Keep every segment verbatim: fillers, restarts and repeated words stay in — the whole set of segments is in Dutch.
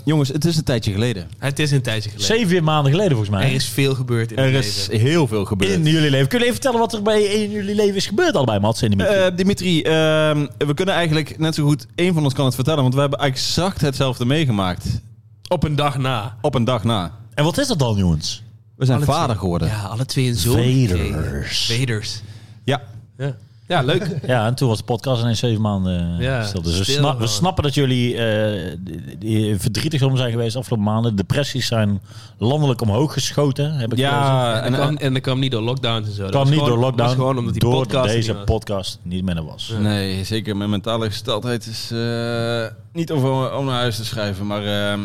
Jongens, het is een tijdje geleden. Het is een tijdje geleden. Zeven maanden geleden volgens mij. Er is veel gebeurd in Er het is leven. heel veel gebeurd. In jullie leven. Kun je even vertellen wat er bij in jullie leven is gebeurd allebei, Mats en Dimitri? Uh, Dimitri, uh, we kunnen eigenlijk net zo goed... één van ons kan het vertellen, want we hebben exact hetzelfde meegemaakt. Op een dag na. Op een dag na. En wat is dat dan, jongens? We zijn Alle vader twee, geworden. Ja, alle twee een zoon Vaders. gekregen. Vaders. Ja. Ja. Ja, leuk. Ja, en toen was de podcast ineens zeven maanden Ja, stil. Dus we, stil sna- we gewoon. snappen dat jullie uh, die, die verdrietig om zijn geweest de afgelopen maanden. Depressies zijn landelijk omhoog geschoten, heb ik Ja, En, en, dat kwam, en, en dat kwam niet door lockdowns en zo. Het Dat kwam was niet gewoon- door lockdown, dat was gewoon omdat die door podcast er deze niet was. podcast niet minder was. nee, zeker. Mijn mentale gesteldheid is uh, niet om, om naar huis te schrijven, maar... Uh,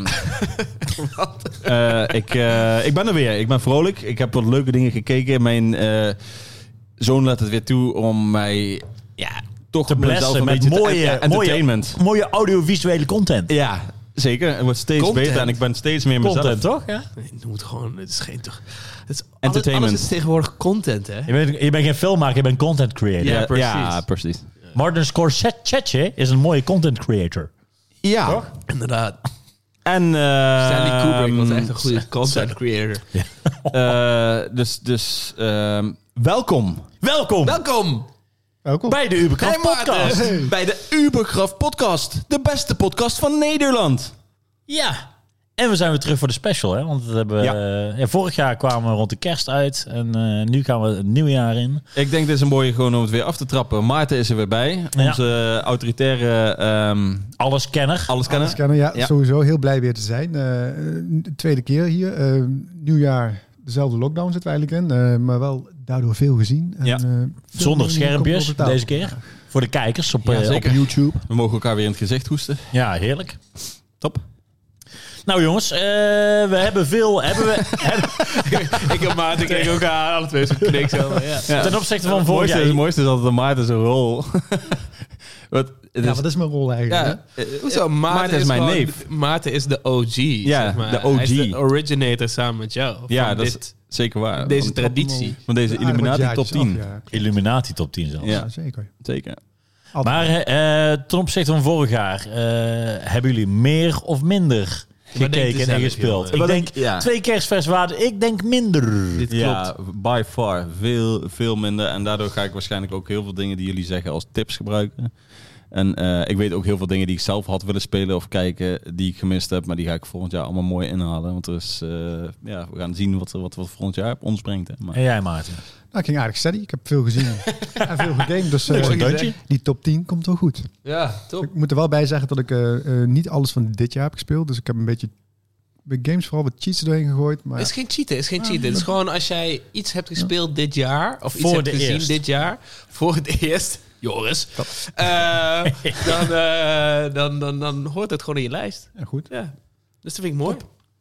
uh, ik, uh, ik ben er weer. Ik ben vrolijk. Ik heb wat leuke dingen gekeken. Mijn uh, zoon laat het weer toe om mij... Ja, toch te blessen een met beetje mooie, te, ja, entertainment. mooie, mooie audiovisuele content. Ja, zeker. Het wordt steeds Content. beter en ik ben steeds meer mezelf. Content, toch? Ja? Nee, het moet gewoon... Het is geen toch... Het is alles, Entertainment. alles is tegenwoordig content, hè? Je bent, je bent geen filmmaker, je bent content creator. Ja, Ja, precies. ja, precies. Martin Scorsese is een mooie content creator. Ja. Toch? Inderdaad. En... Uh, Stanley Kubrick was echt een goede content creator. Uh, dus dus uh, welkom. Welkom Welkom! Welkom. bij de Ubercraft Hey, Maarten. podcast. Hey. Bij de Ubercraft podcast. De beste podcast van Nederland. Ja, en we zijn weer terug voor de special, hè? Want dat hebben we, Ja. uh, ja, vorig jaar kwamen we rond de kerst uit en uh, nu gaan we het nieuwe jaar in. Ik denk dit is een mooie gewoon om het weer af te trappen. Maarten is er weer bij. Ja. Onze autoritaire um, Alleskenner. alleskenner. Scannen, ja, Ja. sowieso heel blij weer te zijn. Uh, de tweede keer hier. Uh, nieuwjaar, dezelfde lockdown zitten we eigenlijk in. Uh, maar wel daardoor veel gezien. En, Ja. uh, veel Zonder dingen komen schermpjes over tafel. deze keer. Voor de kijkers op, Ja, uh, op zeker. YouTube. We mogen elkaar weer in het gezicht hoesten. Ja, heerlijk. Top. Nou jongens, uh, we hebben veel... hebben we, hebben, Ik en Maarten kregen ook aan, alle twee zo'n knik zo. maar Ja. Ja. ten opzichte van Het vorig mooiste, jaar... het mooiste is altijd de Maarten zijn rol. Wat, het Ja, is, wat is mijn rol eigenlijk? ja, hè? eh, Hoezo? Maarten, Maarten is mijn gewoon- neef. Maarten is de O G, Ja, zeg maar. de O G. Hij is de originator samen met jou. Ja, van dat dit, is zeker waar. deze Van- traditie. Van deze Aardig wat Illuminati top jaartjes tien. af, ja. Illuminati top tien zelfs. Ja. Ja, zeker. Zeker. Altijd. Maar uh, ten opzichte van vorig jaar, uh, hebben jullie meer of minder denkt u gekeken en zelf, gespeeld? jongen? Ik Wat denk denk- ja. twee kerstfestwaarden, ik denk minder. Dit Ja, klopt. by far. Veel, veel minder. En daardoor ga ik waarschijnlijk ook heel veel dingen die jullie zeggen als tips gebruiken. En uh, ik weet ook heel veel dingen die ik zelf had willen spelen of kijken, die ik gemist heb. Maar die ga ik volgend jaar allemaal mooi inhalen. Want er is, uh, ja, we gaan zien wat, wat, wat volgend jaar op ons brengt. Hè. Maar, En jij, Maarten? Nou, ik ging aardig steady. Ik heb veel gezien en veel gegamed. Dus uh, Niks een deuntje. die top tien komt wel goed. Ja, top. Ik moet er wel bij zeggen dat ik uh, uh, niet alles van dit jaar heb gespeeld. Dus ik heb een beetje bij games vooral wat cheats doorheen gegooid. Maar Het is geen cheaten, het is geen cheaten. Het is gewoon als jij iets hebt gespeeld dit jaar, of iets Voor hebt de gezien eerst. dit jaar, voor het eerst, Joris, uh, dan, uh, dan, dan, dan hoort het gewoon in je lijst. ja, goed. Ja, dus dat vind ik mooi.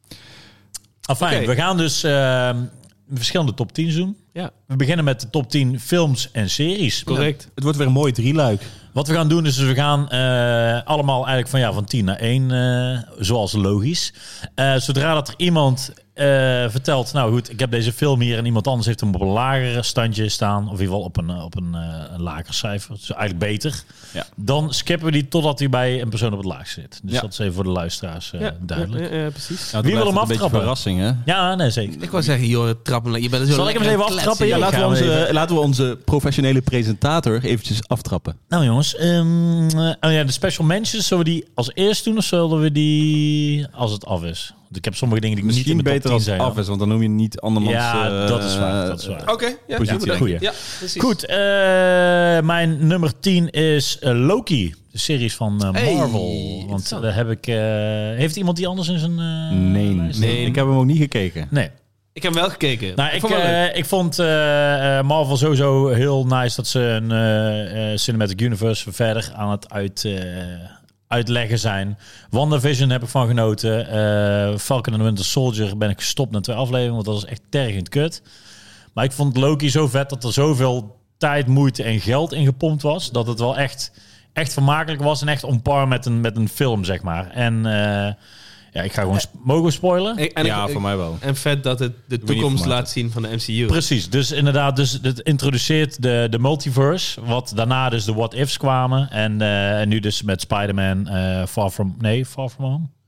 Afijn, Oké. we gaan dus uh, verschillende top tien doen. Ja, We beginnen met de top tien films en series. correct. het wordt weer een mooi drieluik. Wat we gaan doen is, dus we gaan uh, allemaal eigenlijk van, ja, van tien naar één, uh, zoals logisch. Uh, zodra dat er iemand uh, vertelt, nou goed, ik heb deze film hier en iemand anders heeft hem op een lager standje staan, of in ieder geval op een, op een, uh, een lager cijfer, dus eigenlijk beter, Ja. dan skippen we die totdat hij bij een persoon op het laagst zit. Dus Ja. dat is even voor de luisteraars uh, Ja, duidelijk. ja, ja, ja, precies. Ja, Wie wil hem een beetje aftrappen? verrassing, hè? Ja, nee, zeker. Ik wou zeggen, joh, trap hem. Je bent er zo Zal ik hem eens lekker even aan het aftrappen? kletsen, Ja, Ja, joh. laten, we gaan we onze, even- laten we onze professionele presentator eventjes aftrappen. Nou jongens, um, uh, oh ja, de special mentions, zullen we die als eerst doen of zullen we die als het af is? Want ik heb sommige dingen die niet Misschien in de top beter tien als zijn. het af is, want dan noem je niet andermans... Ja, uh, dat is waar, dat is waar. Oké, ja, Positie. goed, denk Goeie. ik. Ja, precies. Goed, uh, mijn nummer tien is uh, Loki, de series van uh, Hey, Marvel. Want interessant. daar heb ik... Uh, heeft iemand die anders in zijn uh, Nee, lijst? nee, ik heb hem ook niet gekeken. Nee. Ik heb hem wel gekeken. Nou, ik, vond het wel leuk. uh, ik vond uh, uh, Marvel sowieso heel nice dat ze een uh, uh, Cinematic Universe verder aan het uit, uh, uitleggen zijn. WandaVision heb ik van genoten. Uh, Falcon and the Winter Soldier ben ik gestopt na twee afleveringen, want dat was echt tergend kut. Maar ik vond Loki zo vet dat er zoveel tijd, moeite en geld in gepompt was, dat het wel echt, echt vermakelijk was en echt on par met een, met een film, zeg maar. En uh, ja, ik ga gewoon... Sp- mogen we spoilen? Ik- en ja, ik- voor mij wel. En vet dat het de niet toekomst vermaken. laat zien van de M C U. Precies, dus inderdaad, dus het introduceert de, de multiverse, wat daarna dus de what-ifs kwamen. En, uh, en nu dus met Spider-Man uh, Far From... Nee, Far From Home?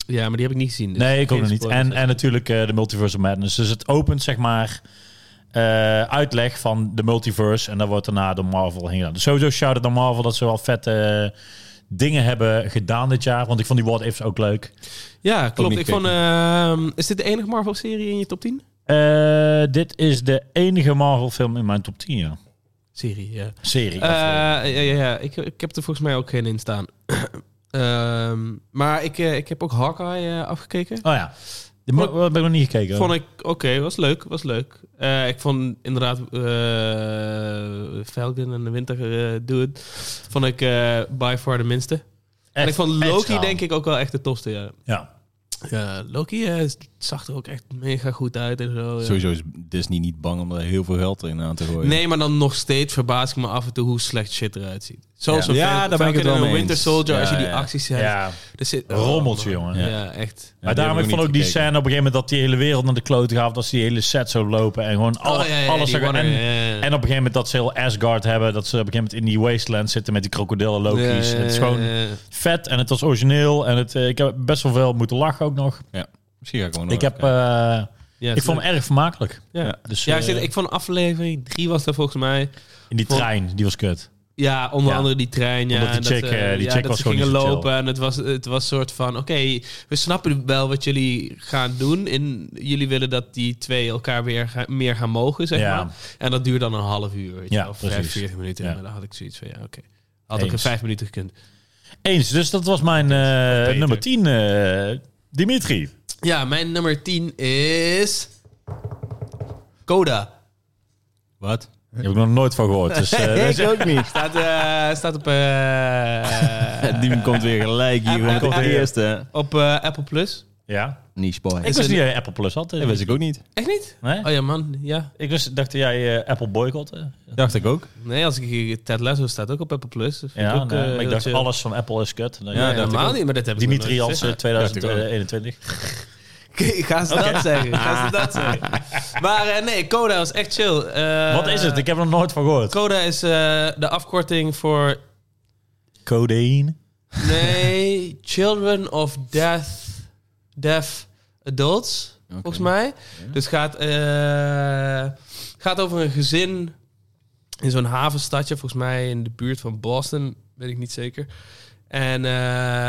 Ja, maar die heb ik niet gezien. Dus nee, ik ook geen nog niet. spoilers. En, en natuurlijk uh, de Multiverse of Madness. Dus het opent, zeg maar, uh, uitleg van de multiverse. En dan wordt daarna door Marvel heen gedaan. Dus sowieso shout-out naar Marvel dat ze wel vette uh, dingen hebben gedaan dit jaar. Want ik vond die What Ifs ook leuk. Ja, klopt. Ik vond, uh, is dit de enige Marvel-serie in je top tien? Uh, dit is de enige Marvel-film in mijn top tien, ja. Serie, ja. Serie. Uh, ja, ja, ja. Ik, ik heb er volgens mij ook geen in staan. um, maar ik, uh, ik heb ook Hawkeye uh, afgekeken. Oh ja. Die mo- heb ik nog niet gekeken. Vond ik oké, okay, was leuk, was leuk. Uh, ik vond inderdaad uh, Falcon en de Winter uh, Dude, vond ik uh, by far de minste. Echt, en ik vond Loki denk ik ook wel echt de tofste, ja. Ja. Ja, Loki uh, zag er ook echt mega goed uit en zo. Ja. Sowieso is Disney niet bang om er heel veel geld in aan te gooien. Nee, maar dan nog steeds verbaas ik me af en toe hoe slecht shit eruit ziet. Zoals ja, een ja daar ben ik het wel mee Winter Soldier, ja, als je die ja. acties hebt. Ja. Er zit, oh, rommeltje, jongen. Ja, ja. echt. Maar ja, daarom ik vond ook die scène op een gegeven moment dat die hele wereld naar de klote gaat, dat ze die hele set zo lopen en gewoon alle, oh, ja, ja, alles. en, en, ja, ja. en op een gegeven moment dat ze heel Asgard hebben, dat ze op een gegeven moment in die wasteland zitten met die krokodillen Loki's. Ja, ja, ja, het is gewoon ja, ja. vet en het was origineel en het, ik heb best wel veel moeten lachen ook nog. Ja. Misschien ga ik gewoon Ik heb, uh, ja, ik vond hem erg vermakelijk. Ja, ja, dus, ja uh, ik, ik vond aflevering drie was er volgens mij. in die vond, trein, die was kut. Ja, onder ja. andere die trein. Ja, Omdat die chick, dat, uh, die ja, chick dat was ze gewoon gingen niet zo lopen chill. en het was het was soort van, oké, okay, we snappen wel wat jullie gaan doen. En jullie willen dat die twee elkaar weer gaan, meer gaan mogen, zeg Ja. maar. En dat duurt dan een half uur, weet je Ja, wel, of precies. vijfenveertig minuten. Ja. En dan had ik zoiets van, ja, oké. Okay. Had ook in Eens. vijf minuten gekund. Eens, dus dat was mijn uh, nummer tien. Uh, Dimitri. Ja, mijn nummer tien is Coda. Wat? Daar heb ik nog nooit van gehoord. Dus, uh, ik dus- ook niet. Staat, uh, staat op, uh, Die komt weer gelijk hier. Apple- Gewoon de Apple- eerste. op uh, Apple Plus. ja. Niche boy. Ik Is wist het- niet dat je Apple Plus had. Dat wist ik ook niet. Echt niet? Nee? Oh ja, man. Ja. Ik wist, dacht dat jij uh, Apple boycotte. Dacht ik ook. Nee, als ik hier... Ted Lasso staat ook op Apple Plus. Dat vind ik Ja, ook, nee, uh, maar ik heel dacht chill. alles van Apple is kut. Dan, Ja, Ja, ja, dacht ik helemaal ook. niet, maar dat heb ik nog Dimitri nooit als gezegd. twintig eenentwintig. Ga ze dat zeggen? Ga ze dat zeggen? Maar uh, nee, Coda was echt chill. Uh, Wat is het? Ik heb er nog nooit van gehoord. Coda is uh, de afkorting voor... Codeïne. Nee, Children of Death, Deaf Adults, Okay. volgens mij. Ja. Dus gaat, uh, gaat over een gezin in zo'n havenstadje, volgens mij in de buurt van Boston, weet ik niet zeker. En uh,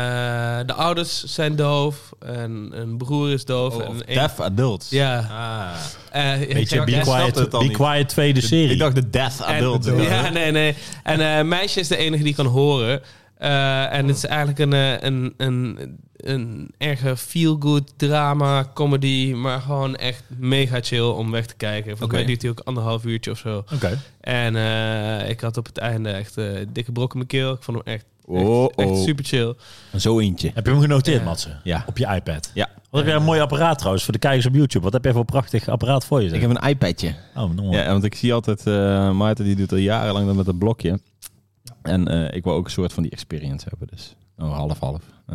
de ouders zijn doof en een broer is doof. Oh, en of een- Deaf Adults. Ja. Ah. Uh, Weet je, ja, Be ja, Quiet, het al Be niet. Quiet tweede serie. Ik dacht de Death En- Adults. ja, nee, nee. En uh, meisje is de enige die kan horen. Uh, en het is eigenlijk een, uh, een, een, een erge feel-good drama, comedy, maar gewoon echt mega chill om weg te kijken. Volgens Oké. mij duurt hij ook anderhalf uurtje of zo. Oké. Okay. En uh, ik had op het einde echt uh, dikke brok in mijn keel. Ik vond hem echt, echt, Oh, echt oh. super chill. Zo eentje. Heb je hem genoteerd, Ja. Matze? Ja. Op je iPad? Ja. Wat heb jij een mooi apparaat trouwens voor de kijkers op YouTube? Wat heb jij voor een prachtig apparaat voor je? zeg? Ik heb een iPadje. Oh, no. Ja, want ik zie altijd... Uh, Maarten die doet al jarenlang dat met een blokje. En uh, ik wil ook een soort van die experience hebben. Dus oh, half-half. Uh.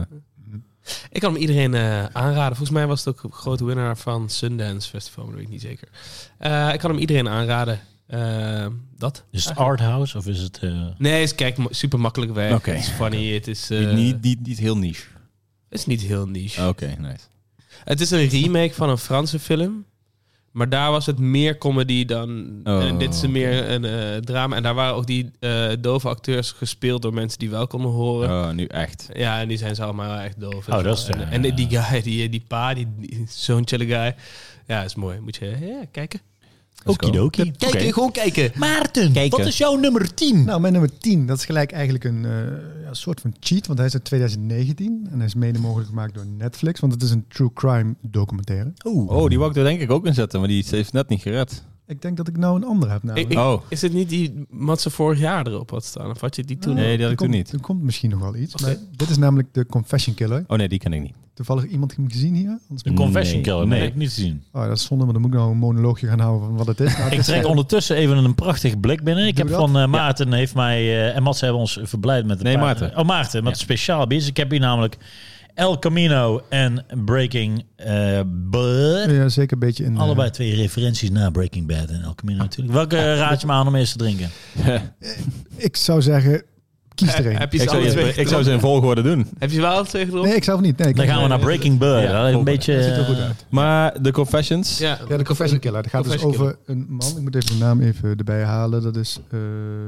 Ik kan hem iedereen uh, aanraden. Volgens mij was het ook een grote winnaar van Sundance Festival, maar dat weet ik niet zeker. Uh, ik kan hem iedereen aanraden. Uh, dat. Is het arthouse of is het... Uh... Nee, het is kijk, super makkelijk weg. Oké. Het is funny. Het is, uh, niet, niet, niet, niet heel niche. het is niet heel niche. Oké, okay, nice. Het is een remake van een Franse film. Maar daar was het meer comedy dan... Oh, en dit is oké. meer een uh, drama. En daar waren ook die uh, dove acteurs gespeeld door mensen die wel konden horen. Oh, nu echt. Ja, en die zijn ze allemaal echt doof. Oh, dat is, en, uh, en die, die guy, die, die pa, die, die, zo'n chille guy. Ja, is mooi. Moet je ja, kijken. Okidoki. Kijken, Oké. gewoon kijken. Maarten, Kijken. wat is jouw nummer tien? Nou, mijn nummer tien, dat is gelijk eigenlijk een uh, ja, soort van cheat, want hij is uit twintig negentien en hij is mede mogelijk gemaakt door Netflix, want het is een true crime documentaire. Oeh. Oh, die wou ik er denk ik ook in zetten, maar die heeft net niet gered. Ik denk dat ik nou een andere heb namelijk. Ik- Oh, Is het niet die Matze vorig jaar erop had staan? Of had je die toen? Nee, die had er ik toen komt- niet. Er komt misschien nog wel iets. Oké. Maar dit is namelijk de Confession Killer. oh nee, die ken ik niet. Toevallig iemand hem gezien hier? Anders De Confession Nee, Killer, nee, nee. heb ik niet gezien. Oh, dat is zonde, maar dan moet ik nou een monoloogje gaan houden van wat het is. Nou, het Ik is, trek eh, ondertussen even een prachtig blik binnen. Ik Doe heb dat. van uh, Maarten heeft mij uh, en Mats hebben ons verblijd met een Nee, paar- Maarten. Oh, Maarten, met Ja. een speciaal beats. Ik heb hier namelijk El Camino en Breaking uh, Bad. ja, zeker een beetje in... eh, Allebei twee referenties naar Breaking Bad en El Camino natuurlijk. Welke uh, raad je me aan om eerst te drinken? ik zou zeggen, Kies er een. Heb je Ik ze zou, alle je- twee ik zou ze in volgorde doen. Heb je ze wel alle twee gedropt? Nee, ik zelf niet. Nee, ik Dan gaan we naar Breaking Bad. Ja, Ja, een beetje... Dat ziet er goed uit. Maar de Confessions... Ja, Ja, de Confession Killer. Dat gaat dus Confession over een man. Ik moet even de naam even erbij halen. Dat is... eh,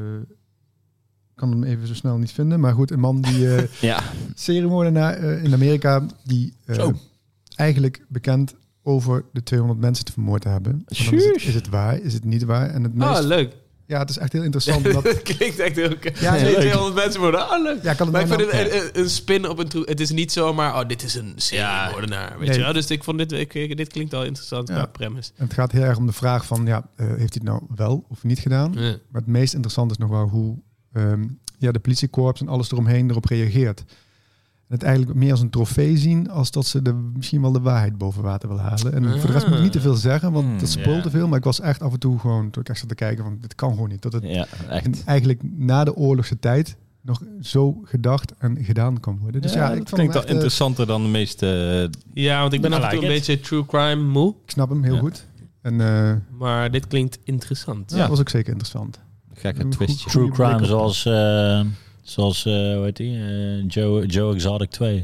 ik kan hem even zo snel niet vinden. Maar goed, een man die... eh Ja. seriemoordenaar eh, in Amerika... die eh, Zo. eigenlijk bekend over de tweehonderd mensen te vermoord te hebben. En dan Is het, Shush. is het waar? Is het niet waar? En het meest, Oh, leuk. ja, het is echt heel interessant. Omdat, Dat klinkt echt heel... Ja, Ja, leuk. tweehonderd mensen worden... Oh, leuk. ja, kan het Maar ik nou vind nou- het een, een- een spin op een... troe- Het is niet zomaar... Oh, dit is een seriemoordenaar. Weet Nee. je wel? Dus ik vond dit... Ik, dit klinkt al interessant Ja. qua premise. Het gaat heel erg om de vraag van... ja, eh, heeft hij het nou wel of niet gedaan? Ja. Maar het meest interessant is nog wel hoe ehm, ja, de politiekorps en alles eromheen erop reageert. En het eigenlijk meer als een trofee zien... als dat ze de, misschien wel de waarheid boven water willen halen. En voor de rest moet ik niet te veel zeggen... want Hmm, dat spoilt ja. te veel. Maar ik was echt af en toe gewoon... toen ik echt zat te kijken van... dit kan gewoon niet. Dat het Ja, echt. en eigenlijk na de oorlogse tijd... nog zo gedacht en gedaan kan worden. Dus ja, ja, ik, dat vond klinkt hem al echt, eh, interessanter dan de meeste... Ja, want ik ben I af en toe like een it. beetje true crime moe. ik snap hem heel Ja. goed. En eh Maar dit klinkt interessant. ja, dat was ook zeker interessant. gekke Een twistje. goed- True crime break-up. zoals... eh, zoals, eh hoe heet die? Eh, Joe, Joe Exotic twee.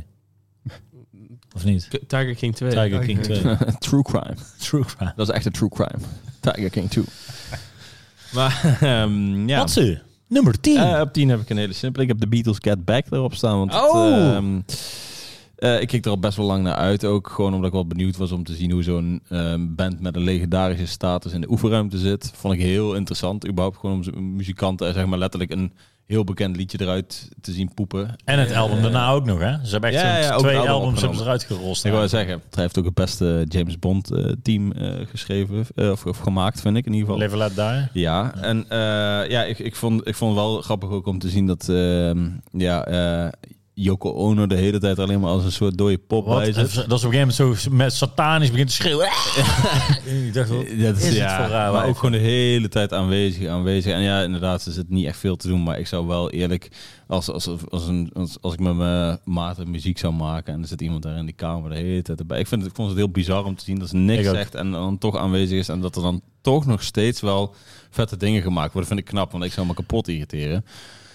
Of niet? K- Tiger King twee. Tiger King King. twee. True crime. True crime. Dat is echt een true crime. Tiger King twee. Maar ehm, ja. Wat ze? Nummer tien. Eh, op tien heb ik een hele simpele. Ik heb de Beatles Get Back erop staan. Want het, Oh! ehm, eh, ik keek er al best wel lang naar uit. Ook gewoon omdat ik wel benieuwd was om te zien hoe zo'n ehm, band met een legendarische status in de oefenruimte zit. Vond ik heel interessant. Überhaupt gewoon om zo'n muzikanten zeg maar letterlijk een heel bekend liedje eruit te zien poepen. en het album daarna ook nog, hè? Ze hebben echt Ja, zo'n ja, ook twee het album albums hebben opgenomen. ze eruit gerost. Ik wou zeggen, hij heeft ook het beste James Bond eh, team eh, geschreven eh, of, of gemaakt, vind ik in ieder geval. Live and Let Die. Ja, en eh, ja, ik, ik, vond, ik vond het wel grappig ook om te zien dat ehm, ja, eh, Yoko Ono de hele tijd alleen maar als een soort dode pop Wat? bij Dat zit. is op een gegeven moment zo met satanisch begint te schreeuwen. Ik dacht, wat Dat is het ja, voor raar maar wijf? ook gewoon de hele tijd aanwezig, aanwezig. En ja, inderdaad, er zit niet echt veel te doen. Maar ik zou wel eerlijk, als, als, als, een, als, als ik met mijn maat muziek zou maken en er zit iemand daar in die kamer de hele tijd erbij. Ik, vind het, ik vond het heel bizar om te zien dat ze niks Ik ook. zegt en dan toch aanwezig is. En dat er dan toch nog steeds wel vette dingen gemaakt worden. Dat vind ik knap, want ik zou me kapot irriteren.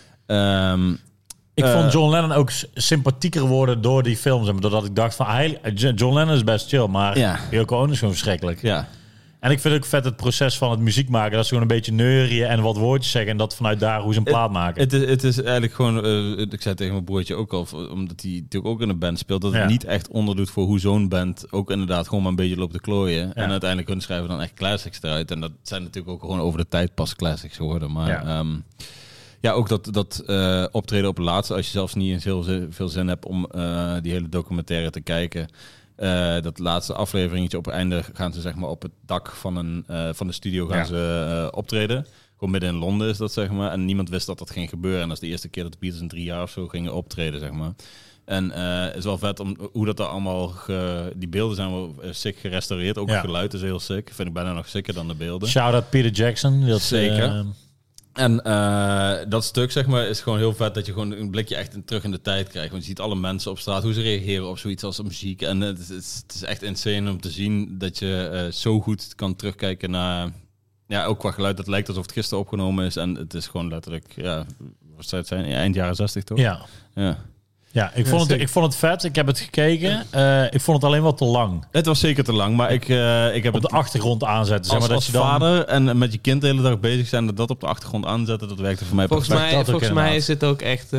Ehm Ik Eh, vond John Lennon ook s- sympathieker worden door die films. En doordat ik dacht van, hij, John Lennon is best chill, maar Ja. Yoko Ono is gewoon verschrikkelijk. ja, En ik vind ook vet het proces van het muziek maken. Dat ze gewoon een beetje neurien en wat woordjes zeggen. En dat vanuit daar hoe ze een plaat maken. Het is, het is eigenlijk gewoon, eh, ik zei tegen mijn broertje ook al, omdat hij natuurlijk ook in een band speelt, dat het Ja. niet echt onderdoet voor hoe zo'n band ook inderdaad gewoon maar een beetje loopt te klooien. En uiteindelijk hun schrijven dan echt classics eruit. En dat zijn natuurlijk ook gewoon over de tijd pas classics geworden. Maar Ja. ja, ja ook dat, dat eh, optreden op het laatste, als je zelfs niet eens heel zi- veel zin hebt om eh, die hele documentaire te kijken. Eh, dat laatste afleveringetje op het einde gaan ze zeg maar op het dak van, een, eh, van de studio gaan Ja. ze eh, optreden. Gewoon midden in Londen is dat, zeg maar. En niemand wist dat dat ging gebeuren. En dat is de eerste keer dat de Beatles in drie jaar of zo gingen optreden, zeg maar. En eh, het is wel vet om hoe dat er allemaal... Ge, die beelden zijn wel eh, sick gerestaureerd. Ook Ja. het geluid is heel sick. Vind ik bijna nog sicker dan de beelden. Shout-out Peter Jackson. Dat, Zeker. eh, En eh, dat stuk, zeg maar, is gewoon heel vet dat je gewoon een blikje echt in, terug in de tijd krijgt. Want je ziet alle mensen op straat, hoe ze reageren op zoiets als muziek. En het is, het is echt insane om te zien dat je eh, zo goed kan terugkijken naar... Ja, ook qua geluid. Het lijkt alsof het gisteren opgenomen is. En het is gewoon letterlijk, ja, wat zou het zijn? Ja, eind jaren zestig, toch? ja. Ja. Ja, ik vond, het, zeker. ik vond het vet. Ik heb het gekeken. Eh, ik vond het alleen wel te lang. Het was zeker te lang, maar ik, uh, ik heb Op de het achtergrond aanzetten. Zeg als, maar, dat als je dan... vader en met je kind de hele dag bezig zijn, dat dat op de achtergrond aanzetten, dat werkte voor mij Volgens perfect. mij, dat ook volgens mij inderdaad. is het ook echt...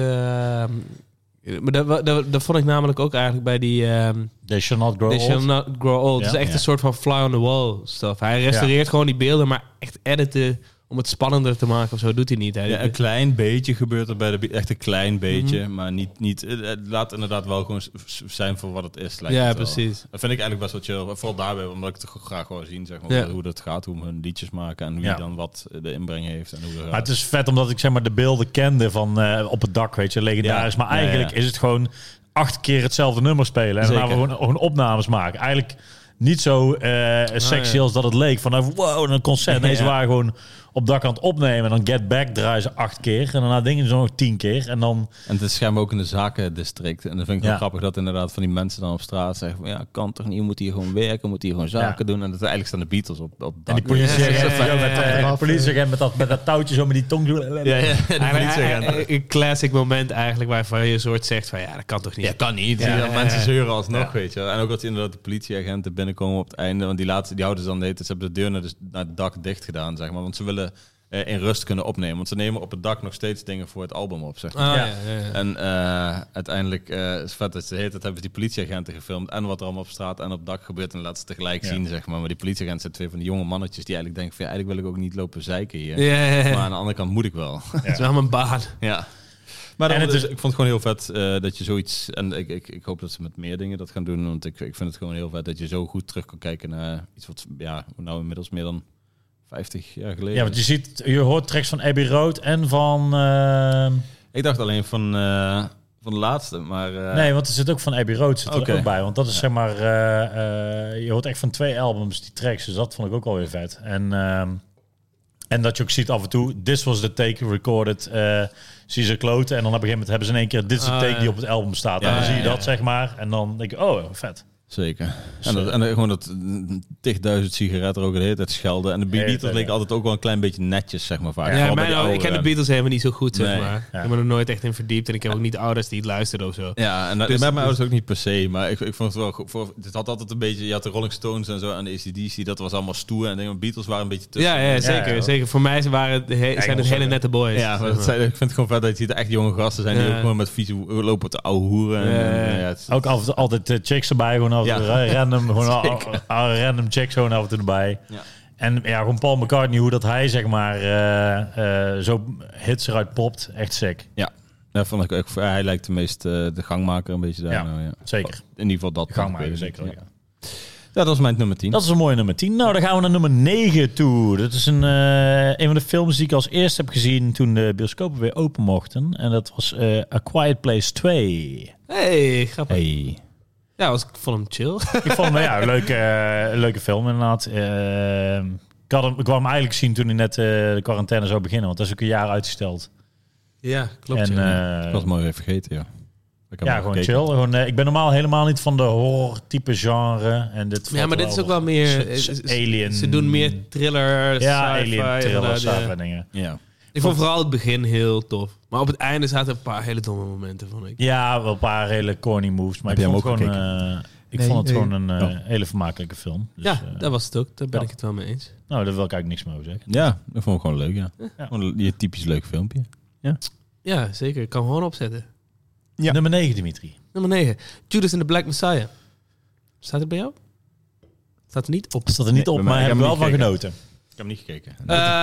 eh, maar dat, dat, dat vond ik namelijk ook eigenlijk bij die... ehm They shall not grow They Shall old. Not Grow Old. Ja. Het is echt Ja. een soort van fly on the wall stuff. Hij restaureert gewoon die beelden, maar echt editen om het spannender te maken of zo doet hij niet. Hij, Ja, een klein beetje gebeurt er bij de be- echt een klein beetje, Mhm. maar niet, niet het het laat inderdaad wel gewoon s- s- zijn voor wat het is. lijkt Ja, het wel. precies. Dat vind ik eigenlijk best wel chill. Vooral daarbij, omdat ik het graag wil zien, zeg maar, Ja. hoe dat gaat, hoe hun liedjes maken en wie Ja. dan wat de inbreng heeft en hoe dat Maar gaat. het is vet omdat ik zeg maar de beelden kende van eh, op het dak, weet je, legendarisch. Ja. Maar Ja, eigenlijk ja. is het gewoon acht keer hetzelfde nummer spelen. En Zeker. daarna gewoon, gewoon opnames maken. Eigenlijk niet zo eh, sexy ja. als dat het leek. Van wow, een concert. Nee, ze Ja. waren gewoon op dak aan het opnemen. En dan Get Back draaien ze acht keer. En daarna dingen ze nog tien keer. En dan... En het is schijnbaar ook in de zakendistrict. En dan vind ik wel Ja. grappig dat inderdaad van die mensen dan op straat zeggen van, ja, kan toch niet, je moet hier gewoon werken, moet hier gewoon zaken Ja. doen. En dat eigenlijk staan de Beatles op, op En dak. die politieagent Ja, ja, ja, zo met ja, ja, dat- ja. de politieagent met dat, met dat touwtje zo met die tong. Ja, ja, de Eigenlijk, politieagent. eigenlijk een classic moment eigenlijk waarvan je een soort zegt van ja, dat kan toch niet. Ja, kan niet. Ja, Ja, ja, mensen ja. zeuren alsnog, Ja. weet je wel. En ook dat inderdaad de politieagenten binnenkomen op het einde. Want die laatste, die houden ze dan de hele tijd. Ze hebben de deur naar, de, naar het dak dicht gedaan, zeg maar. Want ze willen eh, in rust kunnen opnemen. Want ze nemen op het dak nog steeds dingen voor het album op, zeg maar. Ah, Ja. ja. Ja, ja. En eh, uiteindelijk eh, is het vet dat ze de hele tijd hebben ze die politieagenten gefilmd. En wat er allemaal op straat en op het dak gebeurt. En laten ze tegelijk Ja. zien, zeg maar. Maar die politieagenten zijn twee van die jonge mannetjes die eigenlijk denken van, ja, eigenlijk wil ik ook niet lopen zeiken hier. Ja, ja, ja. Maar aan de andere kant moet ik wel. Het is wel mijn baan. Ja. Maar dan, En het dus, is- ik vond het gewoon heel vet eh, dat je zoiets... En ik, ik, ik hoop dat ze met meer dingen dat gaan doen. Want ik, ik vind het gewoon heel vet dat je zo goed terug kan kijken naar iets wat... Ja, nou inmiddels meer dan vijftig jaar geleden. Ja, want je ziet, je hoort tracks van Abbey Road en van... eh, Ik dacht alleen van, eh, van de laatste, maar... eh, nee, want er zit ook van Abbey Road zit er Oké. ook bij. Want dat is zeg maar... eh, eh, je hoort echt van twee albums die tracks. Dus dat vond ik ook wel weer vet. En, ehm, en dat je ook ziet af en toe... This was the take recorded... eh zie ze kloten. En dan op een gegeven moment hebben ze in één keer... Dit is de Ah, take ja. die op het album staat. Ja, en dan ja, zie je ja, dat, ja. zeg maar. En dan denk je, oh, vet. Zeker. En, dat, en gewoon dat tigduizend sigaretten ook de hele tijd schelden. En de hele Beatles tijd, leek ja. altijd ook wel een klein beetje netjes, zeg maar. Vaak. Ja, Ja, Vooral bij mijn, die ik ken de ouderen. Beatles helemaal niet zo goed, zeg Nee. maar. Ja. Ik heb me er nooit echt in verdiept. En ik heb ook niet ouders die het luisteren of zo. Ja, en dat, Dus- bij mijn dus- ouders ook niet per se, maar ik, ik vond het wel goed. Voor, het had altijd een beetje, je had de Rolling Stones en zo en de A C D C, dat was allemaal stoer. En ik denk, de Beatles waren een beetje tussen. Ja, ja, zeker, ja. zeker. Voor mij waren het, he- zijn het Engels hele ook, nette boys. Ja, maar zeg dat maar. zijn, ik vind het gewoon vet dat je de echt jonge gasten zijn die Ja. ook gewoon met vieze lopen te ouwe hoeren. En, Ja, en, ja. ja, het is- Ook af en toe altijd eh, chicks erbij. Gewoon af en toe Ja. random. Gewoon al- Zeker. al- random chicks gewoon af en toe erbij. Ja. En ja, gewoon Paul McCartney, hoe dat hij zeg maar eh, eh, zo hits eruit popt. Echt sick. Ja, dat vond ik ook. Hij lijkt de meest eh, de gangmaker een beetje daar. Ja, nou, ja. Zeker. In ieder geval dat. Gangmaker, ik weet zeker. het Ja. niet. Ja, dat was mijn nummer tien. Dat is een mooie nummer tien. Nou, dan gaan we naar nummer negen toe. Dat is een, eh, een van de films die ik als eerste heb gezien toen de bioscopen weer open mochten. En dat was eh, A Quiet Place twee. Hey, grappig. Hey. Ja, was, ik vond hem chill. Ik vond hem ja, een leuke, eh, een leuke film inderdaad. Eh, ik, had hem, ik kwam hem eigenlijk zien toen hij net eh, de quarantaine zou beginnen. Want dat is ook een jaar uitgesteld. Ja, klopt. en, ja. eh, Ik was maar even vergeten, ja. Ik heb ja, hem gewoon gekeken. chill. Gewoon, eh, ik ben normaal helemaal niet van de horror type genre. En dit ja, valt maar dit is ook wel onder meer... s- s- eh, Alien. Ze doen meer thriller, Ja, sci-fi, Alien, thriller, inderdaad, ja. sci-fi dingen. Ja. Ik vond vooral het begin heel tof. Maar op het einde zaten een paar hele domme momenten, vond ik. Ja, wel een paar hele corny moves. Maar Heb ik jij vond, hem het ook gewoon, eh, ik Nee, vond het nee. gewoon een eh, Oh. hele vermakelijke film. Dus, Ja, eh, dat was het ook. Daar ben ja. ik het wel mee eens. nou, daar wil ik eigenlijk niks meer over zeggen. Ja, dat vond ik gewoon leuk, ja. Ja. Gewoon een typisch leuk filmpje. Ja, zeker. Ik kan hem gewoon opzetten. Ja. Nummer negen, Dimitri. Nummer negen. Judas and the Black Messiah. Staat het bij jou? Staat er niet op. Staat er niet Nee, op, bij mij- maar ik heb heb er wel hem van niet genoten. Ik heb niet gekeken.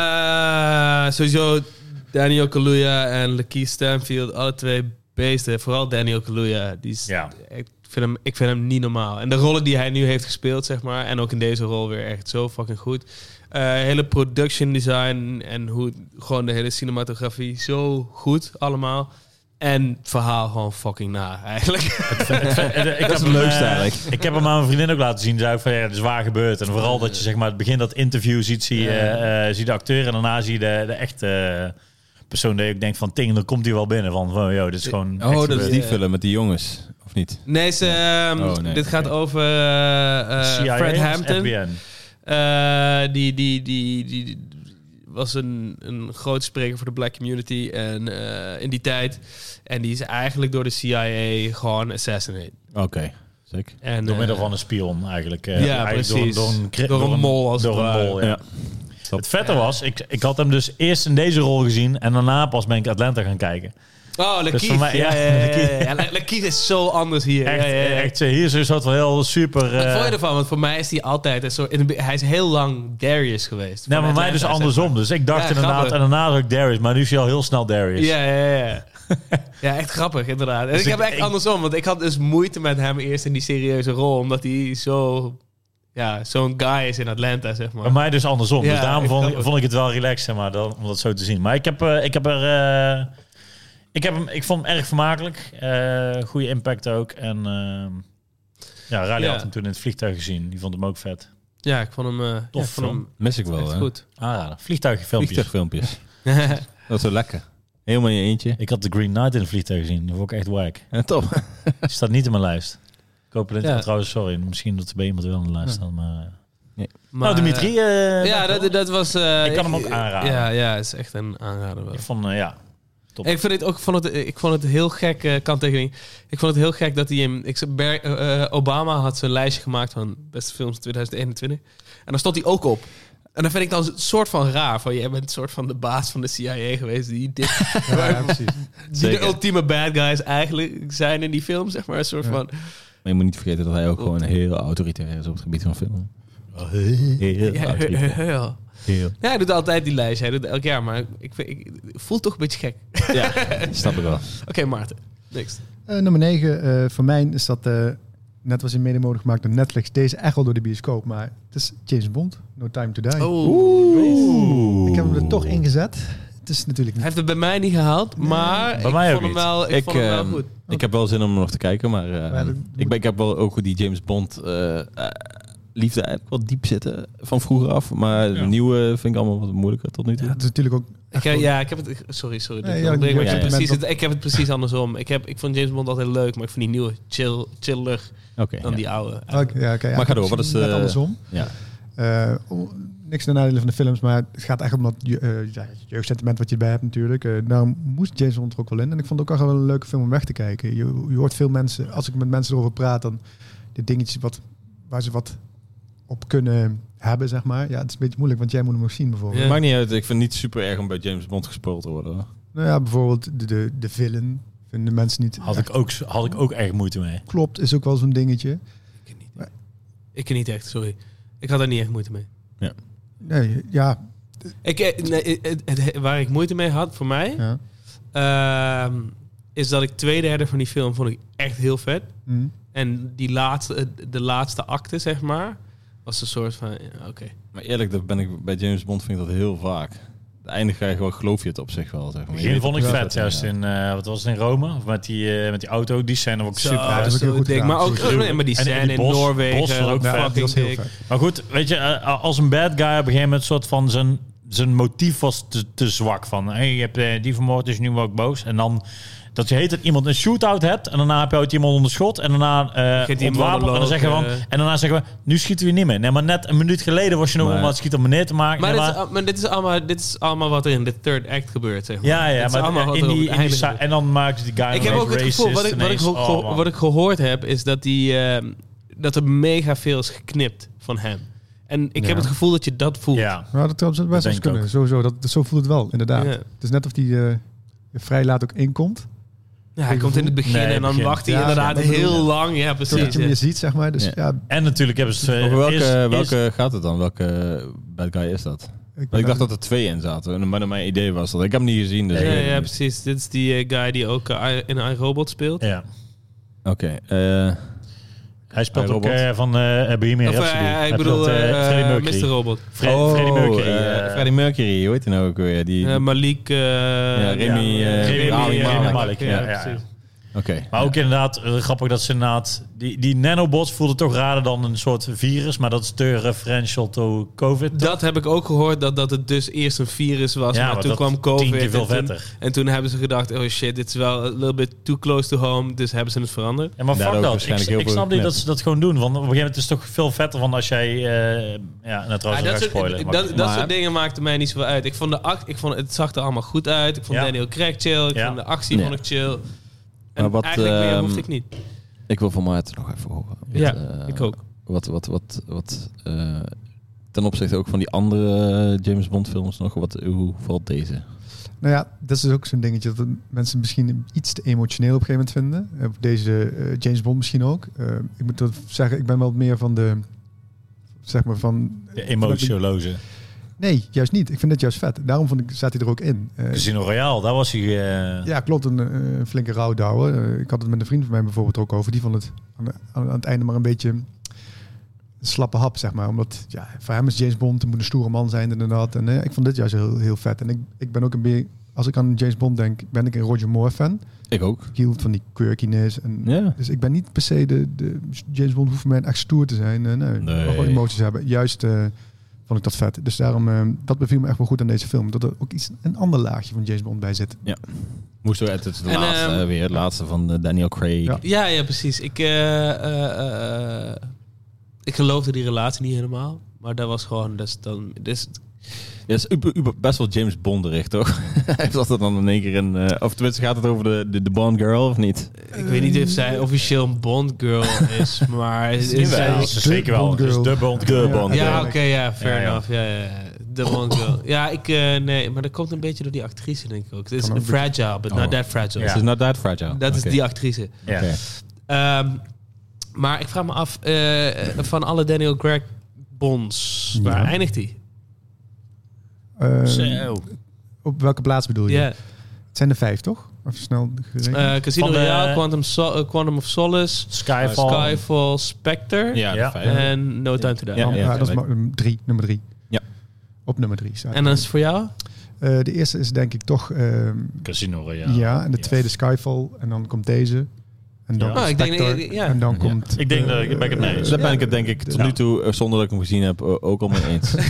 Eh, sowieso Daniel Kaluuya en Lakeith Stanfield. Alle twee beesten. Vooral Daniel Kaluuya. Die is, Ja. ik, vind hem, ik vind hem niet normaal. En de rollen die hij nu heeft gespeeld, zeg maar. En ook in deze rol weer echt zo fucking goed. Eh, hele production design en hoe gewoon de hele cinematografie zo goed allemaal. En het verhaal gewoon fucking na, eigenlijk. Ik heb het hem, leukste eh, eigenlijk. Ik heb hem aan mijn vriendin ook laten zien. Zei ook van, ja, het is waar gebeurd. En vooral dat je zeg maar het begin dat interview ziet, zie je, eh, zie je de acteur. En daarna zie je de, de echte eh, persoon die ik denk van, ting, dan komt hij wel binnen. Van, van yo, dit is gewoon echt Oh, dat is gebeurd. die Ja. film met die jongens, of niet? Nee, ze, ehm, Oh, nee, dit oké. gaat over eh, eh, C I A Fred of Hampton. F B N? Eh, die, die, die, die, die was een, een groot spreker voor de black community en, eh, in die tijd. En die is eigenlijk door de C I A gewoon assassinated. Oké, zeker. En, Door eh, middel van een spion eigenlijk. eh, Ja, eigenlijk precies. Door, door, een, cri- Door een mol als door het een ware. mol, ja. Ja. Het vette was, ik, ik had hem dus eerst in deze rol gezien en daarna pas ben ik Atlanta gaan kijken. Oh, Lakeith. Dus voor mij- ja, ja, ja, ja, ja, Lakeith. ja. La- Lakeith is zo anders hier. Echt, ja, ja, ja. echt hier is een soort van heel super... Wat eh, vond je ervan? Want voor mij is hij altijd een soort... in de be- hij is heel lang Darius geweest. Nee, Van maar mij Atlanta, dus zeg andersom. maar. Dus ik dacht Ja, inderdaad, grappig. en daarna zag ik Darius, maar nu is hij al heel snel Darius. Ja, ja, ja. Ja, echt grappig, inderdaad. En Dus ik heb ik- echt ik- andersom, want ik had dus moeite met hem eerst in die serieuze rol, omdat hij zo... Ja, zo'n guy is in Atlanta, zeg maar. Bij mij dus andersom. Ja, dus daarom echt vond, ik- grappig. vond ik het wel relaxed, zeg maar, dan, om dat zo te zien. Maar ik heb, eh, ik heb er... eh, ik, heb hem, ik vond hem erg vermakelijk. Eh goede impact ook. En eh, ja, Riley Ja. had hem toen in het vliegtuig gezien. Die vond hem ook vet. Ja, ik vond hem, uh, Tof ja, ik vond hem Mis ik wel, echt hè? goed. Aanraden. Vliegtuigfilmpjes. Vliegtuigfilmpjes. Dat is zo lekker. Helemaal in je eentje. Ik had The Green Knight in een vliegtuig gezien. Dat vond ik echt wack. Ja, top. Die staat niet in mijn lijst. Ik hoop het Ja. trouwens, sorry. Misschien dat er bij iemand wel in de lijst staat. Maar... Nee. Maar, nou, Dimitri. Uh, ja, dat, dat was... Uh, ik kan hem ook aanraden. Ja, ja, het is echt een aanrader wel. Ik vond, uh, ja... Top. Ik vind het ook, ik vond het, ik vond het heel gek, uh, kanttekening. Ik vond het heel gek dat hij hem... Ik, zei, Ber, uh, Obama had zijn lijstje gemaakt van beste films twintig eenentwintig. En daar stond hij ook op. En dan vind ik dan een soort van raar. Van, jij bent een soort van de baas van de C I A geweest. Die, dit, Ja, ja, precies. die de ultieme bad guys eigenlijk zijn in die film, zeg maar. Een soort Ja. van... Maar je moet niet vergeten dat hij ook gewoon heel autoritair is op het gebied van film. Heel Ja, autoritair. heel. Heel. Ja, hij doet altijd die lijst. Hij doet het elk jaar. Maar ik, vind, ik, ik voel het toch een beetje gek. Ja, snap ik wel. Oké, okay, Maarten. Next. Uh, nummer negen, uh, voor mij is dat, uh, net was in mede mogelijk gemaakt door Netflix, deze echt wel door de bioscoop, maar het is James Bond, No Time to Die. Oeh. Ik heb hem er toch ingezet. Het is natuurlijk Hij niet... heeft het bij mij niet gehaald, maar Bij ik mij ook vond hem niet. wel, ik Ik, vond hem wel ehm, goed. Ik heb wel zin om hem nog te kijken, maar uh, Ja, dat ik, moet- ben, ik heb wel ook die James Bond uh, uh, liefde eigenlijk wel diep zitten van vroeger af. Maar Ja. de nieuwe vind ik allemaal wat moeilijker tot nu toe. Ja, het is natuurlijk ook... Ik, heb- ja, ik heb het... Sorry, sorry. Nee, Nee, ja, ik, ja, ik, ja, heb ja. precies het, ik heb het precies andersom. Ik, heb, ik vond James Bond altijd leuk, maar ik vond die nieuwe chill, chiller Oké. dan ja. die oude. Oké, ja, oké, ja, Maar ga door, ik heb wat is net de- andersom. Ja. Uh, oh, niks ten nadele van de films, maar het gaat echt om dat je- uh, ja, jeugdsentiment wat je erbij hebt natuurlijk. Uh, daarom moest James Bond er ook wel in. En ik vond het ook echt wel een leuke film om weg te kijken. Je, je hoort veel mensen, als ik met mensen erover praat, dan de dingetjes wat, waar ze wat op kunnen hebben, zeg maar. Ja, het is een beetje moeilijk, want jij moet hem nog zien bijvoorbeeld. Ja. Maakt niet uit. Ik vind het niet super erg om bij James Bond gespoord te worden. Hoor. Nou ja, bijvoorbeeld de, de, de villain vinden mensen niet... Had echt ik, ook, had ik ook echt moeite mee. klopt, is ook wel zo'n dingetje. Ik niet. Ik niet echt, sorry. Ik had er niet echt moeite mee. Nee, ja. Ik, eh, nee, het, het- waar ik moeite mee had, voor mij, ja. ehm, is dat ik twee derde van die film vond ik echt heel vet. Hm. En die laatste, de laatste acte, zeg maar, was een soort van, ja, oké. Maar eerlijk, dat ben ik bij James Bond vind ik dat heel vaak. Het einde krijg je wel, geloof je het op zich wel. Zeg maar. Je Begin weet vond ik het wel vet, dat- juist ja. in, uh, wat was het, in Rome? Of met die, uh, met die auto, die scène ook Zo, super Ja, dat is ook heel zo goed dik. gedaan. Maar ook Zo- nee, maar die en- en scène die in bos- Noorwegen, bos was ook ja, vet. fucking dat is heel dik. vet. Maar goed, weet je, uh, als een bad guy op een gegeven moment soort van zijn, zijn motief was te, te zwak. Van, hey, je hebt uh, die vermoord, dus nu word ik boos. En dan dat je heet dat iemand een shootout hebt en daarna heb je uit iemand onder schot en daarna uh, Geeft die ontwapend en dan monoloog, zeggen we van, uh, en daarna zeggen we, nu schieten we niet meer. Nee, maar net een minuut geleden was je nog Maar- om wat schiet om meneer te maken. Maar, Nee, dit maar- is, maar dit, is allemaal, dit is allemaal wat er in de third act gebeurt, zeg maar. ja, ja, Dit is maar allemaal wat in er op die, het in die einde sa- gebeurt. en dan maakt die guy Ik heb ook het gevoel, wat ik, wat, ik, ineens. ho- Oh, man. wat ik gehoord heb, is dat, die, eh, dat er mega veel is geknipt van hem. En ik Ja. heb het gevoel dat je dat voelt. Ja. Maar dat trouwens best wel denk eens ik kunnen. ook. Sowieso, dat, dat, zo voelt het wel, inderdaad. Ja. Het is net of die uh, vrij laat ook inkomt. Ja, hij komt in het begin Nee, en dan begin. wacht hij Ja, inderdaad ja, dat bedoel heel ik. lang. Ja, precies. Zodat je hem ja. weer ziet, zeg maar. Dus Ja. ja, En natuurlijk hebben ze... Over welke, eerst- eerst- welke gaat het dan? Welke bad guy is dat? ik, Want ik dacht dat er twee in zaten. En maar mijn idee was dat. Ik heb hem niet gezien. Dus Ja, ik weet ja, het niet. precies. Dit is die eh, guy die ook eh, in iRobot speelt. Ja. Oké. eh, Hij speelt Hij ook robot. uh, van uh, Bohemian Of Rhapsody. eh, Hij ik bedoel, speelt, uh, eh, Freddie Mercury. mister Robot. Fre- oh, Freddie Mercury. eh, uh, Freddie Mercury. Hoe heet hij nou ook weer? Die, Eh, Malik. eh, Ja, Remy, ja, eh, Remy, Ali Remy Malek. Malek. Ja, ja, ja. precies. Oké. Maar ook inderdaad, uh, grappig dat ze inderdaad... Die, die nanobots voelden toch raar dan een soort virus, maar dat is te referential to COVID. Dat heb ik ook gehoord, dat, dat het dus eerst een virus was. Ja, maar maar toen dat kwam COVID. tien keer veel en, toen, vetter. en toen hebben ze gedacht, oh shit, dit is wel a little bit too close to home. Dus hebben ze het veranderd. Ja, maar Daar fuck ook dat. Ik, waarschijnlijk heel ik veel snap niet dat geknipt. ze dat gewoon doen. Want op een gegeven moment is het toch veel vetter van als jij... Uh, ja, net trouwens Ah, nog dat echt soort, spoiler. maar- dat, dat Maar- soort dingen maakten mij niet zoveel uit. Ik vond de act, ik vond het zag er allemaal goed uit. Ik vond Ja. Daniel Craig chill. Ik Ja. vond de actie Ja. vond ik chill. En Maar wat, eigenlijk meer ehm, hoefde ik niet. Ik wil van Maarten nog even horen. Ja, eh, ik ook. Wat, wat, wat, wat uh, ten opzichte ook van die andere James Bond films nog, wat, hoe valt deze? Nou ja, dat is dus ook zo'n dingetje dat mensen misschien iets te emotioneel op een gegeven moment vinden. Of deze uh, James Bond misschien ook. Uh, ik moet dat zeggen, ik ben wel meer van de, zeg maar van... De emotioloze. Nee, juist niet. Ik vind het juist vet. Daarom vond ik, staat hij er ook in. Uh, Casino Royale, daar was hij... Uh... Ja, klopt. Een, een flinke rouwdouwer. Uh, ik had het met een vriend van mij bijvoorbeeld ook over. Die vond het aan, aan, aan het einde maar een beetje een slappe hap, zeg maar. Omdat, ja, voor hem is James Bond, het moet een stoere man zijn inderdaad. En uh, ik vond dit juist heel, heel vet. En ik, ik ben ook een beetje, als ik aan James Bond denk, ben ik een Roger Moore fan. Ik ook. Ik hield van die quirkiness. En, Ja. Dus ik ben niet per se de, de James Bond hoeft voor mij echt stoer te zijn. Uh, nee, Nee. mag wel emoties hebben. Juist uh, vond ik dat vet. Dus daarom, uh, dat beviel me echt wel goed aan deze film. Dat er ook iets, een ander laagje van James Bond bij zit. Ja. Moest ook, het is de En, laatste um, uh, weer, het laatste van uh, Daniel Craig. Ja. Ja, ja, precies. Ik, uh, uh, uh, ik geloofde die relatie niet helemaal. Maar dat was gewoon... Dat is dan, dat is, Ja, dat is uber, uber, best wel James Bonderig, toch? Hij zat er dan in één keer in... Uh, of tenminste, gaat het over de, de, de Bond girl, of niet? ik weet niet of zij officieel een Bond girl is, maar... Is, Is, zij- is, is zeker wel. Bond Het is girl. de Bond De girl. Bond ja, girl. oké, okay, ja, fair Ja, ja. enough. Ja, ja, ja. De Bond girl. Ja, ik... Uh, nee, maar dat komt een beetje door die actrice, denk ik ook. Het is Kan ook fragile, but Oh. not that fragile. Ja. Ze is not that fragile. Dat is Oké. die actrice. Ja. Oké. Um, maar ik vraag me af, uh, van alle Daniel Craig Bonds, waar Ja. eindigt hij? Uh, Zo. op welke plaats bedoel je? Ja. Het zijn er vijf, toch? Of snel gerekend? Uh, Casino Van de- Royale, Quantum, so- uh, Quantum of Solace, Skyfall. Skyfall, Spectre Ja, Ja. de vijf. en No Time to Die. Ja, ja, ja, dat is ja. maar, um, drie, nummer drie. Ja. Op nummer drie staat. En dan is het voor jou? Uh, de eerste is denk ik toch... Um, Casino Royale. ja, en de tweede Skyfall. En dan komt deze. En dan Ja. komt Oh, ik denk- Spectre, ja. En dan Ja. komt... Ik denk dat ik- uh, ben ik het mee eens. Dus daar ben ik het denk ik tot Ja. nu toe, uh, zonder dat ik hem gezien heb, uh, ook al mee eens. ja,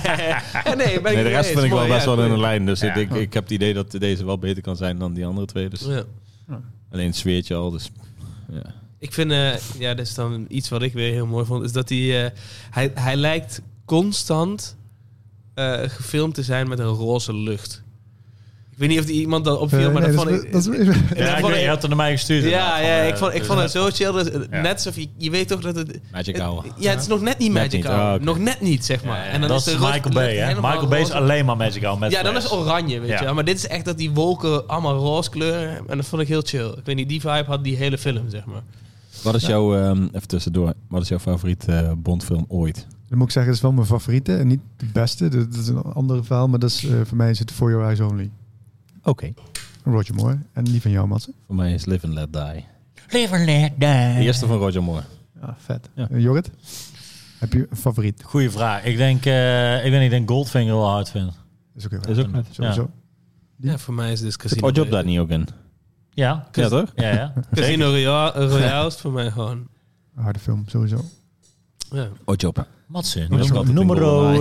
nee, ben ik Nee, de rest mee vind ik wel eens. best Mooi, wel in ja, een lijn. Dus Ja. ik, ik heb het idee dat deze wel beter kan zijn dan die andere twee. Dus ja. alleen het zweertje al. Dus ja. Ik vind, uh, ja, dat is dan iets wat ik weer heel mooi vond, is dat hij, uh, hij, hij lijkt constant uh, gefilmd te zijn met een roze lucht. Ik weet niet of die iemand dat opviel, Uh, maar nee, dat dat vond is- ik... dat is- dat Ja, ik vond weet, ik- je had er naar mij gestuurd. Ja, inderdaad, ja, van, ik eh, vond, ik dus, vond eh, het zo chill. Dus, Ja. net alsof je, je weet toch dat het... Magic het- Hour. Ja, het is nog net niet Net Magic niet, Hour. ah, oké. Nog net niet, zeg maar. Ja, ja. En dan dat is is de roze Michael Bay, lucht hè? helemaal Michael Bay is roze. alleen maar Magic Hour met Ja, dan is flash. oranje, weet Ja. je wel. Maar dit is echt dat die wolken allemaal roze kleuren. En dat vond ik heel chill. Ik weet niet, die vibe had die hele film, zeg maar. Wat is jouw, um, even tussendoor, wat is jouw favoriete uh, Bondfilm ooit? Dan moet ik zeggen, dat is wel mijn favoriete. En niet de beste. Dat is een andere verhaal. Maar dat is, uh, voor mij is het For Your Eyes Only. Oké. Okay. Roger Moore. En die van jou, Matze? Voor mij is Live and Let Die. Live and let die. De eerste van Roger Moore. Ja, vet. Ja. Uh, Jorrit? Heb je een favoriet? Goeie vraag. Ik denk, uh, ik, weet, ik denk Goldfinger wel hard vind. Is ook heel Is vet. ook net. Sowieso. Ja, voor mij is het dus Zit Casino Oddjob Royale. daar niet ook in? Ja, Ja, toch? ja, ja. Casino Royale, Royale is voor mij gewoon... Harde film, sowieso. Ja. Oddjob. Matze, Dat is altijd nummer een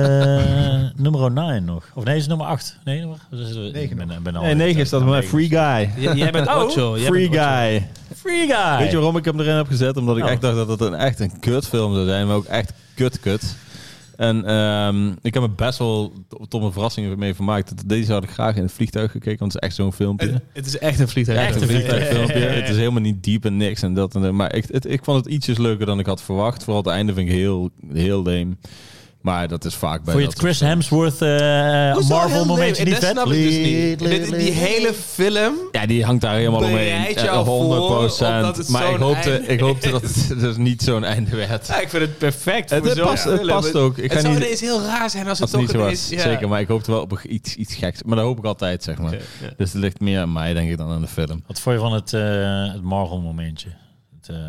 uh, nummer nine nog. Of nee, is het nummer acht? Nee, nummer? Negen. Ben, ben al Nee, negen is dat maar Free Guy. J- jij bent Oh, Ocho. Jij Free bent Ocho. Guy. Free Guy. Weet je waarom ik hem erin heb gezet? Omdat ik Oh. echt dacht dat het een, echt een kutfilm zou zijn. Maar ook echt kut kut. En um, ik heb me best wel tot tot mijn verrassing mee vermaakt. Deze had ik graag in het vliegtuig gekeken. Want het is echt zo'n filmpje. Het, het is echt een vliegtuig. Echt een vliegtuigfilmpje. Ja, ja, ja. Het is helemaal niet diep en niks. En dat en dat. Maar ik, het, ik vond het ietsjes leuker dan ik had verwacht. Vooral het einde vind ik heel, heel lame. Maar dat is vaak bij Vond je dat het Chris soort Hemsworth uh, Hoezo Marvel heel momentje lame? niet Dat vet? snap ik dus niet. Dit- Die hele film... films. Ja, die hangt daar helemaal omheen. Bereid Ja, jou voor honderd omdat procent. het Maar ik zo'n hoopte, einde ik hoopte dat het dus niet zo'n einde werd. Ja, ik vind het perfect. Het, voor het zo'n past, het film. past ook. Ik Het ga zou niet, ineens heel raar zijn als het als het toch niet zo ineens... was. ja. Zeker, maar ik hoopte wel op iets, iets geks. Maar dat hoop ik altijd, zeg maar. Oké, ja. Dus het ligt meer aan mij, denk ik, dan aan de film. Wat vond je van het, uh, het Marvel momentje? Het, uh,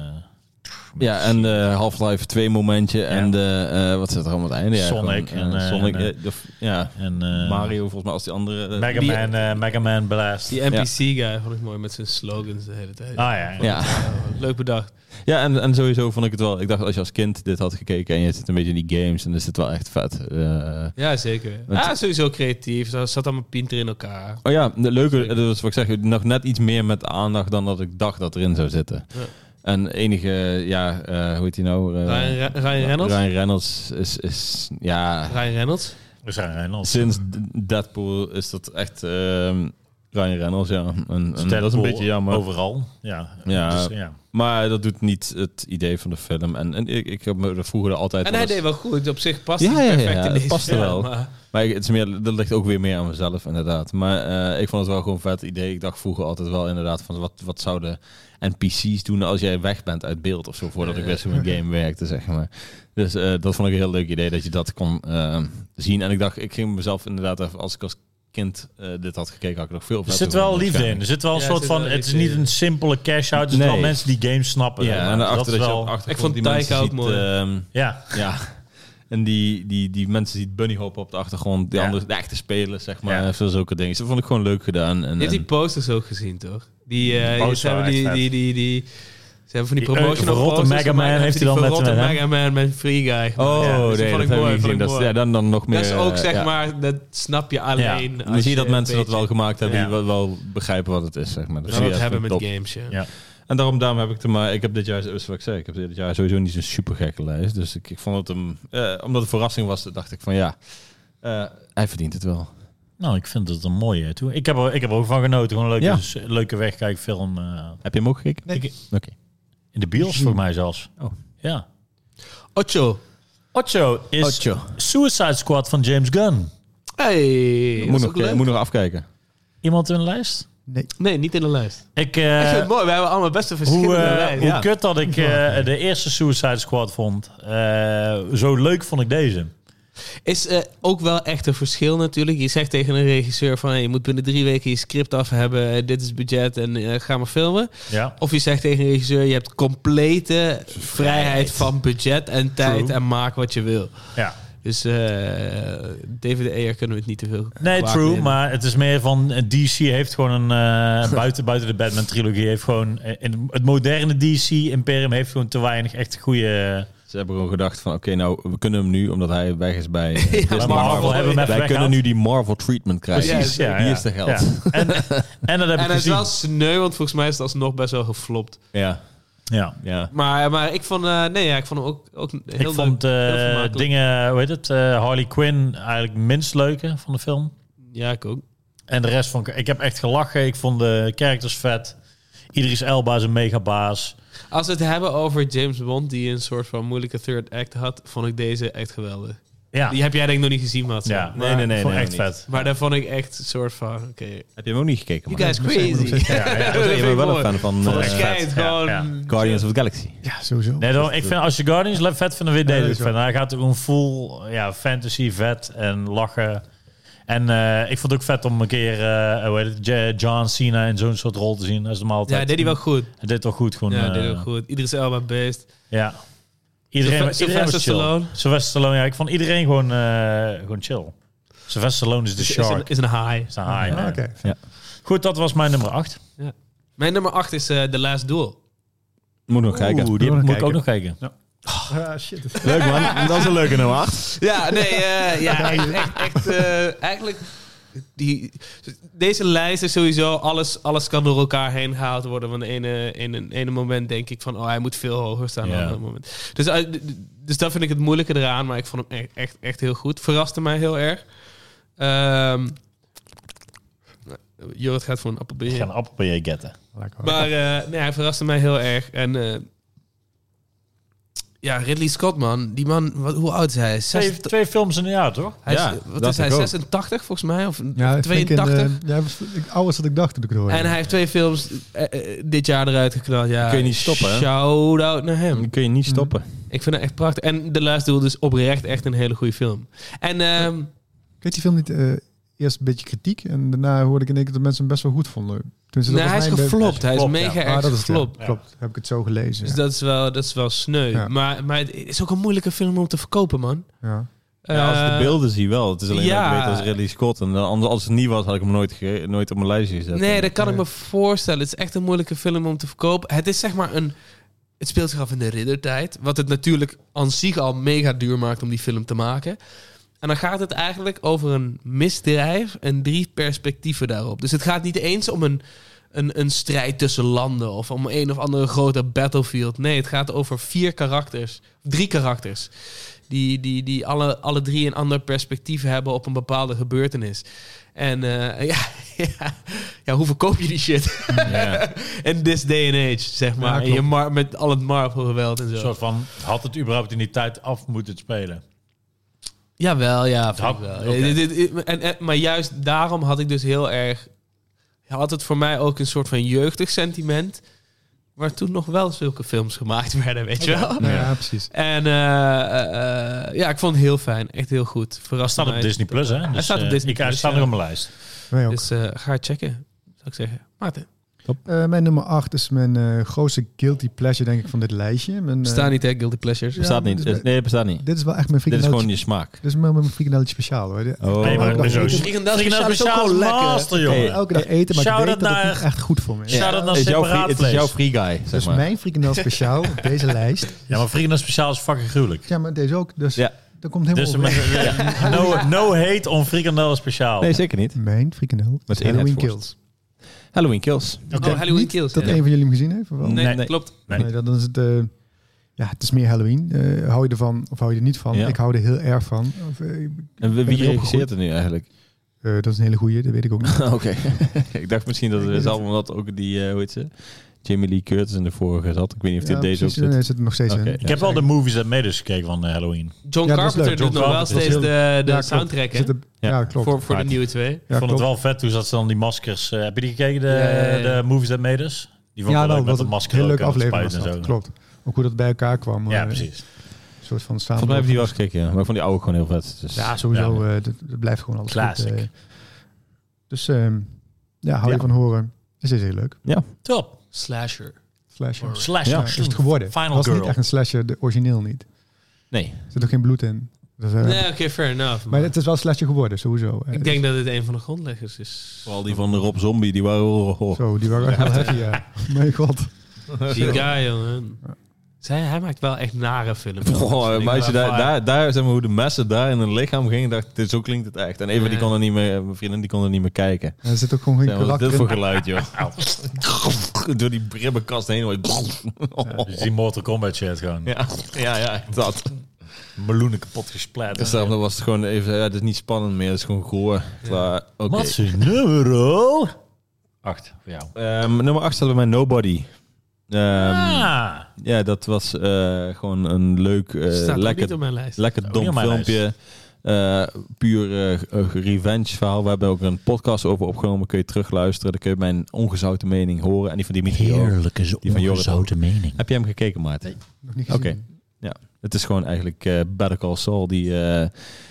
Ja, en de Half-Life twee momentje. Ja. En de, uh, wat zit er allemaal aan het einde? Ja, Sonic gewoon, en, uh, uh, Sonic. en, uh, uh, de, ja, en, uh, Mario volgens mij als die andere. uh, Mega Die- Man, uh, Mega Man Blast. Die N P C-guy vond ik mooi met zijn slogans de hele tijd. Ah ja, ja. Ja. Leuk bedacht. Ja, en, en sowieso vond ik het wel. Ik dacht, als je als kind dit had gekeken en je zit een beetje in die games, dan is het wel echt vet. Uh, Ja, zeker. Want- Ja, sowieso creatief. Dat zat allemaal pinter in elkaar. oh ja, de leuke, Zeker. dat is wat ik zeg, nog net iets meer met aandacht dan dat ik dacht dat erin zou zitten. Ja. En enige, ja, uh, hoe heet hij nou? Uh, Ryan, Re- Ryan Reynolds? Ryan Reynolds is, is ja, Ryan Reynolds? We zijn Reynolds. sinds Deadpool is dat echt um, Ryan Reynolds, ja. En, en dat is een Deadpool beetje jammer. Overal. Ja. Ja. Dus, ja. Maar dat doet niet het idee van de film. En, en ik, ik heb me er vroeger altijd... En wel hij eens- deed wel goed. Op zich past Ja, hij ja, ja, perfect ja, in het deze past er film, wel. maar- Maar ik- het is meer, dat ligt ook weer meer aan mezelf, inderdaad. Maar uh, ik vond het wel gewoon een vet idee. Ik dacht vroeger altijd wel inderdaad van wat, wat zouden N P C's doen als jij weg bent uit beeld of zo, voordat ik wist hoe een game werkte, zeg maar. Dus uh, dat vond ik een heel leuk idee, dat je dat kon uh, zien. En ik dacht, ik ging mezelf inderdaad even, als ik als kind uh, dit had gekeken, had ik nog veel Er vetter zit wel gevonden, liefde in. Er zit wel een Ja, soort zit van... wel Het is liefde niet in. een simpele cash-out. Er zitten Nee. wel mensen die games snappen. Ja, zeg maar. en daarachter dat dat, is je wel... op de achtergrond Ik vond die Taika mensen ook ziet, mooi. um, Ja. ja. En die, die, die mensen die bunny hoppen op de achtergrond, die Ja. andere, de echte spelers, zeg maar, Ja. veel zulke dingen. Dat vond ik gewoon leuk gedaan. En, Je hebt die en- posters ook gezien, toch? Die, uh, Die die, posters ze hebben waren die, echt die, die, die, ze hebben van die Die, uh, promotional verrotte posters Mega Man gemaakt. heeft hij die dan met- verrotte met hem. Mega Man met Free Guy gemaakt. Oh, Ja, dus nee, dat dat vond ik heb mooi. ik vond gezien. ik Dat is, mooi. ja, dan, dan nog meer... Dat is ook, eh, zeg ja. maar, dat snap je alleen. Dan als zie je dat een mensen dat beetje- wel gemaakt hebben, Ja. die wel, wel begrijpen wat het is, zeg maar. Dat wel zie wat je hebben echt met top. games, ja. Ja. En daarom, daarom heb ik er maar... Ik heb dit jaar, zoals wat ik zei, ik heb dit jaar sowieso niet zo'n super gekke lijst. Dus ik, ik vond het hem... Eh, omdat het een verrassing was, dacht ik van ja, uh, hij verdient het wel. Nou, ik vind het een mooie. Toe. Ik heb er, ik heb er ook van genoten. Gewoon een leuke, Ja. s- leuke wegkijkfilm. Uh, Heb je hem ook gekeken? Nee. Ik- Oké. in de bios voor mij zelfs. Oh. Ja. Ocho. Ocho is Ocho. Suicide Squad van James Gunn. Hey, dat Moet is nog, ook leuk. moet nog afkijken. Iemand in de lijst? Nee. Nee, niet in de lijst. Ik, Ik vind uh, het mooi. We hebben allemaal best een verschillende hoe, uh, lijst. hoe Ja. kut dat ik uh, de eerste Suicide Squad vond. Uh, zo leuk vond ik deze. Is uh, ook wel echt een verschil natuurlijk. Je zegt tegen een regisseur van... Hey, je moet binnen drie weken je script af hebben. Uh, dit is het budget en uh, ga maar filmen. Ja. Of je zegt tegen een regisseur... je hebt complete vrijheid van budget en tijd... True. en maak wat je wil. Ja. Dus uh, David Ayer kunnen we het niet te veel Nee, kwaad true. nemen. Maar het is meer van... D C heeft gewoon een... Uh, buiten, buiten de Batman-trilogie heeft gewoon... Uh, in het moderne D C-imperium heeft gewoon te weinig echt goede... Ze hebben gewoon gedacht van oké, nou, we kunnen hem nu, omdat hij weg is bij uh, Disney Marvel Marvel. hebben hem even Wij kunnen weggehaald. nu die Marvel treatment krijgen. Precies, ja. Hier ja. is de geld. Ja. En, en dat heb En ik het is gezien. wel sneu, want volgens mij is het alsnog best wel geflopt. Ja, Ja. ja. Maar, maar ik vond... Uh, nee, ja, ik vond hem ook, ook heel Ik leuk. vond uh, heel vermakelijk. dingen, hoe heet het, uh, Harley Quinn eigenlijk het minst leuke van de film. Ja, ik ook. En de rest vond ik, ik heb echt gelachen. Ik vond de characters vet. Idris Elba is een megabaas. Als we het hebben over James Bond, die een soort van moeilijke third act had, vond ik deze echt geweldig. Ja, Die heb jij denk ik nog niet gezien, Mats. ja. Nee, nee, nee, Ik vond nee, echt niet. vet. Maar daar vond ik echt een soort van, oké, okay, Heb je hem ook niet gekeken? you man? guys crazy. Ja, ja. Dat Je vind bent ik wel mooi. een fan van Vond uh, ik Het vet. schijnt Ja, gewoon... ja. Guardians of the Galaxy. Ja, sowieso. Nee, dan, ik vind als je Guardians le- vet vindt, dan weer Ja, deze dat is vet. wel. Hij gaat gewoon full ja, fantasy vet en lachen. En uh, ik vond het ook vet om een keer uh, hoe heet het, J- John Cena in zo'n soort rol te zien. Dat is hem altijd. Ja, deed hij wel goed. Hij deed toch goed. Gewoon, Ja, uh, deed hij wel goed. Idris Elba beest. Ja. Iedereen, Sylvester iedereen was chill. Stallone. Sylvester Stallone, ja. Ik vond iedereen gewoon, uh, gewoon chill. Sylvester Stallone is de Is, is, shark. een, is een high. Is een high, Ah, man. oké. Goed, dat was mijn nummer acht. Mijn nummer acht is uh, The Last Duel. Moet nog kijken. Oeh, die Moet moet nog ik ook kijken. nog kijken. Ah, shit. Leuk man, dat is een leuke nummer acht. Ja, nee, uh, ja, echt, echt, echt uh, eigenlijk... Die, deze lijst is sowieso, alles, alles kan door elkaar heen gehaald worden. Van de ene, in een ene moment denk ik van, oh, hij moet veel hoger staan dan Ja. op een moment. Dus, uh, d- dus dat vind ik het moeilijke eraan, maar ik vond hem echt, echt, echt heel goed. Verraste mij heel erg. Um, Jorrit gaat voor een Ik appelbeer. ga een appel bij je getten. Lekker. Maar uh, nee, hij verraste mij heel erg. En uh, ja, Ridley Scott, man. Die man, wat, hoe oud is hij? Twee, Zes, twee films in een jaar, toch? hij is, Ja, wat dat is hij? ik ook. zesentachtig volgens mij? Of Ja, tweeëntachtig? Ik, uh, ja, was ik, ouder dan ik dacht toen ik het hoorde. En hij heeft twee films eh, eh, dit jaar eruit geknald. Ja, Kun je niet stoppen, hè? Shout-out naar hem. Dan kun je niet stoppen. Ik vind het echt prachtig. En The Last Duel is oprecht echt een hele goede film. En ehm, Ik weet die film niet... Uh, eerst een beetje kritiek en daarna hoorde ik in één keer dat mensen hem best wel goed vonden. Tenminste, dat nee, hij was is mijn be- geflopt. Hij is Geflopt, mega ja. erg Ah, dat is het, ja. geflopt. Klopt, heb ik het zo gelezen. Dus ja. dat is wel, dat is wel sneu. Ja. Maar, maar het is ook een moeilijke film om te verkopen, man. Ja. Ja, als ik de Eh, beelden zie wel. Het is alleen ja. dat ik weet als Ridley Scott. En dan, anders- als het niet was, had ik hem nooit, ge- nooit op mijn lijstje gezet. Nee, dat kan ik Nee. me voorstellen. Het is echt een moeilijke film om te verkopen. Het is zeg maar een... Het speelt zich af in de riddertijd. Wat het natuurlijk aan zich al mega duur maakt om die film te maken. En dan gaat het eigenlijk over een misdrijf en drie perspectieven daarop. Dus het gaat niet eens om een, een, een strijd tussen landen of om een of andere grote battlefield. Nee, het gaat over vier karakters, drie karakters. Die, die, die alle, alle drie een ander perspectief hebben op een bepaalde gebeurtenis. En uh, ja, ja, ja, hoe verkoop je die shit? Ja. In this day and age, zeg maar. Ja, En je mar- met al het Marvel-geweld en zo. Een soort van, had het überhaupt in die tijd af moeten spelen? Jawel, ja, vind Had- ik wel. oké. Eh, dit- dit- en, en, maar juist daarom had ik dus heel erg... Had het voor mij ook een soort van jeugdig sentiment... waar toen nog wel zulke films gemaakt werden, weet je wel? Ja, ja, precies. En uh, uh, uh, ja, ik vond het heel fijn. Echt heel goed. Hij Verrast staat op Disney Plus, hè? Dus, Hij staat op eh, Disney ik, hij Plus, staat ja. nog op mijn lijst. Wij ook. Dus uh, ga het checken, zou ik zeggen. Maarten. Uh, mijn nummer acht is mijn uh, grootste guilty pleasure, denk ik, van dit lijstje. Mijn, uh, Bestaat niet, hè, guilty pleasures. Ja, Bestaat niet. dit is- Nee, het bestaat niet. Dit is wel echt mijn Dit is frikandelletje. gewoon je smaak. Dit is wel mijn frikandelletje speciaal, hoor. Dit- Oh. Nee, maar elke dag zo eten- Frikandel Frikandel speciaal is ook speciaal gewoon lekker. master, jongen. elke dag eten, maar ik Shout weet out dat het naar- niet echt goed voor me is. Shout out naar Het is jouw free, separaat het is vlees. jouw free guy, zeg Dus maar. mijn frikandel speciaal op deze lijst. Ja, maar frikandel speciaal is fucking gruwelijk. Ja, maar deze ook. Dus Ja. dat komt helemaal Dus overeen. no, no hate on frikandel speciaal. Nee, zeker niet. Mijn frikandel Met is Halloween eenheidsworst. Kills. Halloween Kills. Ik Oh, denk Halloween niet Kills. dat ja. een van jullie hem gezien heeft? Of wel? Nee, Nee. klopt. Nee. Nee, dan is het... eh, ja, het is meer Halloween. Eh, hou je ervan of hou je er niet van? Ja. Ik hou er heel erg van. Of, eh, ik- En wie Ben je regisseert er nu eigenlijk? eh, dat is een hele goeie, dat weet ik ook niet. Oké. Ik dacht misschien dat Ik het weet is het. allemaal dat ook die, uh, hoe heet ze? Jamie Lee Curtis in de vorige zat. Ik weet niet of die Ja, op deze precies. ook zit. Nee, zit er nog steeds Oké. in. Ik heb wel de movies that made us gekeken van uh, Halloween. John Ja, dat is Carpenter leuk. John doet nog wel Carpenter is steeds de, de Ja, klopt. soundtrack, hè? Zit er- Ja. ja, klopt. Voor, voor de Right. nieuwe twee. Ik vond klopt. het wel vet hoe zat ze dan die maskers. Uh, heb je die gekeken, de, Ja, ja, ja. de movies that made us? Die vond ik Ja, wel nou, leuk met wat de een masker heel ook leuke aan het aflevering was spuiten en dat. zo. Klopt. Ook hoe dat bij elkaar kwam. Ja, eh, precies. Een soort van samen. Volgens mij heb ik die wel eens gekeken, ja. Maar ik vond die oude gewoon heel vet. Dus. Ja, sowieso. Ja. eh, dat, dat blijft gewoon alles Classic. goed. eh. Dus ehm, ja, hou Ja. je van horen. Is dit heel leuk. Top. Slasher. Slasher. Horror. Slash. Ja. Ja, is het geworden. Final Het was Girl. niet echt een slasher, de origineel niet. Nee. Er zit ook geen bloed in. Dus, eh, Nee, oké, fair enough. maar Maar het is wel slasher geworden, sowieso. Eh, ik denk dat het een van de grondleggers is. Vooral die van de Rob Zombie, die waren... Oh, oh. Zo, die waren echt heel heavy, ja. Mijn god. Die guy, jongen. Zij, hij maakt wel echt nare films. Oh, Ik maar als je ben daar, wel daar, daar zeg maar, hoe de messen daar in hun lichaam gingen, dacht ik, dit- zo klinkt het echt. En even die Ja. kon er niet meer, mijn vriendin die kon er niet meer kijken. En er zit ook gewoon geen Zeg, wat is karakter dit voor in. geluid, joh? Door die bribbenkast heen. hoor. Dus die Mortal Kombat shit gewoon. Ja, ja, ja, dat. Meloenen kapot gesplatterd. Dus daarom was het gewoon even, ja, het is niet spannend meer, het is gewoon goor. Klaar, oké. Wat is je nummer? Acht voor jou. Ehm, nummer acht staat bij mij Nobody. Ehm, ah. Ja, dat was eh, gewoon een leuk, eh, Staat ook niet lekker, op mijn lijst. lekker Ook niet dom op mijn filmpje. Eh, puur eh, een revenge verhaal. We hebben ook een podcast over opgenomen. Kun je terugluisteren. Dan kun je mijn ongezouten mening horen. En die van Dimitri ook. Heerlijke, Die van Jorrit ongezouten mening. Heb je hem gekeken, Maarten? Nog niet Oké. gezien. Ja. Het is gewoon eigenlijk eh Better Call Saul die eh,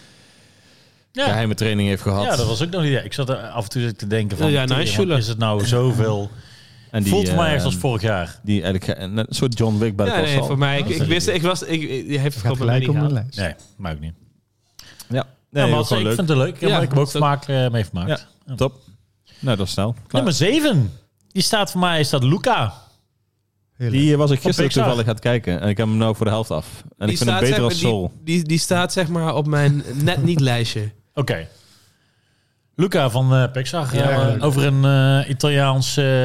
Ja. geheime training heeft gehad. Ja, dat was ook nog niet. Ik zat er af en toe te denken van, Ja, nice, tering, Schuller. is het nou zoveel? En die, Voelt voor mij echt eh, als vorig jaar. Die eigenlijk ge- een soort John Wick Better Ja, Call nee, Saul. voor mij. Ik, Dat ik is wist, niet ik was, ik, ik- je heeft het Gaat gewoon bij mij gelijk niet op mijn gehaald. lijst. Nee, maar ook niet. Ja, Nee, nee, maar ook gewoon ik leuk. vind het leuk. Ja, Ja, maar ik heb ook dat is ook- smaak uh, mee vermaakt. Ja. Ja. Top. Nou, dat is snel. Klaar. Nummer zeven. Die staat voor mij, is dat Luca. Heel leuk. Die was ik gisteren Pixar. toevallig aan het kijken. En ik heb hem nou voor de helft af. En ik vind hem beter zeg maar, als Soul. Die, die, die staat zeg maar op mijn net niet lijstje. Oké. Luca van uh, Pixar. Ja, Ja, leuk. over een uh, Italiaans uh,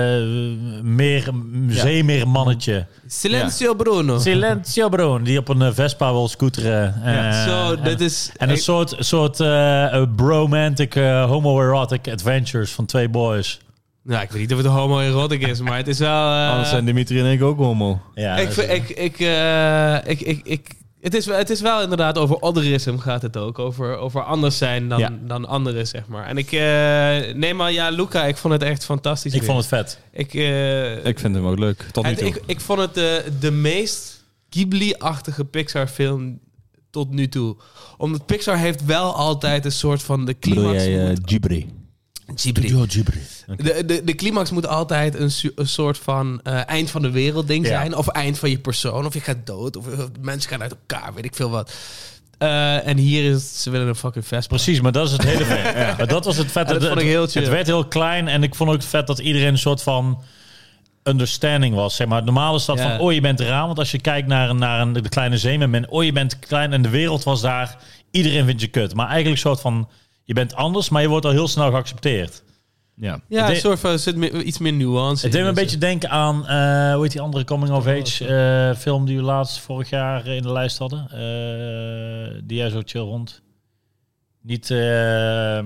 meer, zeemeermannetje. Silencio Bruno. Silenzio Bruno. Die op een uh, Vespa wil scooteren. Uh, Zo, en, dit is... en een ik- soort, soort uh, bromantic, uh, homoerotic adventures van twee boys. Nou, ik weet niet of het homoerotic is, maar het is wel... eh, Anders zijn Dimitri en ik ook homo. Ja, ik, dat vind- is- ik, ik, eh, ik, ik, ik, het, is, wel- het is wel inderdaad over otherism gaat het ook. Over, over anders zijn dan, Ja. dan anderen, zeg maar. En ik... eh nee, maar ja, Luca, ik vond het echt fantastisch. ik weer. vond het vet. Ik, eh, Ik vind hem ook leuk. Tot nu het- toe. ik, ik vond het de, de meest Ghibli-achtige Pixar-film tot nu toe. Omdat Pixar heeft wel altijd een soort van de Bedoel climax... jij eh, moet- Ghibli? Ghibli. De, de, de climax moet altijd een, su- een soort van eh, eind van de wereld ding Ja. zijn. Of eind van je persoon. Of je gaat dood. Of, of mensen gaan uit elkaar. Weet ik veel wat. Eh, en hier is het, ze willen een fucking Vespa. Precies, maar dat is het hele vet. Maar dat was het vet. Ja, dat het, vond ik heel chill. het werd heel klein en ik vond ook het vet dat iedereen een soort van understanding was. Zeg maar. Normaal is dat Ja. van, oh je bent raar. Want als je kijkt naar, een- naar een, de kleine zeemermin, oh je bent klein en de wereld was daar. Iedereen vindt je kut. Maar eigenlijk een soort van, je bent anders, maar je wordt al heel snel geaccepteerd. Ja. Ja, Het een de- soort van, er zit meer- iets meer nuance Het deed me in. een beetje denken aan, eh, hoe heet die andere coming-of-age eh, film die we laatst vorig jaar in de lijst hadden. Eh, die jij zo chill vond. Niet eh, eh,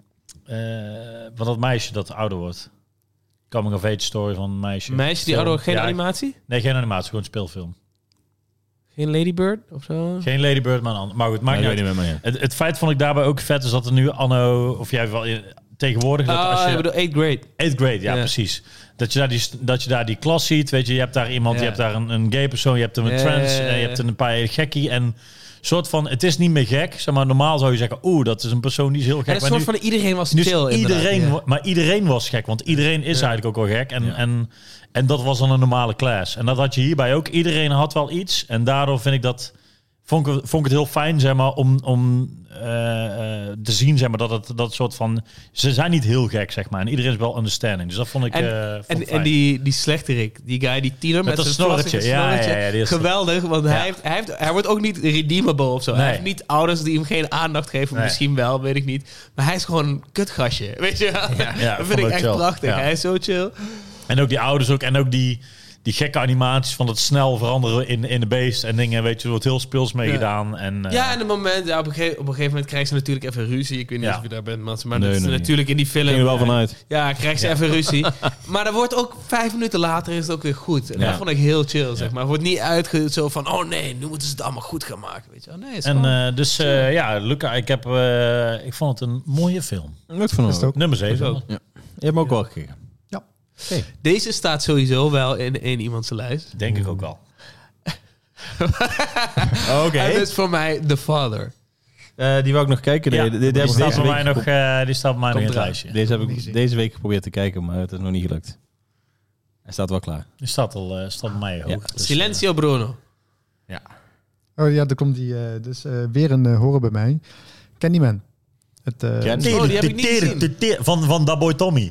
van dat meisje dat ouder wordt. Coming-of-age story van een meisje. Meisje die Film. ouder, geen Ja, animatie? Nee, geen animatie, gewoon een speelfilm. Geen Ladybird of zo? Geen Lady Bird, maar een ander. Maar goed, maakt Maar niet ik uit. weet niet meer. Het, het feit vond ik daarbij ook vet is dat er nu anno, of jij wel, tegenwoordig. Dat Oh, als je, je bedoelt eighth grade. eighth grade, ja, Ja. precies. Dat je, daar die, dat je daar die klas ziet, weet je. Je hebt daar iemand, Ja. je hebt daar een, een gay persoon, je hebt een Ja, trans, ja, ja, eh, je ja. hebt een paar gekkie en soort van, het is niet meer gek. Zeg maar, normaal zou je zeggen, oeh, dat is een persoon die is heel gek. En een Maar soort nu- van iedereen was dus chill. iedereen, inderdaad, wa- maar iedereen was gek, want iedereen is Ja. eigenlijk ook wel gek. En, Ja. en, en dat was dan een normale class. En dat had je hierbij ook. Iedereen had wel iets. En daardoor vind ik dat, vond ik, vond ik het heel fijn, zeg maar, om, om uh, uh, te zien, zeg maar, dat het dat soort van, ze zijn niet heel gek, zeg maar. En iedereen is wel understanding. Dus dat vond ik, En- uh, vond En, ik en fijn. die, die slechterik, die guy, die tiener met, Met dat zijn snorretje. vlassige Ja, snorretje. ja, ja, die is- Geweldig, want Ja. hij, heeft, hij, heeft, hij wordt ook niet redeemable of zo. Nee. Hij heeft niet ouders die hem geen aandacht geven. Nee. Misschien wel, weet ik niet. Maar hij is gewoon een kutgastje, weet je wel? Ja, dat vond vind ik ik echt chill. prachtig. Ja. Hij is zo chill. En ook die ouders ook. En ook die, die gekke animaties van het snel veranderen in, in de beest en dingen. Weet je, er wordt heel speels mee Ja. gedaan. En, uh, Ja, en het moment, ja, op, een gegeven, op een gegeven moment krijgt ze natuurlijk even ruzie. Ik weet niet Ja. of je daar bent, Mats. Maar Nee, dat is nog natuurlijk in die film. Ging er wel vanuit. Ja, krijgt ze even ruzie. Maar dan wordt ook vijf minuten later is het ook weer goed. En Ja. dat vond ik heel chill, zeg Ja. maar. Het wordt niet uitge zo van, oh nee, nu moeten ze het allemaal goed gaan maken. Weet je wel. Nee, het is En gewoon- uh, dus uh, ja, Luca, ik, heb, uh, ik vond het een mooie film. Wat van Is het ook? Nummer zeven. Zo. Je hebt hem ook wel gekeken. Deze staat sowieso wel in, in iemands lijst. Denk ik ook wel. Oké. En dat is voor mij The Father. Uh, die wou ik nog kijken. Ja, Die, die, die die, heb ik staat deze bij mij week nog, uh, die staat bij mij nog in het eraan. lijstje. Deze heb Niet ik gezien. deze week geprobeerd te kijken, maar het is nog niet gelukt. Hij staat wel klaar. Die staat al uh, staat bij mij hoog. Ja. Dus, Silencio Bruno. uh, ja. Oh ja, er komt die, uh, dus uh, weer een uh, horror bij mij. Candyman. Het, uh, Candyman. Oh, die heb ik niet gezien. Van, van Dat Boy Tommy.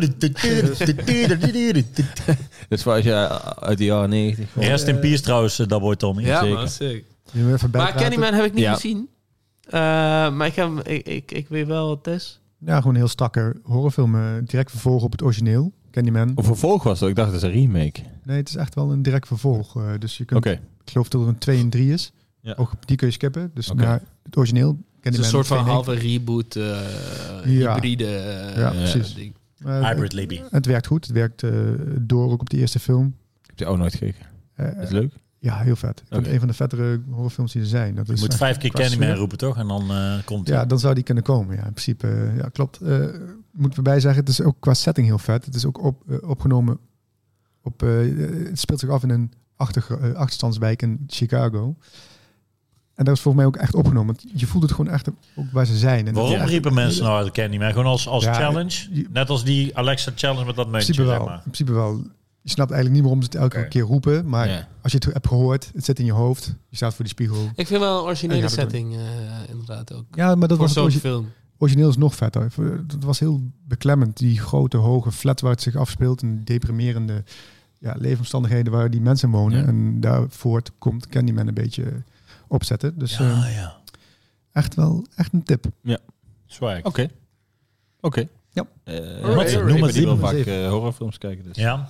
Dit is waar je uit de jaren negentig. Rest in peace trouwens, uh, Dat Boy Tommy. Ja, zeker. man, sick. die moet even Maar bijpraten. Candyman heb ik niet Ja. gezien. Uh, maar ik, heb, ik, ik, ik weet wel wat het is. Ja, gewoon een heel strakke horrorfilm. uh, direct vervolg op het origineel. Candyman. Of vervolg was dat? Ik dacht het is een remake. Nee, het is echt wel een direct vervolg. uh, dus je kunt, Oké. ik geloof dat er een twee en drie is. Ja. Ook die kun je skippen. Dus Oké. naar het origineel. Het is Candyman een soort van tweeënnegentig. halve reboot, uh, Ja. hybride uh, Ja, uh, precies. ding. Uh, Hybrid Libby. Het werkt goed. Het werkt uh, door ook op de eerste film. Ik heb die ook nooit gekeken. Uh, Is het leuk? ja, heel vet. Ik vind Oké. het een van de vettere horrorfilms die er zijn. Dat Je is moet echt vijf keer qua Candyman sfeer. roepen, toch? En dan uh, komt hij. Ja, dan zou die kunnen komen. Ja, in principe. uh, ja, klopt. Uh, moeten we bij zeggen, het is ook qua setting heel vet. Het is ook op, uh, opgenomen op. Uh, het speelt zich af in een achter, uh, achterstandswijk in Chicago. En dat is volgens mij ook echt opgenomen. Want je voelt het gewoon echt ook waar ze zijn. En Waarom dat is echt- riepen mensen nou uit Candyman? Gewoon als, als Ja, challenge? je- Net als die Alexa challenge met dat In muntje, principe zeg wel. maar. In principe wel. Je snapt eigenlijk niet waarom ze het elke Oké. keer roepen. Maar Ja. als je het hebt gehoord, het zit in je hoofd. Je staat voor die spiegel. Ik vind wel een originele Ja, dat setting uh, inderdaad ook. Ja, maar dat Voor was het zo'n origi- film. origineel is nog vetter. Het was heel beklemmend. Die grote, hoge flat waar het zich afspeelt. En deprimerende ja, leefomstandigheden waar die mensen wonen. Ja. En daarvoor komt Candyman een beetje opzetten. Dus Ja, eh, ja. echt wel echt een tip. Swag. Oké. Oké. Ja. Uh, Alright, ik noem ben het die wel nummer vaak zeven. uh, horrorfilms kijken. Dus. Ja.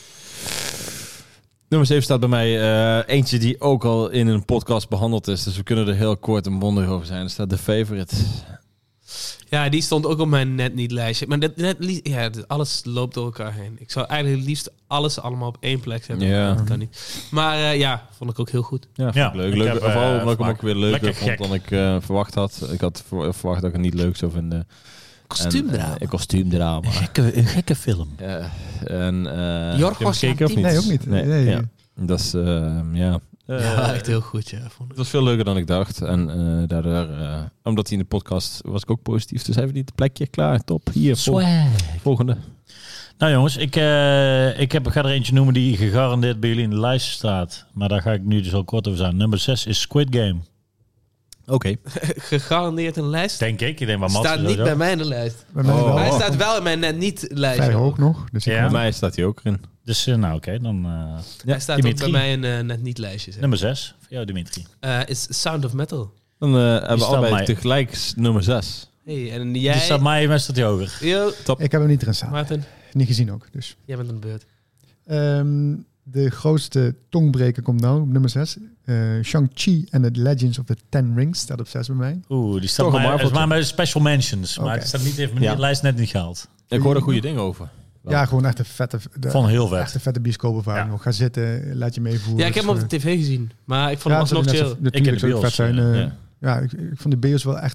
Nummer zeven staat bij mij uh, eentje die ook al in een podcast behandeld is. Dus we kunnen er heel kort en bondig over zijn. Er staat The Favorite. Ja, die stond ook op mijn net niet lijstje. Maar dat, net, li- ja, dat- alles loopt door elkaar heen. Ik zou eigenlijk het liefst alles allemaal op één plek zetten. Ja. Maar dat kan niet. Maar uh, ja, vond ik ook heel goed. Ja, vond Ja, ik leuk. ik leuk heb, vooral uh, omdat ik hem vaak ook weer leuker lekker vond gek. dan ik uh, verwacht had. Ik had ver- verwacht dat ik het niet leuk zou vinden. Kostuumdrama. En, uh, Een kostuumdrama. Gekke, een gekke film. Ja. En, uh, Jorgos heb je hem gekeken of niet? Nee, ook niet. Nee, Nee. ja. Dat is, uh, ja... Uh, Ja, echt heel goed, ja. Vond ik. Het was veel leuker dan ik dacht. En uh, daardoor, uh, omdat hij in de podcast was ik ook positief. Dus hebben we het plekje klaar. Top. Hier, vol- volgende. Nou jongens, ik, uh, ik heb, ga er eentje noemen die gegarandeerd bij jullie in de lijst staat. Maar daar ga ik nu dus al kort over zijn. Nummer zes is Squid Game. Oké. Okay. Gegarandeerd een lijst. Denk ik. Ik denk maar Mats Staat niet sowieso. bij mij in de lijst. Bij mij Oh. wel. Maar hij staat wel in mijn net niet lijstje. Vrij hoog nog. Dus ik Ja. Bij kan- mij staat hij ook erin. Dus uh, nou oké, okay, dan uh, Hij staat Dimitri. ook bij mij in uh, net niet lijstje. Zeg. nummer zes. Voor jou Dimitri. Uh, is Sound of Metal. Dan uh, hebben we staat allebei mij- tegelijk s- nummer zes. Hey, en Die jij... staat mij best wat hoger. Yo, Ik heb hem niet erin staan. Maarten, Niet gezien ook. Dus. jij bent aan de beurt. Um, de grootste tongbreker komt nou op nummer zes. Uh, Shang-Chi and the Legends of the Ten Rings staat op zes bij mij. Oeh, die staat Toch een mij, Marvel is maar bij special mentions. Maar Oké. het staat niet even in Ja. de lijst net niet gehaald. Ik hoorde goede dingen over. Wel. Ja, gewoon echt een vette, de, Vond heel vet. echt een vette bioscoopervaring. Ja. Ga zitten, laat je meevoeren. Ja, ik heb hem op Dus, de tv gezien. Maar ik vond ja, hem alsnog dat is chill. net zo- Ik in Natuurlijk de zou het bios, vet zijn. ja. uh, Ja. ja, ik, ik vond de bios wel echt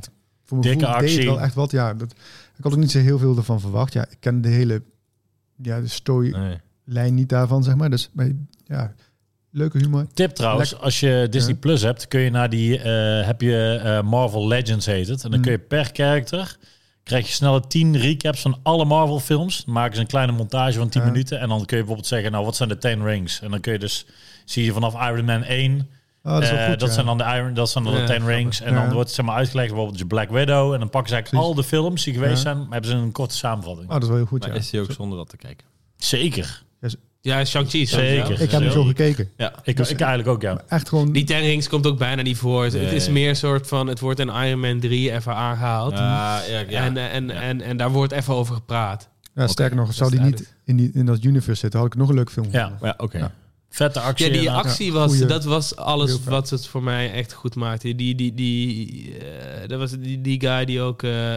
voor mijn Dikke gevoel deed het actie. wel echt wat. Ja, dat, ik had ook niet zo heel veel ervan verwacht. Ja, ik ken de hele ja, de story-lijn Nee. niet daarvan, zeg maar. Dus maar, ja, leuke humor. Tip trouwens, Lekker. als je Disney Ja. Plus hebt, kun je naar die, uh, heb je uh, Marvel Legends heet het. En dan Mm. kun je per karakter, krijg je snelle tien recaps van alle Marvel films. Dan maken ze een kleine montage van tien Ja. minuten. En dan kun je bijvoorbeeld zeggen, nou wat zijn de ten rings? En dan kun je dus, zie je vanaf Iron Man één... Oh, dat is wel Uh, goed, dat ja. zijn dan de Iron, dat zijn dan Ja, de ten grappig. rings. En Ja. dan wordt het zeg maar uitgelegd bijvoorbeeld je Black Widow. En dan pakken ze eigenlijk Precies. al de films die geweest Ja. zijn, maar hebben ze een korte samenvatting. Oh, dat is wel heel goed, Maar ja. is die ook zonder dat te kijken? Zeker. Ja, Shang-Chi. Zeker. sowieso. Ik heb hem Zo. zo gekeken. Ja. Ik, Dus- ik eigenlijk ook, ja. Echt gewoon... Die Ten Rings komt ook bijna niet voor. Het Nee. is meer een soort van... Het wordt in Iron Man drie even aangehaald. Ja, ja, ja. En, eh, en, Ja. en, en daar wordt even over gepraat. ja, sterker nog, zou dat die is niet in, die, in dat universe zitten, had ik nog een leuk film. Ja. Ja, oké. Ja. Vette actie. Ja, die inderdaad. actie Ja, was... goeie- dat was alles goeie wat het voor mij echt goed maakte. Die, die, die, eh, dat was die, die guy die ook... eh,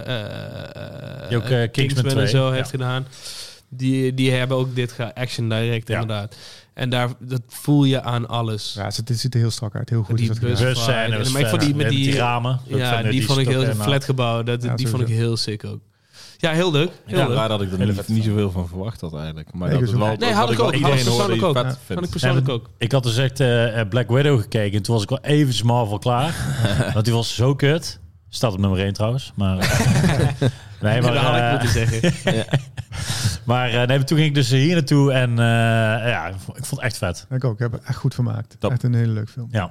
eh, Die ook, eh, Kingsman en twee, zo ja. heeft gedaan. Die, die hebben ook dit ge action direct, Ja. inderdaad. En daar, dat voel je aan alles. Ja, het ziet, het ziet er heel strak uit. Heel goed. Die is dat bus- gedaan. Bus zijn, Maar dat ik vond die vet. met die- ramen. Ook Ja, van, eh, die vond ik heel... stokken en, Flatgebouw, dat, Ja, die vond ik sowieso. heel sick ook. Ja, heel leuk. Heel Ja, leuk. Raar dat ik er Hele niet, vette niet film. zoveel van verwacht had eigenlijk. Maar Nee, dat ik is ook wel niet. Nee, wat had ik wel ook. Had ik iedereen hoorde die persoonlijk ook. vet Ja. vindt. Vond ik persoonlijk En- ook. Ik had dus echt eh, eh, Black Widow gekeken. En toen was ik wel even Marvel klaar. Want die was zo kut. Staat op nummer één trouwens. Maar, nee, maar, dat had eh, ik moeten zeggen. maar eh, nee, maar toen ging ik dus hier naartoe. En uh, ja, ik vond het echt vet. Ik ook. Ik heb er echt goed vermaakt. Top. Echt een hele leuk film. Ja,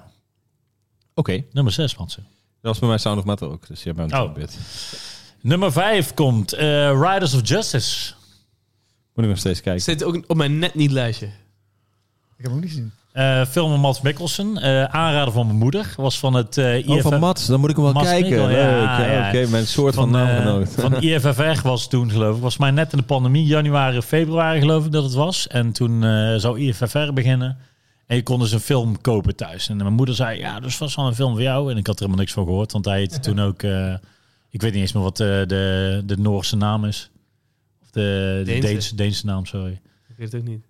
Oké, nummer zes, Fransen. dat was bij mij Sound of Metal ook. Dus je bent Oh. een bit. Nummer vijf komt uh, Riders of Justice. Moet ik nog steeds kijken. Zit ook op mijn net niet lijstje. Ik heb hem ook niet gezien. Uh, film van Mads Mikkelsen. Uh, aanrader van mijn moeder. Was van het uh, I F F... Oh, van Mats, dan moet ik hem wel Mats kijken. Mikkel, Leuk, ja, ja, ja. Oké, mijn soort van, Van, uh, naamgenoot. van I F F R was toen geloof ik. Was mij net in de pandemie. Januari, februari geloof ik dat het was. En toen uh, zou I F F R beginnen. En je kon dus een film kopen thuis. En mijn moeder zei, ja, dus was wel een film voor jou. En ik had er helemaal niks van gehoord. Want hij heette toen ook... Uh, ik weet niet eens meer wat uh, de, de Noorse naam is. Of de, de Deense. Deense, Deense naam, sorry. Ik weet het ook niet.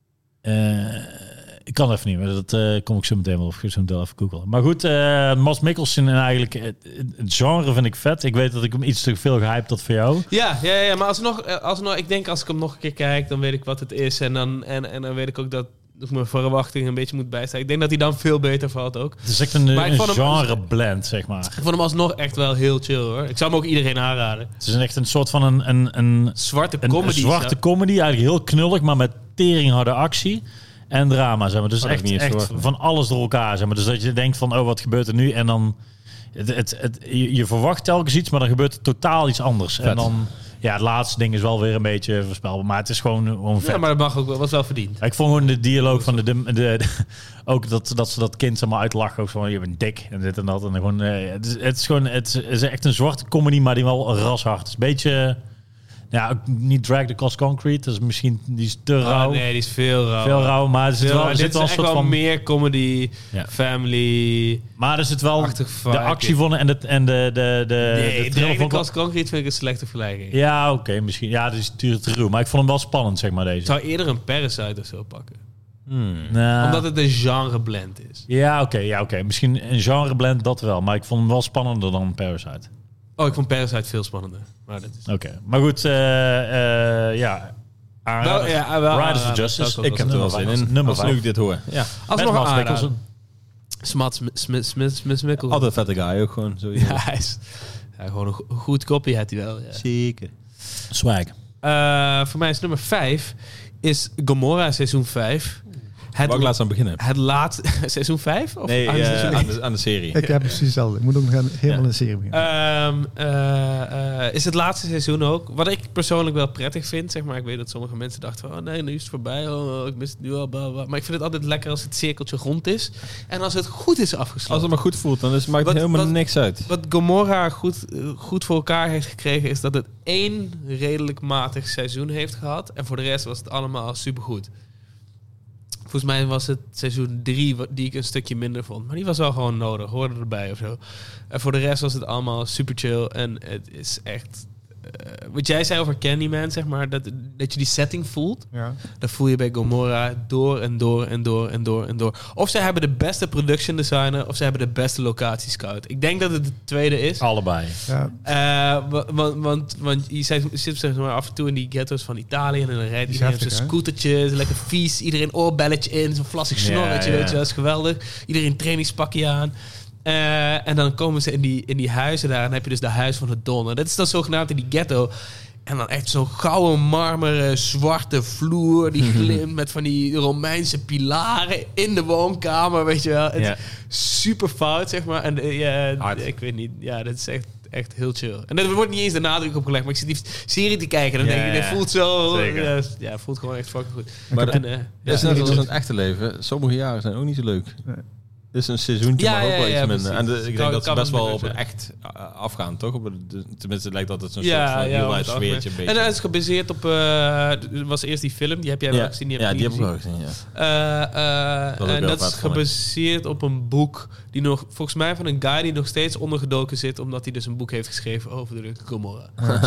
Uh, ik kan even niet, maar dat uh, kom ik zo meteen wel. Of ik zo meteen even googlen. Maar goed, uh, Mads Mikkelsen en eigenlijk het, het genre vind ik vet. Ik weet dat ik hem iets te veel gehyped had voor jou. Ja, ja, ja, maar alsnog, alsnog, ik denk als ik hem nog een keer kijk, dan weet ik wat het is. En dan, en, en dan weet ik ook dat ik mijn verwachting een beetje moet bijstellen. Ik denk dat hij dan veel beter valt ook. Het is echt een, Maar ik een vond hem- genre blend, zeg maar. Ik vond hem alsnog echt wel heel chill hoor. Ik zou hem ook iedereen aanraden. Het is echt een soort van een, een, een, Zwarte een, comedy. een zwarte zo. comedy. Eigenlijk heel knullig, maar met teringharde actie. En drama, zeg maar. Dus Oh, dat echt, heb ik niet eens echt gehoord. van alles door elkaar, zeg maar. Dus dat je denkt van, oh, wat gebeurt er nu? En dan... Het, het, het, je, je verwacht telkens iets, maar dan gebeurt er totaal iets anders. Vet. En dan... Ja, het laatste ding is wel weer een beetje voorspelbaar. Maar het is gewoon, gewoon vet. Ja, maar dat mag ook wel. Was wel verdiend. Ik vond gewoon de dialoog van de... de, de, de- ook dat, dat ze dat kind zeg maar uitlachen. Ook van, je bent dik en dit en dat. En gewoon, eh, het, is, het is gewoon... Het is echt een zwarte comedy, maar die wel rashard. Het is een beetje... Ja, ook niet Drag the Cross Concrete. Dat is misschien... Die is te rauw. Oh, nee, die is veel rauw. Veel rauw, maar er zit Veel wel, rauw. er Dit zit is wel een echt soort wel van... meer comedy, Ja. family... Maar er zit wel Achtig vibe. de actie van en de, en de, de, de, Nee, de Drag thriller the vond ik wel- Cross Concrete vind ik een slechte vergelijking. Ja, oké, misschien. Ja, dat is natuurlijk te ruw. Maar ik vond hem wel spannend, zeg maar, Ik deze. zou eerder een Parasite of zo pakken. Hmm. Nou, Omdat het een genre blend is. Ja, oké, ja, oké. Misschien een genre blend, dat wel. Maar ik vond hem wel spannender dan Parasite. Oh, ik vond Parasite veel spannender. Maar dat is... Oké, maar goed, eh, eh, ja. Aanrader. Wel, ja, wel Riders of aanrader. Justice. Zou ik Ik ook heb er wel Nummer zin vijf. in. Nummer Als nu vijf. ik dit hoor. Ja. Alsnog Met Mads aanrader. Mikkelsen. Smat Smith Smith Smith Smith Mikkelsen. Altijd vette guy ook gewoon. Sowieso. Ja, hij is ja, gewoon een go- goed kopie had hij wel. Ja. Zeker. Swag. Uh, voor mij is nummer vijf is Gomorra seizoen vijf. Het, Waar ik laatst aan beginnen. het laatste... seizoen vijf? Of Nee, aan het eh, seizoen aan, de, aan de serie. Ik heb precies hetzelfde. Ik moet ook nog gaan- helemaal Ja. een serie beginnen. Ehm, eh, eh, is het laatste seizoen ook. Wat ik persoonlijk wel prettig vind, zeg maar. Ik weet dat sommige mensen dachten van, oh nee, nu is het voorbij. Oh, ik mis het nu al. Blah, blah. Maar ik vind het altijd lekker als het cirkeltje rond is. En als het goed is afgesloten. Als het maar goed voelt, dan is, maakt het Wat- helemaal wat- niks uit. Wat Gomorra goed, eh, goed voor elkaar heeft gekregen, is dat het één redelijk matig seizoen heeft gehad. En voor de rest was het allemaal supergoed. Volgens mij was het seizoen drie wat- die ik een stukje minder vond. Maar die was wel gewoon nodig, hoorde erbij of zo. En voor de rest was het allemaal super chill. En het is echt wat jij zei over Candyman, zeg maar, dat, dat je die setting voelt. Ja. Dat voel je bij Gomorrah door en door en door en door en door. Of zij hebben de beste production designer, of zij hebben de beste locatiescout. Ik denk dat het de tweede is. Allebei. Ja. Uh, wa- want, want, want je zit, zit zeg maar, af en toe in die ghetto's van Italië en dan rijdt Die is iedereen op heftig, zijn hè? scootertje, lekker vies, iedereen oorbelletje in, zo'n vlassig snorretje, Ja, ja. weet je, dat is geweldig. Iedereen trainingspakje aan. Uh, en dan komen ze in die, in die huizen daar en dan heb je dus de huis van het Don. En dat is dan zogenaamd in die ghetto. En dan echt zo'n gouden marmeren zwarte vloer die glimt met van die Romeinse pilaren in de woonkamer, weet je wel. Het Ja. is super fout, zeg maar. En uh, ja, Hard. ik weet niet, ja, dat is echt, echt heel chill. En er wordt niet eens de nadruk op gelegd, maar ik zit die serie te kijken en dan Ja, denk ik, dit ja. voelt zo, Zeker. ja, ja, voelt gewoon echt fucking goed. Maar en, uh, Dat is ja, net ja, als in het echte leven. Sommige jaren zijn ook niet zo leuk. Nee. Dus een seizoentje Ja, mag ook ja, wel ja, iets minder. precies. En de, ik Kan- denk dat ze kan best wel wel op minder een zijn. echt uh, afgaan, toch? Op de, tenminste, het lijkt dat het zo'n Ja, soort van ja, heel over uit het algemeen. sfeertje een beetje. En dat is gebaseerd op, uh, er was eerst die film, die heb jij wel ja, gezien, die heb ja, ik die niet heb ik gezien. wel gezien, ja. Uh, uh, Dat is ook en wel dat is vet, vond ik. gebaseerd op een boek die nog, volgens mij van een guy die nog steeds ondergedoken zit, omdat hij dus een boek heeft geschreven over de Gomorrah. Ja,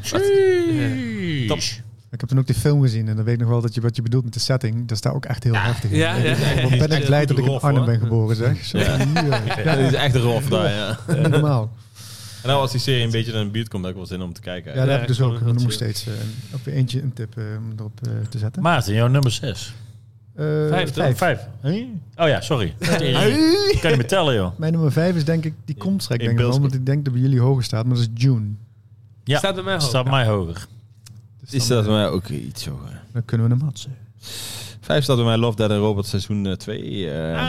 precies. Top. Ik heb toen ook de film gezien en dan weet ik nog wel dat je wat je bedoelt met de setting. Dat is daar ook echt heel heftig in. ja, ja. Wat ben ik blij dat ik in rof, Arnhem hoor. ben geboren, zeg. Zo, Ja. ja. Ja, dat is echt een rof daar, ja. Niet normaal. En nou, als die serie een beetje in de buurt komt, heb ik wel zin om te kijken. Ja, dat Ja, heb ik dus gewoon ook. heel Ik moet nog chill. steeds uh, ook weer eentje een tip uh, om erop uh, te zetten. Maarten, jouw nummer zes. Uh, Vijf, toch? vijf. Vijf. Huh? Oh ja, sorry. Kan je niet meer joh. Mijn nummer vijf is denk ik, die komt straks In denk ik wel, Bilski. want ik denk dat bij jullie hoger staat, maar dat is June. Ja, Staat bij mij hoog. staat mij hoger. Dus Is dan, dat uh, bij mij ook iets zo. hè. dan kunnen we hem matsen. Vijf staat bij mij Love, Death and Robots seizoen twee.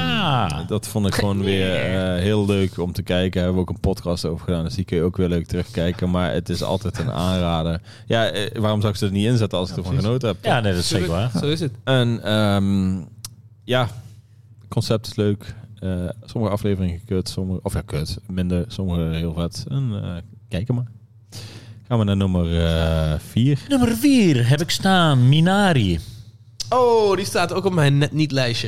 Ah. Dat vond ik gewoon weer uh, heel leuk om te kijken. Daar hebben we ook een podcast over gedaan. Dus die kun je ook weer leuk terugkijken. Maar het is altijd een aanrader. Ja, eh, waarom zou ik ze er niet inzetten als ik Ja, ervan precies. genoten heb? Ja, nee, dat is zeker waar. Zo is het. En um, ja, het concept is leuk. Uh, sommige afleveringen kut, sommige, of ja, kut, minder, sommige heel vet. En uh, kijken maar. Gaan we naar nummer uh, vier. Nummer vier heb ik staan, Minari. Oh, die staat ook op mijn net niet lijstje.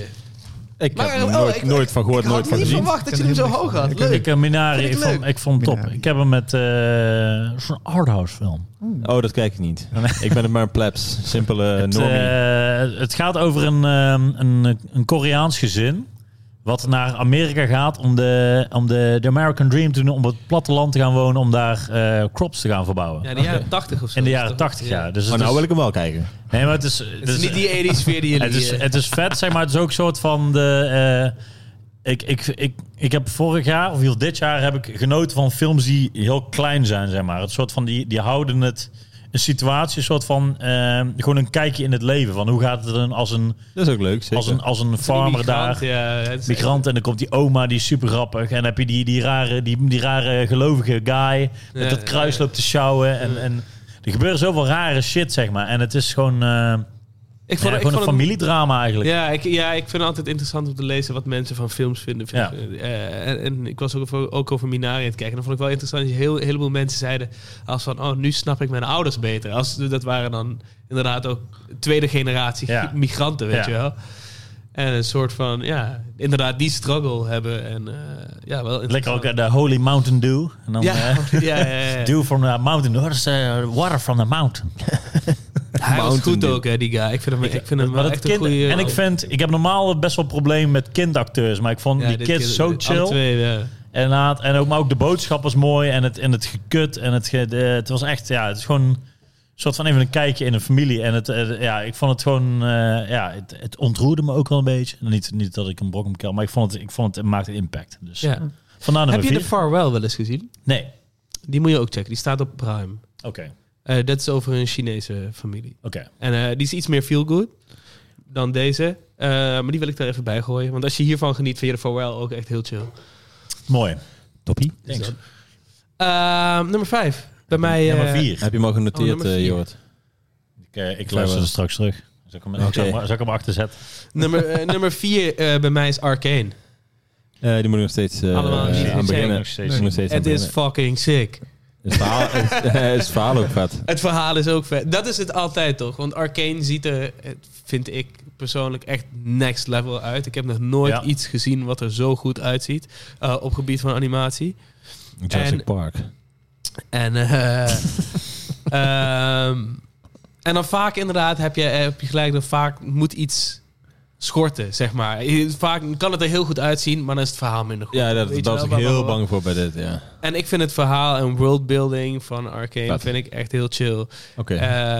Ik Maar, heb er oh, nooit, ik- nooit van gehoord, ik had nooit van niet gezien. verwacht dat Ik je ken hem zo hem hoog niet. had. Ik- Leuk. Ik, uh, Minari, Vind ik, ik vond, leuk. ik vond hem top. Minari. Ik heb hem met uh, zo'n arthouse film. Oh, dat kijk ik niet. Ik ben het maar een plebs. Simpele Het, normie. uh, het gaat over een, um, een, een Koreaans gezin wat naar Amerika gaat om de, om de, de American Dream te doen, om op het platteland te gaan wonen, om daar uh, crops te gaan verbouwen. Ja, in de jaren tachtig of zo. In de is jaren toch? tachtig jaar. Dus maar het nou is, wil ik hem wel kijken. nee, maar het is, Het is niet die eighties sfeer die jullie... het is, eh, het is vet, zeg maar. Het is ook een soort van de... Uh, ik, ik, ik, ik heb vorig jaar, of heel dit jaar, heb ik genoten van films die heel klein zijn, zeg maar. Het soort van, die, die houden het... Een situatie, een soort van... Uh, gewoon een kijkje in het leven. Van hoe gaat het dan als een, Dat is ook leuk, zeker. als een, als een die farmer migrant, daar... Ja, het is Migrant en dan komt die oma, die is super grappig. En dan heb je die, die, rare, die, die rare gelovige guy met Ja, dat kruis ja. loopt te sjouwen. En, Ja. en er gebeuren zoveel rare shit, zeg maar. En het is gewoon, uh, Ik ja, vond, ik gewoon een vond hem- familiedrama eigenlijk. Ja ik, ja, ik vind het altijd interessant om te lezen wat mensen van films vinden. Ja. Uh, en, en ik was ook over, ook over Minari aan het kijken. En dan vond ik wel interessant dat je heel, een heleboel mensen zeiden als van, oh, nu snap ik mijn ouders beter. Als, dat waren dan inderdaad ook tweede generatie Ja. migranten, weet Ja. je wel. En een soort van, ja, inderdaad die struggle hebben. En uh, ja, wel Lekker ook interessant. uh, de Holy Mountain Dew. En dan, Ja, uh, ja, ja, ja. Dew from the mountain. What is uh, water from the mountain? Hij was Mountain goed Dew. ook, hè, die guy. Ik vind hem, ik vind hem Maar wel dat echt kind- een goede... en ik vind, ik heb normaal best wel problemen met kindacteurs. Maar ik vond Ja, die dit kids keer- zo alle chill. twee, ja. En, laat, en ook, maar ook de boodschap was mooi. En het, en het gekut. En het, ge- de, het was echt, ja, het is gewoon een soort van even een kijkje in een familie. En het, eh, ja, ik vond het gewoon, uh, ja, het, het ontroerde me ook wel een beetje. Niet, niet dat ik een brok om kel, maar ik vond het, ik vond het, het maakte impact. Dus Ja. vandaar Heb nummer je vier. The Farewell wel eens gezien? Nee. Die moet je ook checken. Die staat op Prime. Oké. Uh, dat is over een Chinese familie. Oké. En uh, die is iets meer feel-good dan deze. Uh, maar die wil ik er even bij gooien. Want als je hiervan geniet, vind je The Farewell ook echt heel chill. Mooi. Toppie. Thanks. Uh, nummer vijf. Bij mij... uh, Nummer vier. Heb je hem al Oh, genoteerd, nummer uh, vier. Jort? Ik, uh, ik Farewell. luister er straks terug. Zal ik hem, Oké. zal ik hem, zal ik hem achter zetten? nummer, uh, nummer vier uh, bij mij is Arcane. Uh, die moet ik nog steeds uh, Allemaal uh, niet aan gezien. beginnen. Nog steeds Ik moet nog steeds aan Het is beginnen. fucking sick. Is het verhaal, is, is het verhaal ook vet? Het verhaal is ook vet. Dat is het altijd toch? Want Arcane ziet er, het vind ik persoonlijk, echt next level uit. Ik heb nog nooit Ja. iets gezien wat er zo goed uitziet. Uh, op gebied van animatie. Jurassic En- Park. En uh, um, en dan vaak inderdaad heb je, heb je gelijk... dat vaak moet iets schorten, zeg maar. Vaak kan het er heel goed uitzien... maar dan is het verhaal minder goed. Ja, dat, Weet dat je was wel, ik bla, heel bla, bla. bang voor bij dit, ja. En ik vind het verhaal en worldbuilding van Arcane... Vet. vind ik echt heel chill. Oké. Okay.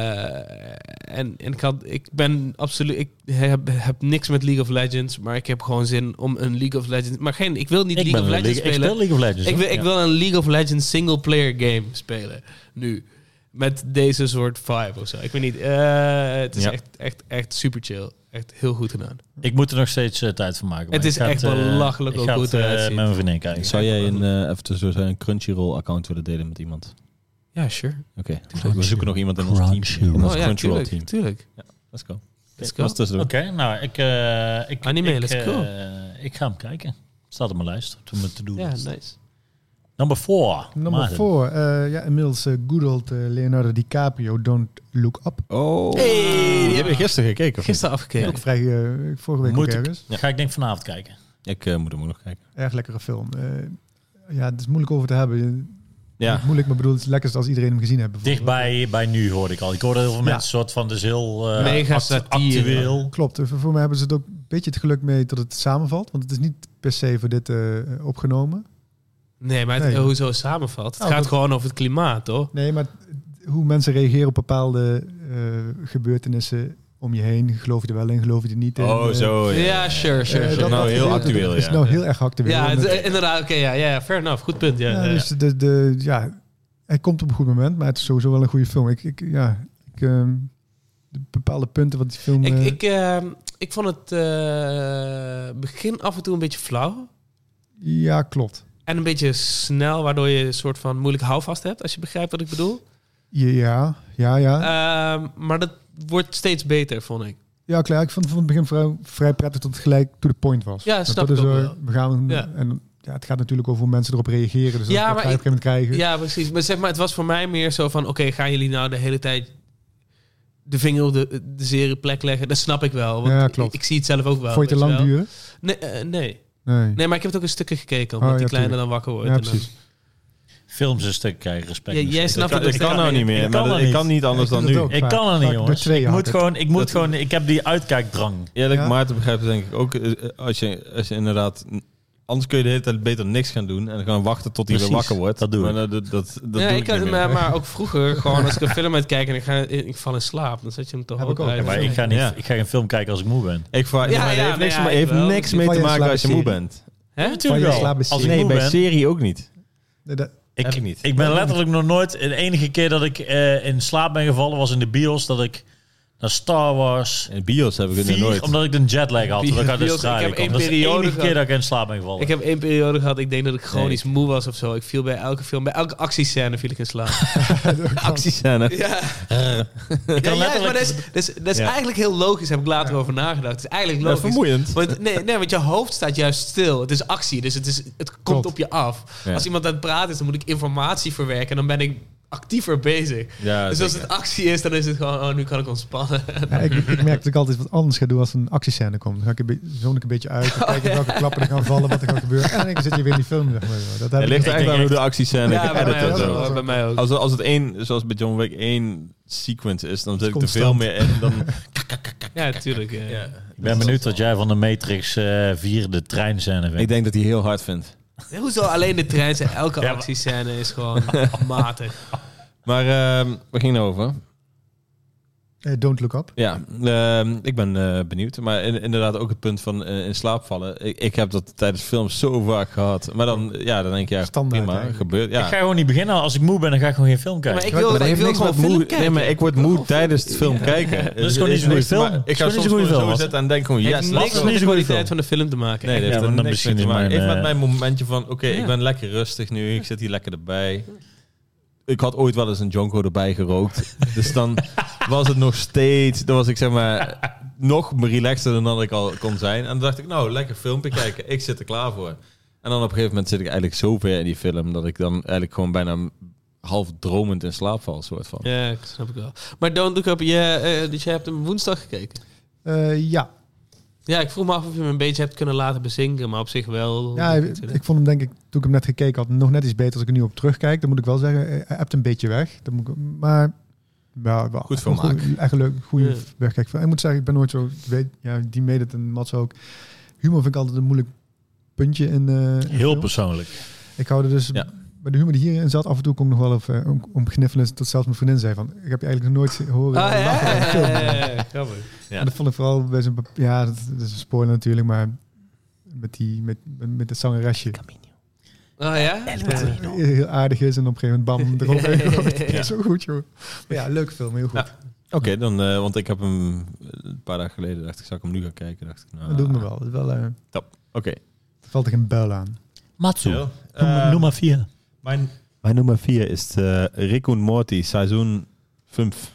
Uh, en en ik, had, ik ben absoluut... Ik heb, heb niks met League of Legends... maar ik heb gewoon zin om een League of Legends... maar geen, ik wil niet Ik League of ben Legends League, spelen. ik speel League of Legends. Ik wil, hoor. ik Ja. wil een League of Legends single-player game spelen. Nu. Met deze soort vibe of zo. Ik weet niet. Uh, het is Ja. echt, echt, echt super chill. Echt heel goed gedaan. Ik moet er nog steeds uh, tijd voor maken. maar Het is ik ga echt uh, belachelijk ik hoe ga goed het, uh, eruit ziet. met mijn vriendin kijken. Zou jij een, uh, even tussendoor een Crunchyroll-account willen delen met iemand? Ja, sure. Oké, okay. We zoeken nog iemand in ons team. Crunchyroll. In ons Oh ja, Crunchyroll tuurlijk, team. tuurlijk. Ja, let's go. Let's Okay, go. Oké, Oké, okay, nou, ik, uh, ik... Anime, ik, let's uh, go. Ik ga hem kijken. Staat op mijn lijst. Op mijn to-do Ja, list. nice. Number four. Nummer four. Uh, ja, inmiddels uh, good old uh, Leonardo DiCaprio, Don't Look Up. Oh, Hey, die heb je gisteren gekeken? of Gisteren afgekeken. Ook vrij, uh, vorige week Moet ook ik- ergens. Ja. Ga ik denk vanavond kijken. Ik uh, moet hem ook nog kijken. Erg lekkere film. Uh, ja, het is moeilijk over te hebben. Ja. Moeilijk, maar bedoel, het is lekkerst als iedereen hem gezien heeft. bijvoorbeeld. Dichtbij bij nu hoorde ik al. Ik hoorde heel veel Ja. mensen soort van, dus heel uh, Mega act- satire. actueel. Klopt. Voor voor mij hebben ze het ook een beetje het geluk mee dat het samenvalt. Want het is niet per se voor dit uh, opgenomen. Nee, maar het, Nee. hoezo samenvalt. Het Oh, gaat dat- gewoon over het klimaat, hoor. Nee, maar hoe mensen reageren op bepaalde uh, gebeurtenissen om je heen. Geloof je er wel in, geloof je er niet in. Oh, Uh, zo. Ja, Ja, sure, sure, uh, sure. dat- nou heel dat- actueel, Dat is ja. nou heel erg actueel. Ja, En het, het- inderdaad. Oké, ja, ja, fair enough. Goed punt. Ja, ja, ja. dus de, de, ja, hij komt op een goed moment, maar het is sowieso wel een goede film. Ik, ik, ja, ik, uh, de bepaalde punten wat die film... Ik, uh, ik, uh, ik vond het uh, begin af en toe een beetje flauw. Ja, klopt. En een beetje snel, waardoor je een soort van moeilijk houvast hebt, als je begrijpt wat ik bedoel. Ja, ja, ja. Uh, maar dat wordt steeds beter, vond ik. Ja, klaar. Ik vond, vond het begin vrij, vrij prettig tot het gelijk to the point was. Ja, Dat snap dat ik is, ook uh, wel. We gaan... Ja. En, ja, het gaat natuurlijk over hoe mensen erop reageren. Dus Ja, dat maar ga je ik- op een gegeven moment krijgen. Ja, precies. Maar zeg maar, het was voor mij meer zo van... Oké, gaan jullie nou de hele tijd de vinger op de, de zere plek leggen? Dat snap ik wel. Want Ja, klopt. Ik, ik zie het zelf ook wel. Vond je het te weet lang wel. duren? Nee, uh, nee. Nee. Nee, maar ik heb het ook een stukje gekeken. Omdat Oh, ja, die kleine tuurlijk. dan wakker wordt. Ja, En dan- precies. Films een stuk krijgen, respect. Ja, nog jij steeds. snapt Ik kan, het ik ook. kan nou niet meer, Ik maar kan dat- dat ik kan niet. niet anders Ja, ik dan doe nu. dat ook. Ik kan er Vaak niet, door jongens. twee Ik had moet het. gewoon, ik moet Dat- gewoon, ik heb die uitkijkdrang. Eerlijk, Ja. Maarten begrijpt het denk ik ook. eh, Als je, als je inderdaad... Anders kun je de hele tijd beter niks gaan doen en gewoon wachten tot hij weer Precies, wakker wordt. dat doe maar ik. dat, dat, dat, dat ja, doe ik ik had, niet meer. maar, maar ook vroeger, gewoon als ik een film aan het kijken en ik, ga, ik val in slaap, dan zet je hem toch Heb ook ik ook. uit. Ja, maar ik ga, niet, Ja. ik ga geen film kijken als ik moe ben. Ik vraag, Ja, ja, maar ja, het heeft maar niks, ja, maar ik heeft wel. niks Van mee te je maken als je moe slaapserie. bent. Hè? Van Natuurlijk je wel. slaap is Als ik serie. Nee, moe bij ben. serie ook niet. Nee, dat, Ik, Heb ik niet. ik ben letterlijk nog nooit... De enige keer dat ik uh, in slaap ben gevallen was in de bios. Dat ik naar Star Wars In de bios heb ik het nog vier, nooit. omdat ik een jetlag had. Omdat ik uit Bios, Australië ik heb kwam. één Dat is de periode enige gehad. keer dat ik in slaap ben gevallen. Ik heb één periode gehad, ik denk dat ik chronisch Nee. moe was of zo. Ik viel bij elke film, bij elke actiescène viel ik in slaap. actiescène. Ja, kan ja juist, letterlijk- maar dat is, dat is, dat is Ja. eigenlijk heel logisch, heb ik later over nagedacht. Het is eigenlijk Dat is logisch. vermoeiend. Want, nee, nee, want je hoofd staat juist stil. Het is actie, dus het, is, het komt Klopt. op je af. Ja. Als iemand aan het praten is, dan moet ik informatie verwerken. En dan ben ik actiever bezig. Ja, dus als zeker. het actie is, dan is het gewoon... Oh, nu kan ik ontspannen. ja, ik, ik merk dat ik altijd wat anders ga doen als een actiescène komt. Dan ga ik een beetje, zoon ik een beetje uit. Dan kijk ik welke klappen er gaan vallen, wat er gaat gebeuren. En dan zit je weer in die film. Zeg maar. Dat heb Het ik ligt niet. er echt aan hoe de actiescène Ja, bij mij, geëdit ook, is. zo. zo. bij mij ook. Als, als het één, zoals bij John Wick, één sequence is, dan zit ik er Constant. veel meer in dan... Ja, natuurlijk. Ja. Ja. Ik ben benieuwd wat jij van de Matrix uh, vier, de treinscène vindt. Ik denk dat hij heel hard vindt. Hoezo alleen de trein zijn? Elke Ja, maar- actiescène is gewoon matig. Maar uh, we gingen over. Eh, Don't Look Up. Ja, uh, ik ben uh, benieuwd. Maar in, inderdaad ook het punt van uh, in slaap vallen. Ik, ik heb dat tijdens films zo vaak gehad. Maar dan, ja, dan denk je, ja, Standaard prima, eigenlijk. gebeurt. Ja. Ik ga gewoon niet beginnen. Als ik moe ben, dan ga ik gewoon geen film Ja, kijken. maar ik Maar wil, Maar dat ik heeft wil niks gewoon met film moe. kijken. Nee, maar ik word moe tijdens het film kijken. Dat is gewoon niet zo'n goede niks te film. maken. Ik Dat ga is soms gewoon niet gewoon zo'n goede zo film. zitten en denk gewoon, Het yes, heeft laat niks dat met is de niet zo'n goede kwaliteit film. van de film te maken. Nee, dat heeft Ja, er maar dan niks mee misschien te is maken. mijn, Heeft met eh, mijn momentje van, oké, okay, Ja. ik ben lekker rustig nu. Ik zit hier lekker erbij. Ik had ooit wel eens een jonko erbij gerookt. Dus dan was het nog steeds... Dan was ik zeg maar nog relaxter dan dat ik al kon zijn. En dan dacht ik, nou, lekker filmpje kijken. Ik zit er klaar voor. En dan op een gegeven moment zit ik eigenlijk zo ver in die film... dat ik dan eigenlijk gewoon bijna half dromend in slaap val, soort van. Ja, dat snap ik wel. Maar Don't Look Up, je, uh, dus jij hebt hem woensdag gekeken. Uh, ja. Ja, ik vroeg me af of je hem een beetje hebt kunnen laten bezinken, maar op zich wel. Ja, ik, ik vond hem denk ik, toen ik hem net gekeken had, nog net iets beter als ik er nu op terugkijk. Dan moet ik wel zeggen, hij hebt een beetje weg. Dan moet ik, maar ja, wel, Goed vermaak. Goed, echt een leuk, goede Ja. wegkijk. Ik moet zeggen, ik ben nooit zo, ik weet, ja, die mede het en Mats ook. Humor vind ik altijd een moeilijk puntje in. Uh, in Heel film. persoonlijk. Ik hou er dus Ja. bij de humor die hierin zat, af en toe kon ik nog wel even om, om gniffelen, dat zelfs mijn vriendin zei van, ik heb je eigenlijk nog nooit horen Ah, ja, lachen bij een film. ja, ja, ja, grappig. Ja. En dat vond ik vooral bij zo'n, bep- ja, dat, dat is een spoiler natuurlijk, maar met die, met, met, met het zangeresje. Oh ja? Heel aardig is en op een gegeven moment bam, erop. Ja. Zo goed, joh. Maar ja, leuke film, heel goed. Ja. Oké, okay, dan, uh, want ik heb hem een paar dagen geleden, dacht ik, zou ik hem nu gaan kijken? Dacht ik, nou, Dat doet me wel. Dat is wel uh, top. Oké. Okay. Er valt er geen bel aan. Matsu, Uh, noem, noem maar vier. Mijn, mijn nummer vier is uh, Rick und Morty, seizoen vijf.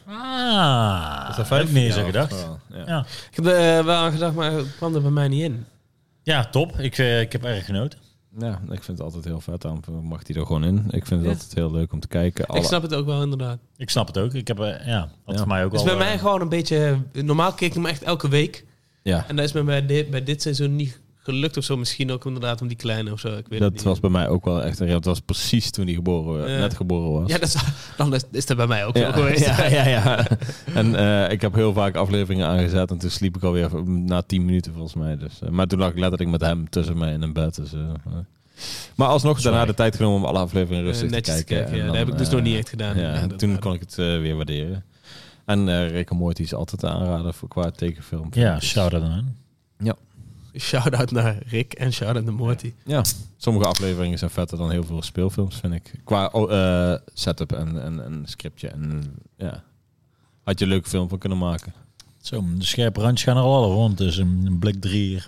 Ah, Is dat vijf? heb ik niet eens Ja, aan gedacht. wel, ja. Ja. Ik heb er uh, wel aan gedacht, maar het kwam er bij mij niet in. Ja, top. Ik, uh, ik heb erg genoten. Ja, ik vind het altijd heel vet. Daarom mag hij er gewoon in. Ik vind het Ja. altijd heel leuk om te kijken. Alle... Ik snap het ook wel, inderdaad. Ik snap het ook. Ik heb, uh, ja, wat Ja. voor mij ook Het is al... bij uh, mij gewoon een beetje... Normaal keek ik hem echt elke week. Ja, En dat is me bij dit, bij dit seizoen niet gelukt of zo. Misschien ook inderdaad om die kleine of zo. Ik weet het dat niet. was bij mij ook wel echt een... Het was precies toen hij geboren, Ja. net geboren was. Ja, dat is, dan is, is dat bij mij ook Ja, zo geweest. ja, ja, ja. En uh, ik heb heel vaak afleveringen aangezet en toen sliep ik alweer na tien minuten volgens mij. Dus, uh, maar toen lag ik letterlijk met hem tussen mij in een bed. Dus, uh, uh. Maar alsnog Sorry. daarna de tijd genomen om alle afleveringen rustig Uh, te netjes kijken. te kijken, ja. En Dat dan, heb ik dus uh, nog niet echt gedaan. Ja, en dat toen waar. kon ik het uh, weer waarderen. En uh, Rick en Morty is altijd een aanrader voor qua tekenfilm. Ja, Dus- shout-out aan hen. Shout-out naar Rick en shout-out naar Morty. Ja, sommige afleveringen zijn vetter dan heel veel speelfilms, vind ik. Qua uh, setup en, en, en scriptje. En ja, had je een leuke film van kunnen maken. Zo, de scherpe randjes gaan er al alle rond. Dus een, een blik drie hier.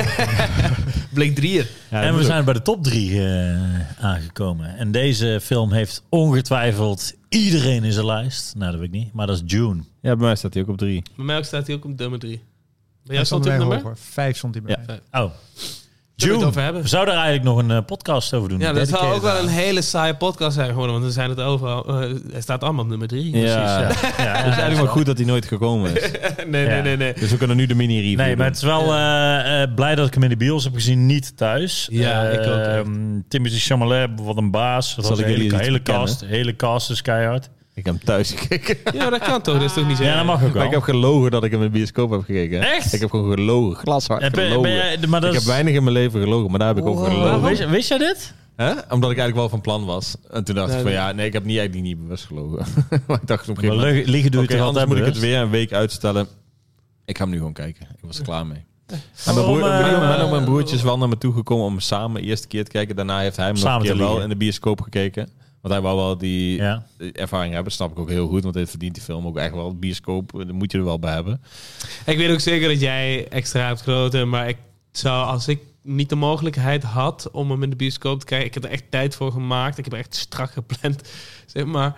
Blik drieën. Ja, en we zijn bij de top drie uh, aangekomen. En deze film heeft ongetwijfeld iedereen in zijn lijst. Nou, dat weet ik niet. Maar dat is June. Ja, bij mij staat hij ook op drie. Bij mij ook staat hij ook op nummer drie. Bij jou Hij stond hij op bij nummer? hoger. Vijf stond hij bij Ja. mij. Oh. Zullen we June. het over hebben? We zouden er eigenlijk nog een uh, podcast over doen. Ja, dat zou ook Dedicated wel een aan. hele saaie podcast zijn geworden. Want we zijn het over. Uh, hij staat allemaal op nummer drie. Ja, Ja, het ja, is ja, eigenlijk wel goed dat hij nooit gekomen is. nee, nee, Ja. nee, nee. Dus we kunnen nu de mini-review Nee, maar doen. het is wel uh, uh, blij dat ik hem in de bios heb gezien, niet thuis. Ja, ik ook echt. Um, Timothée Chalamet, wat een baas. Dat Zal was ik een hele, jullie iets hele bekennen? cast. hele cast is keihard. Ik heb hem thuis gekeken. Ja, dat kan toch? Dat is toch niet zo? Ja, dat mag ook Maar wel. ik heb gelogen dat ik hem in de bioscoop heb gekeken. hè? Echt? Ik heb gewoon gelogen. Glashard Eh, ben- gelogen. ben jij- maar dat ik is- heb weinig in mijn leven gelogen, maar daar heb ik ook Wow. gelogen. Wist, wist jij dit? Hè? Omdat ik eigenlijk wel van plan was. En toen dacht Nee, ik van nee. ja, nee, ik heb niet eigenlijk niet bewust gelogen. maar ik dacht op een Maar gegeven moment... liegen, liegen doe je Oké, toch anders altijd moet ik het bewust? weer een week uitstellen. Ik ga hem nu gewoon kijken. Ik was er klaar mee. En mijn, Waarom, broer, eh, mijn, mijn, mijn broertje is wel naar me toe gekomen om samen de eerste keer te kijken. Daarna heeft hij hem nog Samen een te keer wel liegen. in de bioscoop gekeken. Want hij wou wel die Ja. ervaring hebben. Dat snap ik ook heel goed. Want dit verdient die film ook echt wel. De bioscoop, daar moet je er wel bij hebben. Ik weet ook zeker dat jij extra hebt genoten. Maar ik zou, als ik niet de mogelijkheid had om hem in de bioscoop te kijken. Ik heb er echt tijd voor gemaakt. Ik heb er echt strak gepland. Zeg maar.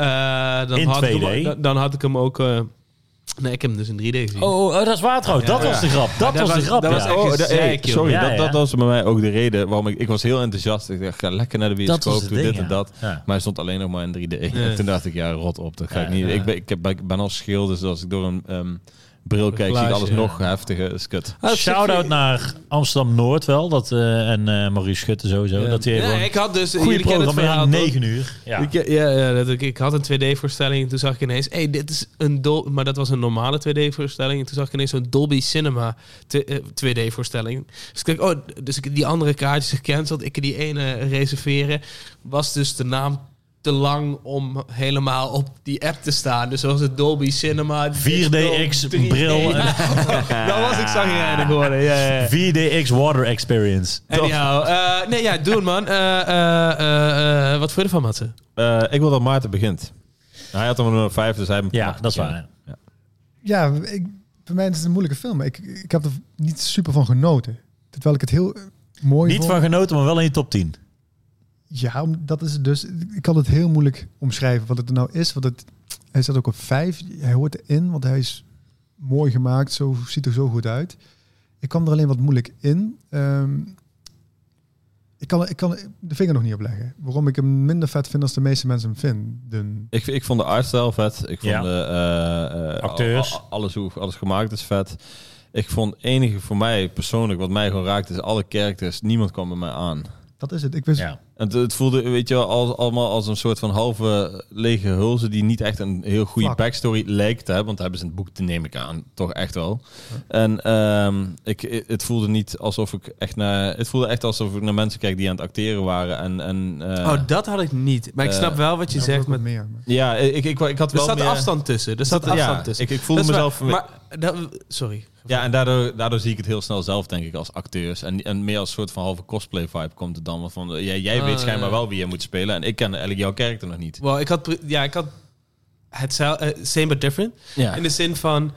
Uh, dan, In had ik twee D? hem, dan, dan had ik hem ook... Uh, nee, ik heb hem dus in drie D gezien. Oh, oh, dat is waar trouwens. Ja, dat ja. was de grap. Dat, dat was de was- grap, dat ja. was echt Oh, gezeik, da- hey, joh. sorry, Ja, dat, ja. dat was bij mij ook de reden waarom ik... Ik was heel enthousiast. Ik dacht, ga lekker naar de Dat bioscoop, was het doe ding, dit en ja. dat. Ja. Maar hij stond alleen nog maar in drie D. Ja. En toen dacht ik, ja, rot op. Dat ga Ja, ik niet. ja. Ik, ben, ik, heb, ik ben al schil, dus als ik door een um, bril kijk, zie ik glaasje, alles ja. nog heftiger. Is kut. Ah, Shout-out naar Amsterdam-Noord wel. Dat, uh, en uh, Maurice Schutte sowieso. Ja. Dat hij Ja, gewoon ik had dus... goede jullie kennen het verhaal, programmering, toch? negen uur. Ja. Ik, ja, ja dat, ik, ik had een twee D-voorstelling en toen zag ik ineens... hey, dit is een Dol maar dat was een normale twee D-voorstelling. En toen zag ik ineens zo'n Dolby Cinema te- eh, twee D-voorstelling. Dus ik dacht, oh, dus ik die andere kaartjes gecanceld. Ik die ene reserveren. Was dus de naam te lang om helemaal op die app te staan. Dus zoals het Dolby Cinema... vier D X bril. En Dat was ik zagrijnig geworden, ja, ja, ja. vier D X water experience. Anyhow, uh, nee, ja, doe het, man. Uh, uh, uh, uh, wat vond je ervan, Matze? Uh, ik wil dat Maarten begint. Hij had hem nummer vijf, dus hij... Ja, dat is waar. Ja. Ja, ik, voor mij is het een moeilijke film. Maar ik, ik heb er niet super van genoten. Terwijl ik het heel eh, mooi Niet vond. van genoten, maar wel in je top tien. Ja, om- dat is het dus. Ik kan het heel moeilijk omschrijven wat het er nou is. Want het, hij staat ook op vijf. Hij hoort erin, want hij is mooi gemaakt. Zo ziet er zo goed uit. Ik kwam er alleen wat moeilijk in. Um, ik, kan, ik kan de vinger nog niet op leggen. Waarom ik hem minder vet vind als de meeste mensen hem vinden. Ik, ik vond de artstyle vet. Ik vond Ja. de, uh, uh, Acteurs. al- al- alles, hoe alles gemaakt is vet. ik vond enige voor mij persoonlijk, wat mij gewoon raakte, is alle characters, niemand kwam bij mij aan. Dat is het. Ik wist... Ja. Het, het voelde, weet je wel, als, allemaal als een soort van halve lege hulze die niet echt een heel goede Vlak. backstory lijkt te hebben. Want dat hebben ze in het boek, te neem ik aan, toch echt wel. Ja. En um, ik, het voelde niet alsof ik echt naar... Het voelde echt alsof ik naar mensen kijk die aan het acteren waren. En, en, uh, oh, dat had ik niet. Maar ik snap wel wat je ja, zegt. Met meer. Maar... Ja, ik, ik, ik had wel Er zat meer... afstand tussen. Er zat dat, afstand ja, tussen. Ik, ik voelde mezelf... Waar, maar, dat, sorry. Ja, en daardoor, daardoor zie ik het heel snel zelf, denk ik, als acteurs. En, en meer als een soort van halve cosplay-vibe komt het dan. Van, uh, jij jij ah, weet schijnbaar ja. wel wie je moet spelen. En ik ken eigenlijk jouw karakter nog niet. Well, ik had... Ja, ik had... Het uh, same but different. Ja. In de zin van...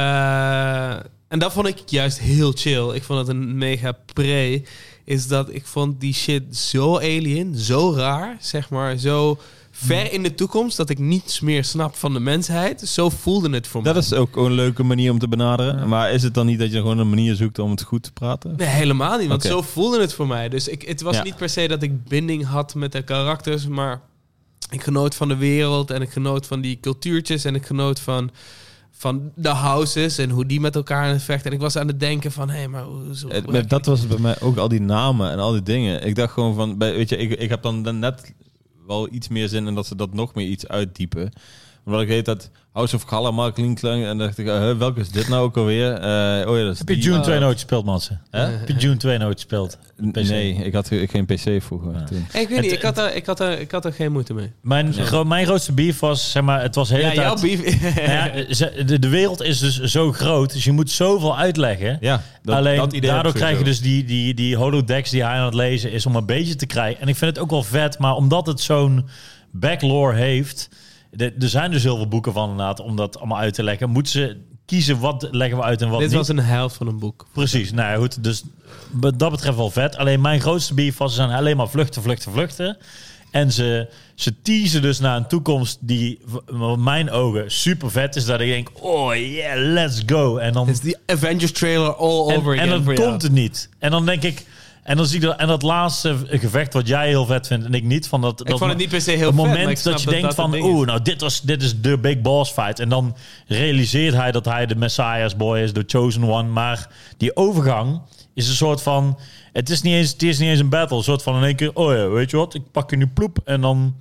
Uh, en dat vond ik juist heel chill. Ik vond het een mega pre. Is dat ik vond die shit zo alien, zo raar, zeg maar. Zo ver in de toekomst dat ik niets meer snap van de mensheid. Zo voelde het voor dat mij. Dat is ook een leuke manier om te benaderen. Ja. Maar is het dan niet dat je gewoon een manier zoekt om het goed te praten? Nee, helemaal niet. Want okay. zo voelde het voor mij. Dus ik, het was ja. niet per se dat ik binding had met de karakters. Maar ik genoot van de wereld. En ik genoot van die cultuurtjes. En ik genoot van... van de houses en hoe die met elkaar in het vechten. En ik was aan het denken van, hé, hey, maar hoe... Zo het, dat was het bij mij ook, al die namen en al die dingen. Ik dacht gewoon van, weet je, ik, ik heb dan net wel iets meer zin in dat ze dat nog meer iets uitdiepen. Omdat ik weet dat House of Gallamar klinkt lang en dacht ik, uh, welke is dit nou ook alweer? Uh, oh ja, dat is Heb je die, June uh, twee nooit gespeeld, Mansen? Heb je June twee nooit gespeeld? Nee, ik had geen P C vroeger. Ja. Toen. Hey, ik weet niet, ik had, er, ik, had er, ik had er geen moeite mee. Mijn, ja. gro- mijn grootste beef was, zeg maar, het was heel ja, tijd... jouw beef. ja, de, de wereld is dus zo groot, dus je moet zoveel uitleggen. Ja, dat, Alleen dat idee daardoor krijg je zo. dus die, die, die holodecks die hij aan het lezen is om een beetje te krijgen. En ik vind het ook wel vet, maar omdat het zo'n backlore heeft... De, er zijn dus heel veel boeken van inderdaad om dat allemaal uit te leggen. Moeten ze kiezen wat leggen we uit en wat Dit niet. was een helft van een boek. Precies, nou ja, goed. Dus wat dat betreft wel vet. Alleen mijn grootste beef was, ze zijn alleen maar vluchten, vluchten, vluchten. En ze, ze teasen dus naar een toekomst die op mijn ogen super vet is. Dat ik denk, oh yeah, let's go. En dan Het is die Avengers trailer all en, over en again. dan komt het niet. En dan denk ik... En dan zie ik dat, en dat laatste gevecht wat jij heel vet vindt en ik niet. Van dat, Ik dat vond het niet per se heel het vet, moment maar ik snap dat je dat denkt dat van, het ding oeh, is. nou dit, was, dit is de big boss fight. En dan realiseert hij dat hij de Messiah's boy is, de chosen one. Maar die overgang is een soort van... Het is niet eens, het is niet eens een battle. Een soort van in één keer, oh ja, weet je wat, ik pak je nu ploep. En dan,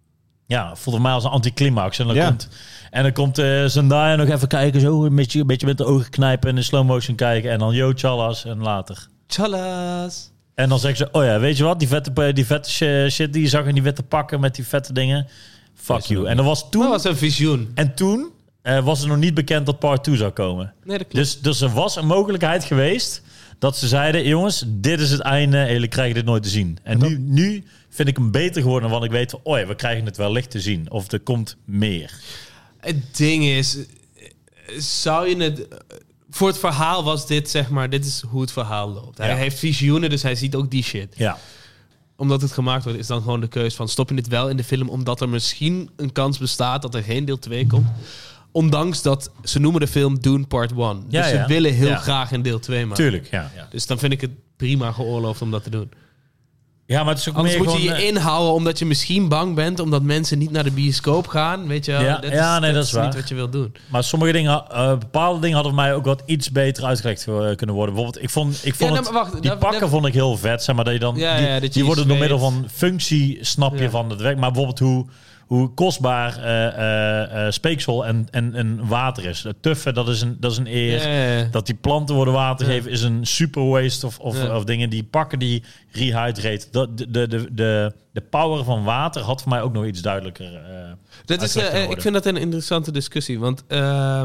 ja, voelt het mij als een anticlimax. En dan Ja. komt... En dan komt uh, Zendaya nog even kijken, zo een beetje, een beetje met de ogen knijpen en in slow motion kijken. En dan yo, tjallas en later. Tjallas. En dan zeggen ze, oh ja, weet je wat, die vette, die vette shit die je zag in die witte pakken met die vette dingen. Fuck you. En dat was toen... Dat was een visioen. En toen uh, was het nog niet bekend dat part twee zou komen. Nee, dat klopt. Dus, dus er was een mogelijkheid geweest dat ze zeiden, jongens, dit is het einde en jullie krijgen dit nooit te zien. En nu, nu vind ik hem beter geworden, want ik weet van, oh ja, we krijgen het wellicht te zien. Of er komt meer. Het ding is, zou je het... Voor het verhaal was dit, zeg maar, dit is hoe het verhaal loopt. Hij Ja. heeft visioenen, dus hij ziet ook die shit. Ja. Omdat het gemaakt wordt, is dan gewoon de keuze van... stop je dit wel in de film, omdat er misschien een kans bestaat... dat er geen deel twee komt. Ondanks dat, ze noemen de film Dune Part one. Ja, dus ze ja. willen heel Ja. graag een deel twee maken. Tuurlijk, ja. ja. Dus dan vind ik het prima geoorloofd om dat te doen. Ja, maar het is ook Anders meer moet je gewoon, je eh, inhouden omdat je misschien bang bent... omdat mensen niet naar de bioscoop gaan. Weet je wel? Ja, dat ja, is, nee, dat is niet waar. wat je wilt doen. Maar sommige dingen, uh, bepaalde dingen hadden voor mij ook wat iets beter uitgelegd uh, kunnen worden. Bijvoorbeeld, ik vond, ik vond Ja, het, nee, maar wacht, die dat- pakken dat- vond ik heel vet. Zeg maar dat je dan, Ja, die, ja, dat je die je worden door zweet. middel van functie snap je Ja. van het werk. Maar bijvoorbeeld hoe, hoe kostbaar uh, uh, uh, speeksel en, en, en water is. Het tuffe, dat is een, dat is een eer. Ja, ja, ja. Dat die planten worden water Ja. geven is een super waste of, of, Ja. of dingen. Die pakken die rehydrate. Dat, de, de, de, de, de power van water had voor mij ook nog iets duidelijker. Uh, Dat is, uitgelegd eh, kunnen ik worden. vind dat een interessante discussie. Want ehm,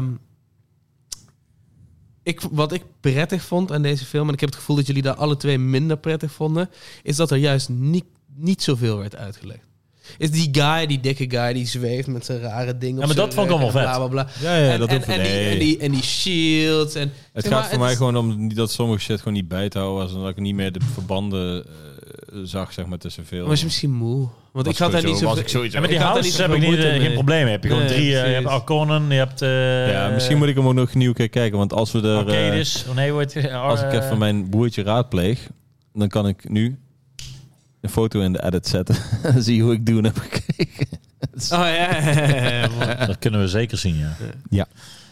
ik, wat ik prettig vond aan deze film... en ik heb het gevoel dat jullie daar alle twee minder prettig vonden... is dat er juist niet, niet zoveel werd uitgelegd. Is die guy, die dikke guy, die zweeft met zijn rare dingen. Ja, op maar zijn dat vond ik rug wel en vet. Bla, bla, bla. Ja, ja, en, dat en, hoeft en, die, nee. en, die, en die shields. En, Het zeg gaat maar, voor mij is- gewoon om niet dat sommige shit gewoon niet bij te houden was en dat ik niet meer de verbanden uh, zag, zeg maar, tussen veel. Was je misschien moe? Want ik had daar niet zo... Was ik sowieso. Ja, met die ik had daar houses niet heb ik zoveel niet, moeite uh, geen mee. probleem. Heb je gewoon Nee, drie. Uh, je precies. hebt Arconen, je hebt. Uh, Ja, misschien moet ik hem ook nog nieuw keer kijken, want als we er, uh, Arcadis. Oh nee, wordt. Uh, als ik even mijn broertje raadpleeg, dan kan ik nu een foto in de edit zetten. Dan zie je hoe ik Dune heb gekeken. Oh ja, ja, ja, ja, ja. Dat kunnen we zeker zien, ja. Ja.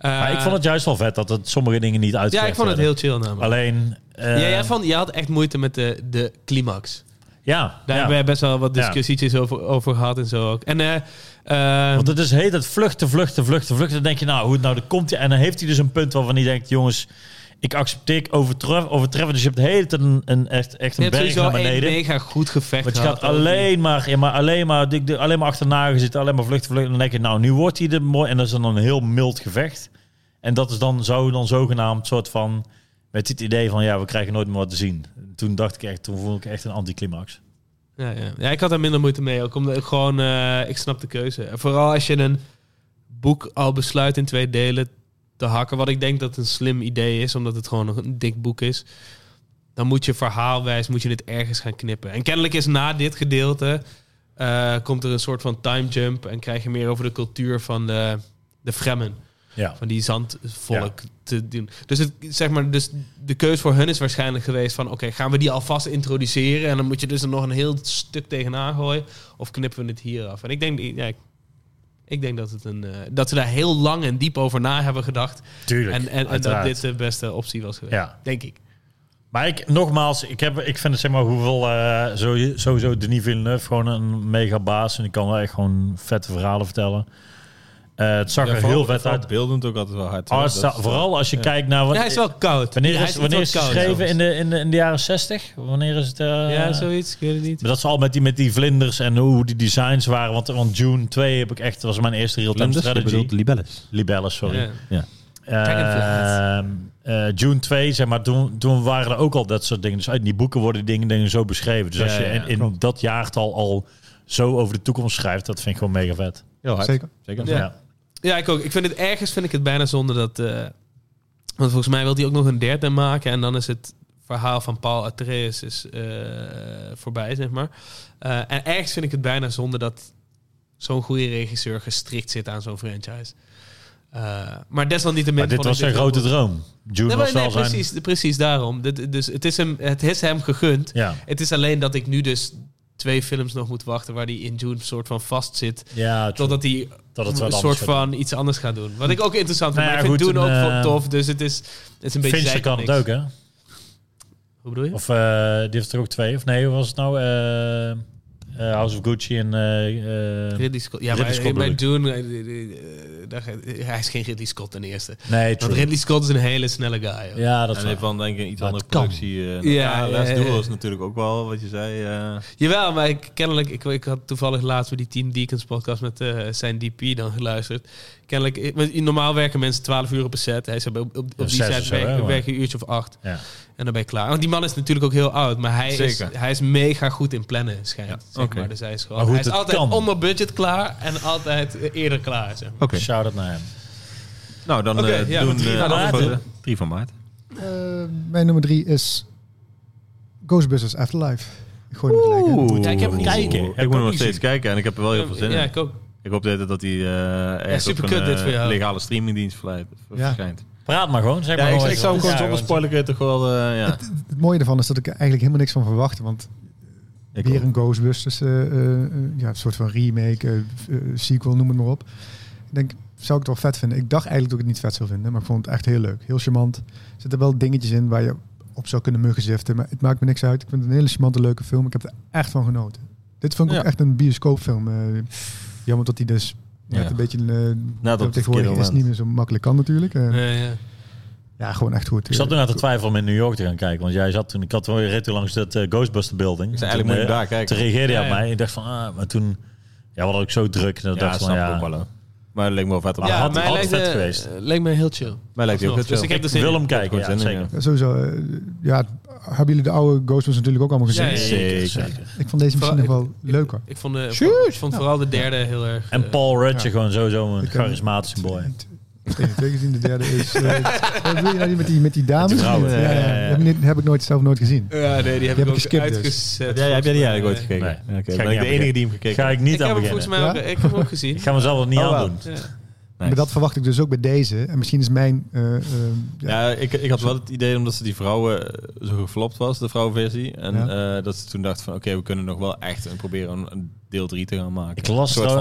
Maar ik vond het juist wel vet dat het sommige dingen niet uitgelegd Ja, ik vond het werden. heel chill namelijk. Alleen... Uh, ja, jij, vond, jij had echt moeite met de, de climax. Ja. Daar ja. hebben we best wel wat discussietjes ja. over, over gehad en zo ook. En, uh, uh, Want het is heet het vluchten, vluchten, vluchten, vluchten. Dan denk je, nou, hoe het nou, dan komt hij. En dan heeft hij dus een punt waarvan hij denkt, jongens, ik accepteer overtref, overtreffen. Dus je hebt de hele tijd een, een echt, echt een berg naar beneden. Een mega goed gevecht. Want je gaat alleen maar, ja, maar alleen maar, alleen maar achterna gezeten, alleen maar vluchten, vluchten. En dan denk je, nou, nu wordt hij er mooi. En dat is dan een heel mild gevecht. En dat is dan zo dan zogenaamd soort van, met dit idee van, ja, we krijgen nooit meer wat te zien. Toen dacht ik echt, toen voelde ik echt een anticlimax. Ja, ja. ja, ik had daar minder moeite mee. Ook omdat ik gewoon, uh, ik snap de keuze. Vooral als je een boek al besluit in twee delen te hakken, wat ik denk dat een slim idee is, omdat het gewoon een dik boek is, dan moet je verhaalwijs, moet je dit ergens gaan knippen. En kennelijk is na dit gedeelte, uh, komt er een soort van time jump en krijg je meer over de cultuur van de, de Fremmen. Ja. Van die zandvolk ja. te doen. Dus, het, zeg maar, dus de keus voor hun is waarschijnlijk geweest van, oké, okay, gaan we die alvast introduceren en dan moet je dus er nog een heel stuk tegenaan gooien, of knippen we het hier af? En ik denk, ja, ik, ik denk dat, het een, uh, dat ze daar heel lang en diep over na hebben gedacht. Tuurlijk, En, en, en dat dit de beste optie was geweest. Ja. Denk ik. Maar ik, nogmaals, ik, heb, ik vind het zeg maar hoeveel, uh, sowieso Denis Villeneuve gewoon een mega baas en ik kan wel echt gewoon vette verhalen vertellen. Uh, het zag ja, er vooral, heel vet uit. Beeldend ook altijd wel hard. Oh, sta, vooral als je ja. kijkt naar... Wat, ja, hij is wel koud. Wanneer is, ja, wanneer is het geschreven? In de, in, de, in de jaren zestig? Wanneer is het... Uh, ja, zoiets. Ik weet het niet. Maar dat is al met die, met die vlinders en hoe die designs waren. Want, want June twee heb ik echt... Dat was mijn eerste real-time strategy. Libelles. Libelles, sorry. Ja. ja. Uh, uh, June twee, zeg maar, toen, toen waren er ook al dat soort dingen. Dus uit die boeken worden die dingen, dingen zo beschreven. Dus ja, als je in, in dat jaartal al zo over de toekomst schrijft, dat vind ik gewoon mega vet. Heel hard. Zeker. Zeker. Ja. ja. Ja, ik ook. Ik vind het ergens vind ik het bijna zonde dat... Uh, want volgens mij wil hij ook nog een derde maken. En dan is het verhaal van Paul Atreides is, uh, voorbij, zeg maar. Uh, en ergens vind ik het bijna zonde dat zo'n goede regisseur gestrikt zit aan zo'n franchise. Uh, maar desalniettemin... Maar dit was zijn grote goed. droom. June nee, was nee, wel zijn... precies, precies daarom. Dus het is hem, het is hem gegund. Ja. Het is alleen dat ik nu dus twee films nog moet wachten waar hij in June soort van vast zit. Ja, totdat hij dat het een soort van iets anders gaat doen. Wat ik ook interessant vind. Nou ja, maar ik vind goed, Dune ook uh, tof. Dus het is, het is een beetje... Fincher kan het ook, hè? Hoe bedoel je? Of uh, die heeft er ook twee. Of nee, hoe was het nou? Uh, uh, House of Gucci en... Uh, uh, Ridley Scott. Ja, Ridley maar Scott bij Dune... Uh, uh, uh, hij is geen Ridley Scott ten eerste. Nee, Want Ridley Scott is een hele snelle guy. Hoor. Ja, dat is heeft dan denk ik een iets andere productie. Uh, ja, ja, ja, Duel is natuurlijk ook wel wat je zei. Uh... Jawel, maar ik, kennelijk... Ik, ik had toevallig laatst bij die Team Deacons podcast met uh, zijn D P dan geluisterd. Kennelijk... Ik, normaal werken mensen twaalf uur op een set. Hij zei op, op, op die set werken werk een uurtje of acht. Ja. En dan ben je klaar. Want die man is natuurlijk ook heel oud. Maar hij, is, hij is mega goed in plannen, schijnt. Ja, zeg okay. maar. Dus hij is, gewoon, hij is altijd kan. onder budget klaar. En altijd eerder klaar. Zeg maar. Oké. Okay. Shout-out naar hem. Nou, dan okay, uh, ja, doen drie, uh, van uh, drie van maart. Uh, mijn nummer drie is Ghostbusters Afterlife. Ik gooi hem gelijk in. Ja, ik heb hem niet kijken. zien. Ik, ik moet nog steeds kijken en ik heb er wel heel veel zin ja, in. Ik ook. Ik hoop dat hij uh, ergens ja, op een uh, legale streamingdienst verschijnt. Ja. Praat maar gewoon. Zeg ja, maar ik, gewoon ik zou hem gewoon zonder spoiler toch wel... Uh, ja. het, het mooie ervan is dat ik er eigenlijk helemaal niks van verwachtte. Want ik weer ook. een Ghostbusters, uh, uh, ja, een soort van remake, uh, uh, sequel, noem het maar op. Ik denk, zou ik het wel vet vinden? Ik dacht eigenlijk dat ik het niet vet zou vinden, maar ik vond het echt heel leuk. Heel charmant. Er zitten wel dingetjes in waar je op zou kunnen muggenziften, maar het maakt me niks uit. Ik vind het een hele charmante, leuke film. Ik heb er echt van genoten. Dit vond ik ja. ook echt een bioscoopfilm. Uh, jammer dat hij dus ja. net een beetje... Uh, nou, dat tegenwoordig is niet meer zo makkelijk kan natuurlijk. Uh, ja, ja. Ja, gewoon echt goed. Ik zat toen aan te twijfelen om in New York te gaan kijken. Want jij zat toen... Ik had toen reed langs dat uh, Ghostbuster Building. Ik zei eigenlijk moet je daar kijken. Toen reageerde hij ja, op mij. Ik dacht van... Ah, maar toen... Ja, wat had ik zo druk. Dat ja, dacht van, ja, ook wel. Maar het leek me wel vet. Ja, had, mij had lijkt, vet uh, geweest. Leek me heel chill. Mij lijkt het ook heel chill. Dus ik heb ik de wil hem kijken. Ja, zeker. Ja, sowieso. Uh, ja, hebben jullie de oude Ghostbusters natuurlijk ook allemaal gezien? Ja, zeker, zeker. Ik vond deze misschien nog wel ik, leuker. Ik, ik vond, de, ik vond ja. vooral de derde heel erg... En Paul Rudd, ja. gewoon sowieso een charismatische boy. Ik heb twee gezien, de derde is... Uh, wat wil je nou met die, met die dames? Ja, ja, ja, ja. Heb, ik, heb ik nooit, zelf nooit gezien. Ja, nee, die heb die ik ook geskipt uitgezet. Dus. Ja, heb jij die eigenlijk ooit gekeken? Nee. Ja, okay. Ben ik de enige die hem gekeken Ga ik niet ik aan heb beginnen. Volgens mij ook, ik heb hem ook gezien. Ik ga mezelf er niet oh, aan doen. Ja. Nice. Maar dat verwacht ik dus ook bij deze. En misschien is mijn... Uh, uh, ja, ja ik, ik had wel het idee omdat ze die vrouwen uh, zo geflopt was, de vrouwenversie. En ja. uh, dat ze toen dachten van oké, okay, we kunnen nog wel echt een, proberen een, een deel drie te gaan maken. Ik las, soort trouw, van.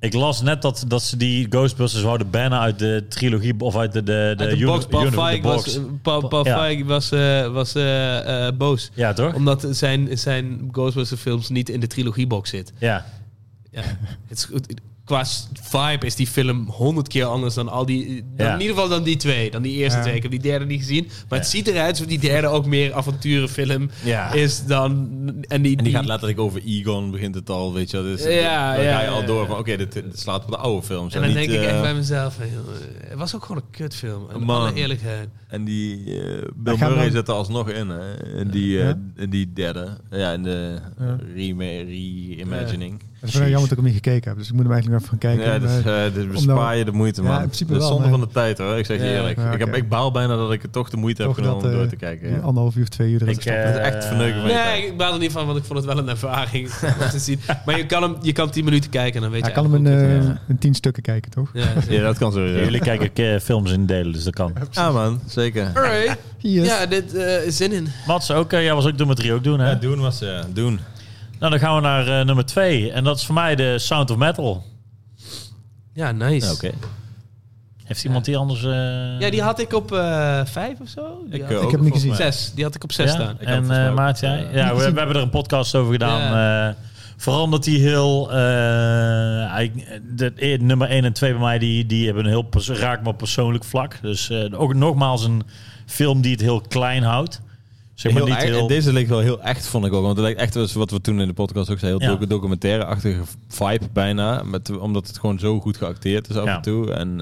Ik las net dat, dat ze die Ghostbusters wouden bannen uit de trilogie of uit de de, de, Uit de uni- box. Paul uni- de Feig box. was, Paul, Paul Ja. Feig was, uh, was uh, uh, boos. Ja, toch? Omdat zijn, zijn Ghostbusters films niet in de trilogiebox zit. Ja. Ja, het is goed. Qua vibe is die film honderd keer anders dan al die... Dan Ja. in ieder geval dan die twee. Dan die eerste Ja. twee. Ik heb die derde niet gezien. Maar het Ja. ziet eruit alsof die derde ook meer avonturenfilm Ja. is dan... En die, En die gaat letterlijk over Egon, begint het al, weet je wel. Dus Ja, dan ja, ga je al ja, door ja. van, oké, dit, dit slaat op de oude films. En dan niet, denk ik eh, echt bij mezelf... van, joh, het was ook gewoon een kutfilm. In Man. alle eerlijkheid. En die uh, Bill gaan Murray dan- zit er alsnog in, hè? In die, uh, Ja? in die derde. Ja, in de Ja. rema- reimagining. Het is wel jammer dat ik hem niet gekeken heb, dus ik moet hem eigenlijk nog even gaan kijken. Ja, dus, Maar- uh, dit bespaar je de moeite, Ja, man. in principe Dat is wel, zonde maar- van de tijd, hoor. Ik zeg je Ja. eerlijk. Ja, ik, heb, oké. ik baal bijna dat ik het toch de moeite Toch heb genomen dat, om door eh, te kijken. die Ja. anderhalf uur, twee uur erin Ik, te stoppen. eh, Dat is echt verneuken van je Nee, tijd. ik baal er niet van, want ik vond het wel een ervaring om te zien. Maar je kan hem, je kan tien minuten kijken en dan weet Ja, je ik kan hem in, eigenlijk eh, hoe het in tien stukken kijken, toch? is. Ja, zeker. Ja, dat kan sowieso. Jullie kijken eh, films in delen, dus dat kan. Ja, man. Zeker. Alright. Yes. Ja, dit uh, zin in. Mats, ook, eh, jij was ook Doom met drie ook doen, hè? Ja, doen was ja, doen. Nou, dan gaan we naar eh, nummer twee. En dat is voor mij de Sound of Metal. Ja, nice. Ja, Oké. Heeft iemand die anders... eh, Ja, die had ik op uh, vijf of zo. Die Ik, had uh, Ik ook heb hem niet volgens gezien. mij. zes. Die had ik op zes Ja? staan. Ik heb En volgens mij uh, ook, Maart, jij? uh, Ja, we, we hebben er een podcast over gedaan. Eh, vooral omdat die heel... eh, eigenlijk, de, de, nummer één en twee bij mij, die, die hebben een heel pers- raakt me op persoonlijk vlak. Dus uh, ook nogmaals een film die het heel klein houdt. Zeg maar Heel niet echt- heel... Deze leek wel heel echt, vond ik ook. Want het lijkt echt als wat we toen in de podcast ook zeiden. Heel Ja. docu- documentaire-achtige vibe bijna. Met, omdat het gewoon zo goed geacteerd is af Ja. en toe. En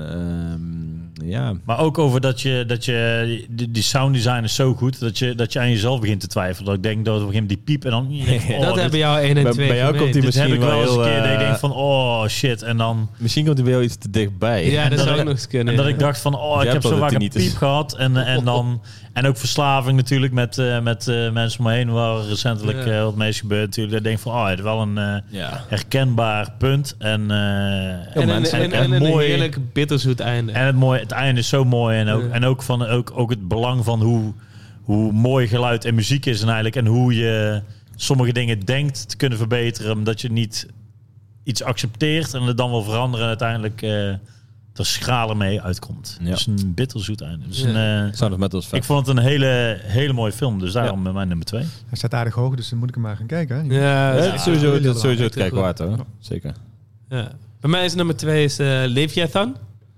ehm, ja... Maar ook over dat je, dat je die, die sound design is zo goed dat je, dat je aan jezelf begint te twijfelen. Dat ik denk dat op een gegeven moment die piep en dan... je denkt van, oh, dat dit- hebben jou één en bij- twee bij jou gemeen. komt die dit heb ik misschien wel eens een wel keer heel, dat ik eh, denk van, oh shit. En dan... Misschien komt hij wel iets te dichtbij. Ja, dat dat zou ik- ook nog eens kunnen. En dat ja. ik dacht van, oh, Jij ik heb hebt zo al de vaak een tinnitus. piep gehad. En, en, dan, en ook verslaving natuurlijk met, uh, met uh, mensen om me heen waar recentelijk Ja. uh, wat meest gebeurt natuurlijk. Dat ik denk van, oh, het is wel een uh, Ja. herkenbaar punt. En, uh, En, een, mensen- en, en en een mooi- heerlijk bitterzoet einde. En het, mooie, het einde is zo mooi. En ook, Ja. en ook, van, ook, ook het belang van hoe, hoe mooi geluid en muziek is en eigenlijk. En hoe je sommige dingen denkt te kunnen verbeteren. Omdat je niet iets accepteert en het dan wil veranderen. En uiteindelijk uh, er schralen mee uitkomt. Ja. Dus een bitterzoet einde. Dus Ja. een, uh, Sound of Metal is vet. ik vond het een hele, hele mooie film. Dus daarom met mijn nummer twee. Hij staat aardig hoog, dus dan moet ik hem maar gaan kijken. Hè? Ja, Ja, dat het is is sowieso, heel het is sowieso het heel kijken goed. waard, hoor. Zeker. Ja. Bij mij is nummer twee is uh, Leviathan.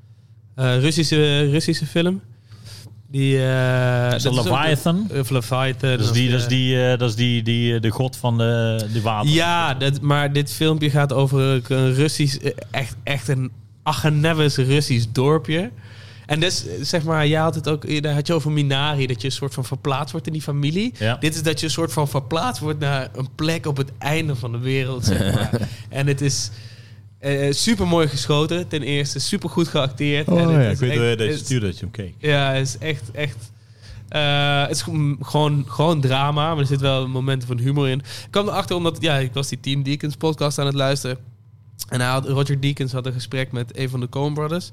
Uh, Russische, Russische film. Die, uh, Dat is een ook- Leviathan. Uh, Leviathan. Dat is of, die, uh, dat is die, uh, dat is die, die, de god van de, de water. Ja, dat, maar dit filmpje gaat over een Russisch, echt, echt een Acheneves Russisch dorpje. En dus, zeg maar, jij had het ook, daar had je over Minari, dat je een soort van verplaatst wordt in die familie. Ja. Dit is dat je een soort van verplaatst wordt naar een plek op het einde van de wereld, zeg maar. En het is uh, super mooi geschoten, ten eerste, super goed geacteerd. Oh en het ja, is ik weet echt- wel het dat je is- stuurde dat je hem keek. Ja, het is echt, echt... Uh, het is gewoon, gewoon drama, maar er zit wel momenten van humor in. Ik kwam erachter omdat, ja, ik was die Team Deakins podcast aan het luisteren. En hij had, Roger Deakins had een gesprek met een van de Coen Brothers.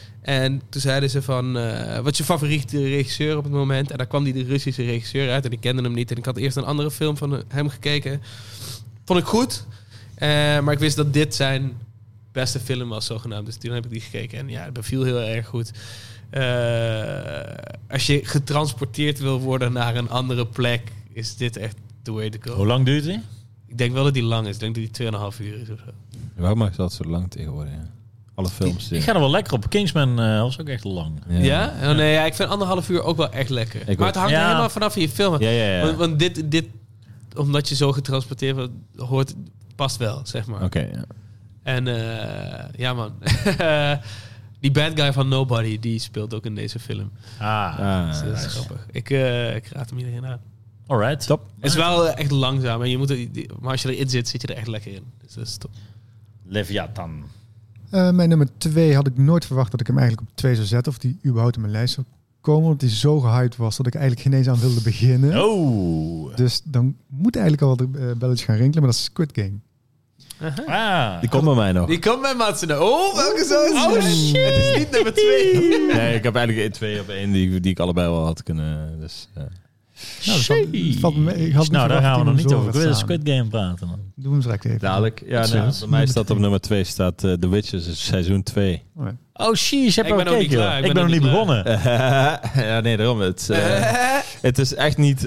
En toen zeiden ze van, uh, wat is je favoriete regisseur op het moment? En daar kwam die de Russische regisseur uit en ik kende hem niet. En ik had eerst een andere film van hem gekeken. Vond ik goed, uh, maar ik wist dat dit zijn beste film was, zogenaamd. Dus toen heb ik die gekeken en ja, het beviel heel erg goed. Uh, als je getransporteerd wil worden naar een andere plek, is dit echt the way to go. Hoe lang duurt die? Ik denk wel dat die lang is. Ik denk dat die twee en een half uur is of zo. Waarom maakt dat zo lang tegenwoordig? Ja? Alle films. Ik ga er wel lekker op. Kingsman uh, was ook echt lang. Ja? Oh, nee, ja, ik vind anderhalf uur ook wel echt lekker. Ik maar ook. het hangt Ja. er helemaal vanaf in je film. Ja, ja, ja. Want, want dit, dit, omdat je zo getransporteerd wordt, hoort, past wel, zeg maar. Oké, ja. En uh, ja, man. Die bad guy van Nobody, die speelt ook in deze film. Ah, Ah, Dus dat is nice. grappig. Ik, uh, ik raad hem iedereen aan. alright. Top. Het is wel uh, echt langzaam. En je moet er, maar als je erin zit, zit je er echt lekker in. Dus dat is top. Leviathan. Uh, mijn nummer twee had ik nooit verwacht dat ik hem eigenlijk op twee zou zetten. Of die überhaupt in mijn lijst zou komen. Omdat die zo gehyped was dat ik eigenlijk geen eens aan wilde beginnen. Oh. Dus dan moet eigenlijk al de uh, belletjes gaan rinkelen. Maar dat is Squid Game. Ah. Die komt bij mij nog. Die komt bij Matsen. Oh, welke zo is Oh, het? shit. Het is niet nummer twee. Nee, ik heb eigenlijk twee op één die, die ik allebei wel had kunnen. Dus, uh. Nou, dat valt, dat valt me, ik had Nou, daar gaan we nog niet over de de Squid Game praten. Man. Doen we direct even. Dadelijk. Ja, Zo. nee, bij mij staat op nummer twee staat uh, The Witcher seizoen twee. Oh, ja. Oh, sheesh, heb Ik je ben nog niet klaar, Ik ben nog niet begonnen. ja, nee, daarom. Het, uh, het is echt niet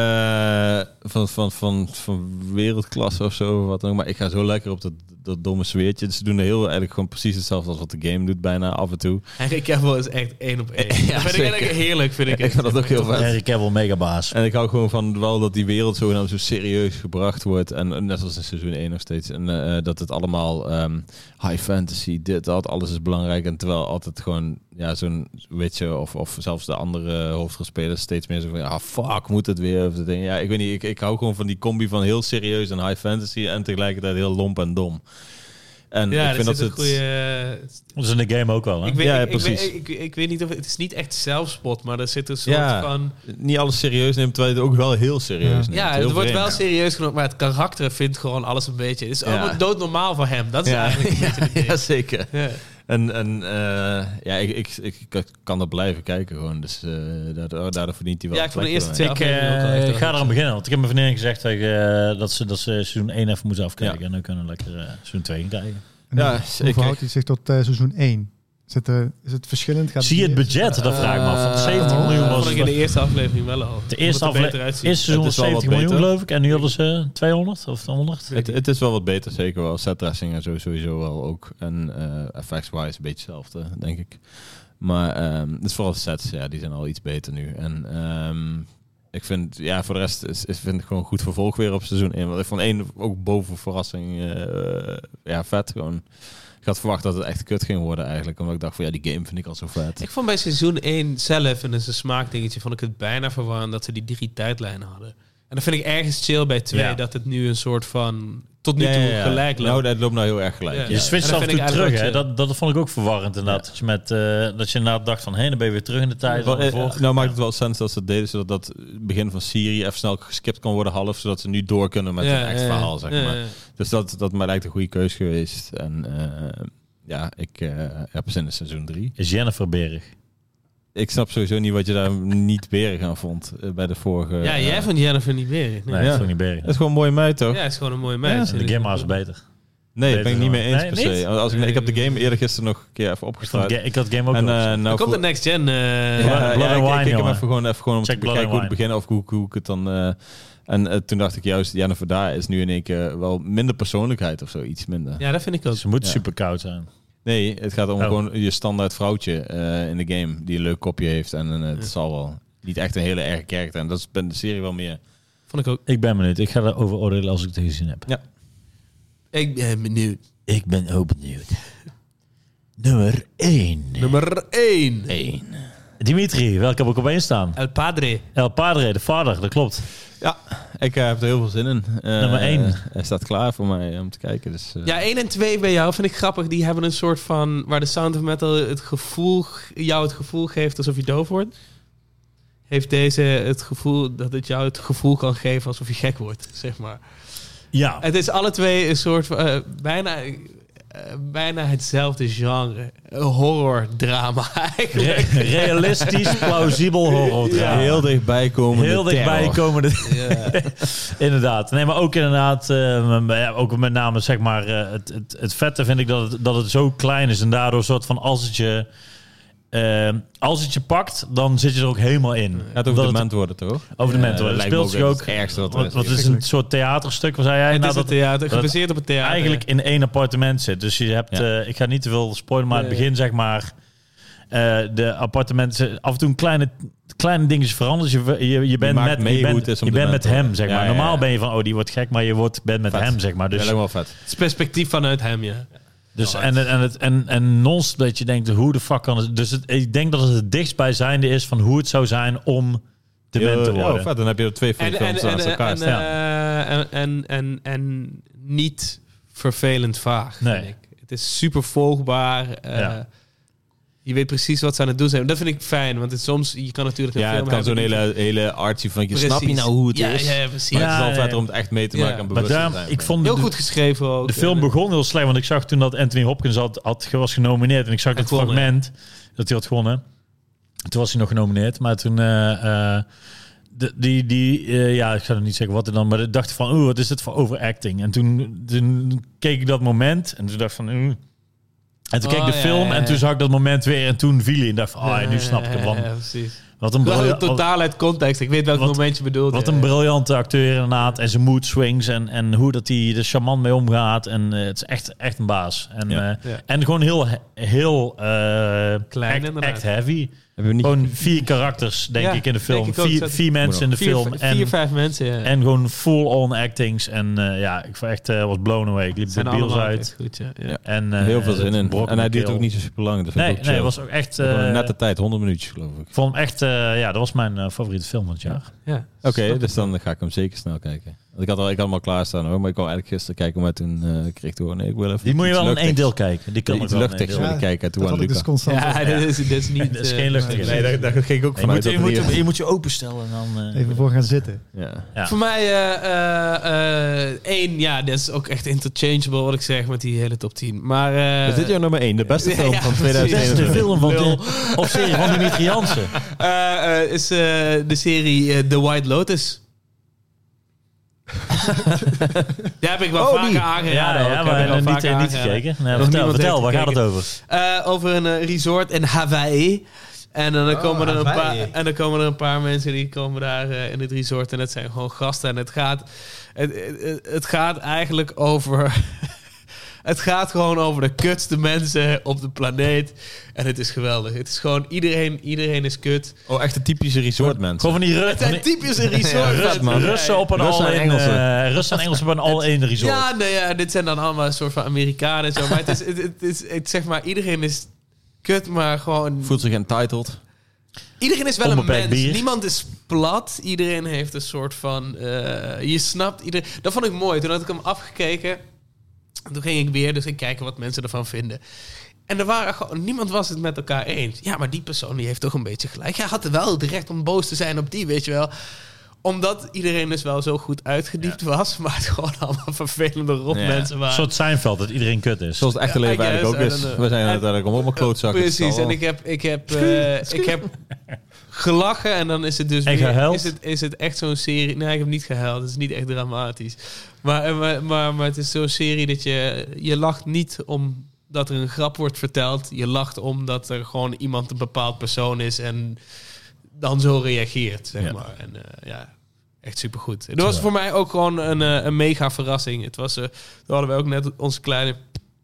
uh, van, van, van, van wereldklasse of zo. Wat dan ook, maar ik ga zo lekker op dat, dat domme zweertje. Ze doen er heel eigenlijk gewoon precies hetzelfde als wat de game doet, bijna af en toe. Henry Cavill is echt één op één. Ja, dat vind ik zeker. eigenlijk heerlijk. Vind ik, Ik vind dat ook heel vet. Henry Cavill, megabaas. En ik hou gewoon van wel dat die wereld zogenaamd zo serieus gebracht wordt. En uh, net als in seizoen één nog steeds. En uh, dat het allemaal um, high fantasy, dit, dat, alles is belangrijk. En terwijl altijd gewoon ja, zo'n Witcher of, of zelfs de andere hoofdrolspelers steeds meer zo van, ja, fuck, moet het weer? Of dat ding. Ja, ik weet niet, ik, ik hou gewoon van die combi van heel serieus en high fantasy en tegelijkertijd heel lomp en dom. En ja, ik vind dat een het... goede. Dat is in de game ook wel, hè? Ik weet, Ja, ik, ik, precies. weet, ik, ik, ik weet niet of het is niet echt zelfspot, maar er zit een soort Ja, van. niet alles serieus neemt, terwijl je het ook wel heel serieus Ja. neemt. Ja, Heel het wordt vreemd. wel serieus genomen, maar het karakter vindt gewoon alles een beetje. Het is Ja. allemaal doodnormaal voor hem. Dat is Ja, eigenlijk een beetje het ding. ja, zeker. Ja. En, en uh, ja, ik, ik, ik, ik kan er blijven kijken gewoon. Dus uh, daardoor, daardoor verdient hij wel. Ja, ik vond de plek eerste bij mij. twee Ik afleveringen ook wel echt uh, ga heel eraan goed. beginnen. Want ik heb mijn vriendin gezegd dat, ik, uh, dat, ze, dat ze seizoen één even moest afkijken. Ja. En dan kunnen we lekker uh, seizoen twee krijgen. En Ja, hoe zeker. verhoudt hij zich tot uh, seizoen één? Is het, uh, is het verschillend? Gaat Zie je het meer- budget? Dat vraag ik me af. Van Eh, zeventig oh, miljoen Dat was vond ik in de eerste aflevering wel al. de eerste Omdat het er beter aflevering. uitziet. Eerste seizoen Het was is wel wat zeventig miljoen, beter. geloof ik. En nu hadden ze tweehonderd of honderd. Het, het is wel wat beter, zeker wel. Setdressing en zo sowieso wel ook. En uh, effects-wise een beetje hetzelfde, denk ik. Maar um, het is vooral sets, ja, die zijn al iets beter nu. En um, ik vind, ja, voor de rest is, is vind ik gewoon goed vervolg weer op seizoen één. Want ik vond één ook boven verrassing, uh, ja, vet gewoon. Ik had verwacht dat het echt kut ging worden eigenlijk. Omdat ik dacht van, ja, die game vind ik al zo vet. Ik vond bij seizoen één zelf, en dat is een smaakdingetje, vond ik het bijna verwarrend dat ze die drie tijdlijnen hadden. En dat vind ik ergens chill bij twee, Ja. dat het nu een soort van tot nu Ja, toe ja, ja. gelijk loopt. Nou, dat loopt nou heel erg gelijk. Ja. Ja. Je En switcht dat af en vind toe ik terug, eigenlijk hè? wel Dat, dat vond ik ook verwarrend inderdaad. Dat je, met, uh, dat je inderdaad dacht van, hé, dan ben je weer terug in de tijd. Wel, dan eh, voor. nou maakt het wel sens dat ze dat deden, zodat dat begin van Syrië even snel geskipt kan worden half, zodat ze nu door kunnen met Ja, een echt ja, verhaal, zeg ja, maar. ja. Dus dat, dat mij lijkt een goede keus geweest. En uh, ja, ik uh, heb zin in seizoen drie. Is Jennifer Berg. Ik snap sowieso niet wat je daar niet Berg aan vond uh, bij de vorige. Ja, jij uh, vond Jennifer niet meer. Nee, Nee, Ja. dat vond ik niet Berg. Dat is gewoon een mooie meid, toch? Ja, het is gewoon een mooie meid. De game is beter. Nee, daar ben ik niet mee eens Nee, per se. niet? Als ik, ik heb de game eerder gisteren nog een keer even Ik, vond opgestart. de ga- ik had de game ook En wel uh, gezien. nou Er komt voor- de next gen. uh, Ja, Blood ja, and ik, Wine, ik, ik heb jongen. even gewoon, even gewoon om Check te Blood kijken and hoe het Wine. begin of hoe, hoe ik het dan... Uh, en uh, toen dacht ik juist, Jennifer daar is nu in één keer wel minder persoonlijkheid of zo, iets minder. Ja, dat vind ik ook. Ze moet Ja. super koud zijn. Nee, het gaat om Oh. gewoon je standaard vrouwtje uh, in de game die een leuk kopje heeft en uh, het Ja. zal wel niet echt een hele erge karakter en dat is bij de serie wel meer. Vond ik ook. Ik ben benieuwd. Ik ga erover oordelen als ik het gezien heb. Ja. Ik ben benieuwd. Ik ben ook benieuwd. Nummer één. Nummer één. één. Dimitri, welke heb ik op één staan? El Padre. El Padre, de vader, dat klopt. Ja, ik uh, heb er heel veel zin in. Uh, Nummer één. Uh, hij staat klaar voor mij om te kijken. Dus, uh, Ja, één en twee bij jou vind ik grappig. Die hebben een soort van... Waar de Sound of Metal het gevoel... jou het gevoel geeft alsof je doof wordt. Heeft deze het gevoel... dat het jou het gevoel kan geven alsof je gek wordt, zeg maar. Ja. Het is alle twee een soort van... Uh, bijna... Uh, bijna hetzelfde genre. Een horror-drama eigenlijk. Re- realistisch, plausibel horror. ja, heel dichtbij komen. Heel dichtbij komende. Ja. Inderdaad. Nee, maar ook inderdaad, uh, ja, ook met name zeg maar, uh, het, het, het vette vind ik dat het, dat het zo klein is en daardoor soort van als het je, uh, als het je pakt, dan zit je er ook helemaal in. Het gaat over de ment worden, toch? Over de Ja, mentor. dat Het lijkt me speelt zich ook. het ergste wat er Wat, is. wat is een soort theaterstuk, wat zei jij? Het Nou, is een dat, theater, dat gebaseerd op het theater. eigenlijk in één appartement zit. Dus je hebt, Ja. uh, ik ga niet te veel spoilen, maar Nee. het begin zeg maar, uh, de appartementen, af en toe een kleine, kleine dingetjes veranderen. Je, je, je bent maakt met, mee je hoe bent, het is om je de bent met mentor. hem, zeg Ja, maar. ja, ja. Normaal ben je van, oh, die wordt gek, maar je wordt, bent met Vet. hem, zeg maar. Dus, Dus, ja, dat is wel vet. Het is perspectief vanuit hem, ja. dus en, en, en, het, en, en nons dat je denkt, hoe de fuck kan het? Dus het, ik denk dat het het dichtstbijzijnde is van hoe het zou zijn om dement te Ja, worden. oh, vet. Dan heb je er twee En, en, films en, naast en, elkaar en, staan. eh, en, en, en, en niet vervelend vaag, Nee. vind ik. Het is super volgbaar. eh, Ja. Je weet precies wat ze aan het doen zijn. Dat vind ik fijn, want het soms... Je kan natuurlijk een Ja, film het kan zo'n hebben hele, hele artsy van je. Precies. Snap je nou hoe het ja, is? Ja, ja, precies. Maar het is Ja, wel nee. vetter om het echt mee te maken Ja. en Maar bewust te daarom, zijn. ik vond Heel de, goed geschreven ook. de film Ja. begon heel slecht, want ik zag toen dat Anthony Hopkins had, had, was genomineerd en ik zag Hij het gewonnen, fragment dat hij had gewonnen. Toen was hij nog genomineerd, maar toen uh, uh, de, die, die uh, ja, ik ga er niet zeggen wat er dan, maar ik dacht van, oeh, wat is dit voor overacting? En toen, toen keek ik dat moment en toen dacht van, oeh. En toen oh, keek ik de ja, film ja, ja. en toen zag ik dat moment weer en toen viel hij en dacht van, ah, nu snap ik het van. Ja, ja, precies. Wat een, Wel, briljant, totaal uit context. Ik weet welk wat, moment je bedoelt. Wat ja. een briljante acteur inderdaad. En zijn mood swings en, en hoe dat hij er charmant mee omgaat. En uh, het is echt, echt een baas. En, Ja. uh, Ja. en gewoon heel, heel uh, Klein, act, inderdaad. act heavy. Hebben we niet... Gewoon vier karakters, denk Ja, ik, in de film. denk ik ook. Vier, Zat- vier mensen in de vier, film. Vier, En, vijf mensen, ja. en gewoon full-on actings. En uh, ja, ik was echt uh, was blown away. Ik liep de zijn bios allemaal uit. echt goed, ja. ja. Ja. En, uh, Heel veel zin het in. brok En hij in de duurt keel. ook niet zo super lang. Dat vind Nee, ik ook nee, chill. was ook echt... Gewoon Uh, een nette tijd, honderd minuutjes geloof ik. ik vond hem echt... Uh, ja, dat was mijn uh, favoriete film van het jaar. ja. Oké, okay, Snap dus ik. dan ga ik hem zeker snel kijken. Want ik had, al, ik had hem al klaarstaan hoor, maar ik wou eigenlijk gisteren kijken, maar toen uh, kreeg ik door. Nee, ik wil even Die moet je iets wel in één luchtigs. deel kijken. Die kan Iets ik wel in één luchtigs deel. wil ik kijken. Toen Dat aan had ik dus Luca. constant. Ja, op. dat is, dat is niet... Dat is uh, geen luchtig. nee. Nee, daar, daar ging ik ook Je vanuit. moet, je, dat moet, er niet- je moet je openstellen en dan... Uh, Even voor gaan zitten. Ja. ja. Voor mij uh, uh, uh, één, ja, dat is ook echt interchangeable wat ik zeg met die hele top tien. Maar... Uh, Is dit jouw nummer één? De beste Ja, film ja, van precies. De tweeduizend beste eenentwintig? film van de, of serie van Dimitri Jansen. uh, uh, is uh, de serie uh, The White Lotus. Daar heb ik wel Oh, vaker die. aangeraden. Ja, ook. ja, Heb ik maar wel niet, vaker niet aangeraden. gekeken. Nee, Nog vertel, niemand vertel heeft waar gaat het gekeken. over? Uh, over een uh, resort in Hawaii. En dan, Oh, komen er een paar, Hawaii. en dan komen er een paar mensen die komen daar uh, in het resort. En het zijn gewoon gasten. En het gaat, het, het, het gaat eigenlijk over... Het gaat gewoon over de kutste mensen op de planeet. En het is geweldig. Het is gewoon iedereen, iedereen is kut. Oh, echt een typische resort mensen. Gewoon van die, Ru Het zijn van die typische resort. Ja, mensen. man. Russen op een Russen en all-in... Engelsen. Uh, Russen en Engelsen op een all-in resort. Ja, nee, ja, dit zijn dan allemaal een soort van Amerikanen en zo. Maar het is, het, het is het, zeg maar, iedereen is kut, maar gewoon... Voelt zich entitled. Iedereen is wel een Onbeperkt mens. bier. Niemand is plat. Iedereen heeft een soort van... Uh, je snapt iedereen... Dat vond ik mooi. Toen had ik hem afgekeken. Toen ging ik weer dus ik kijken wat mensen ervan vinden. En er waren gewoon... Niemand was het met elkaar eens. Ja, maar die persoon die heeft toch een beetje gelijk. Hij had er wel het recht om boos te zijn op die, weet je wel. Omdat iedereen dus wel zo goed uitgediept Ja. was. Maar het gewoon allemaal vervelende rotmensen Een waren. soort Seinfeld, dat iedereen kut is. Zoals het echte Ja, leven I eigenlijk ook guess, is. I don't know. We zijn En- uiteindelijk allemaal klootzakken. Precies, Zal en wel. ik heb, ik heb, uh, ik heb gelachen en dan is het dus En weer, gehuild? is het, is het echt zo'n serie... Nee, ik heb niet gehuild, het is niet echt dramatisch. Maar, maar, maar, maar het is zo'n serie dat je... Je lacht niet omdat er een grap wordt verteld. Je lacht omdat er gewoon iemand een bepaald persoon is en dan zo reageert, zeg Ja. maar. En uh, ja... Echt supergoed. Het was voor mij ook gewoon een, uh, een mega verrassing. Het was, uh, toen hadden we ook net onze kleine...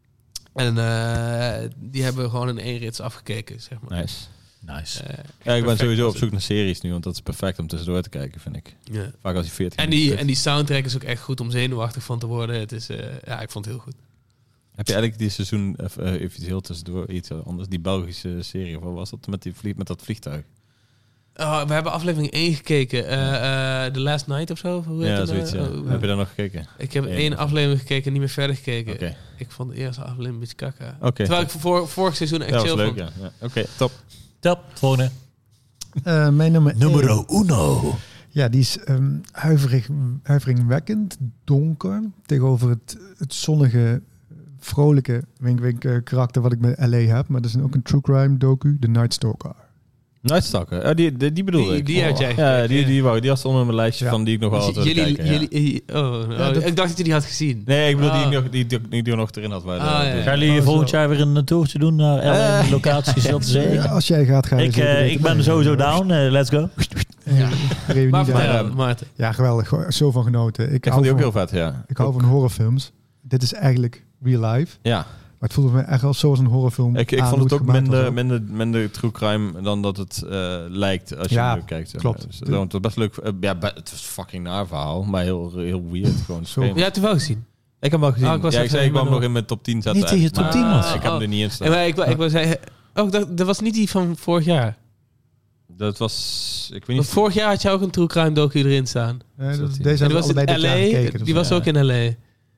En uh, die hebben we gewoon in één rits afgekeken, zeg maar. Nice. Nice. Uh, Ja, ik ben perfect sowieso was op het. zoek naar series nu, want dat is perfect om tussendoor te kijken, vind ik. Ja. Vaak als je veertig En, minuten die, zit. en die soundtrack is ook echt goed om zenuwachtig van te worden. Het is, uh, ja, ik vond het heel goed. Heb je eigenlijk die seizoen, even, uh, even iets heel tussendoor, iets anders, die Belgische serie, of wat was dat, met, die vlieg, met dat vliegtuig? Oh, we hebben aflevering één gekeken. Uh, uh, The Last Night of zo. Hoe heet Ja, dat, zoiets, uh, ja. oh, Heb je daar nog gekeken? Ik heb Eén één of- aflevering gekeken en niet meer verder gekeken. Oké. Ik vond de eerste aflevering een beetje kakka. Oké. Terwijl ik voor, vorig seizoen echt Ja, was chill leuk, vond. ja. ja. Oké, top. Top, volgende. Uh, mijn nummer één. Numero uno. Ja, die is um, huiverig, huiveringwekkend, donker. Tegenover het, het zonnige, vrolijke wink, wink, uh, karakter wat ik met L A heb. Maar dat is ook een true crime docu, The Night Stalker. Nightstalker, oh, die, die, die bedoelde Die, ik. die had jij Ja, gekeken, die, ja. die, wou, die was onder mijn lijstje Ja. van die ik nog wel altijd wilde jullie, kijken. ja. jullie, oh, oh, Ja, dat- ik dacht dat je die had gezien. Nee, ik bedoel die, Ah. ik nog, die, die, die, die er nog erin had. Waar Ah, ja, ja. Gaan jullie Oh, volgend zo. jaar weer een toertje doen naar L A Eh. locaties? Dat te zeggen? Ja, als jij gaat, ga je Ik, zeker uh, weten ik ben mee. sowieso down. Uh, let's go. Ja. Reunie Maar daar. vertel, Maar, Maarten. Ja, geweldig. Gewoon Zo van genoten. Ik, Ik hou vond die ook van, heel vet, ja. ik hou van horrorfilms. Dit is eigenlijk real life. Ja, Maar het voelde me echt wel zoals een horrorfilm. ik, ik aan vond hoe het ook gemaakt minder, was. minder, minder true crime dan dat het uh, lijkt als je Ja, er kijkt. zeg klopt. maar. Dus, uh, het was best leuk. Uh, ja, be- het was fucking naar verhaal, maar heel, heel weird. Gewoon Zo. vreemd. Ja, het wel gezien. Ik heb hem wel gezien. Oh, ik was ja, ik even zei, ik wou hem helemaal- nog in mijn top tien zetten. Niet in je top maar tien, man. Ik heb hem Oh. er niet in En staan. maar ik, wou- ik wil zeggen... Oh, dat, dat was niet die van vorig jaar. Dat was... Ik weet Want niet... vorig jaar had je ook een true crime docu erin staan. Eh, Zat dat- hij. deze En die hebben we was allebei in dit jaar L A. gekeken. dus Die was ja. ook in L A.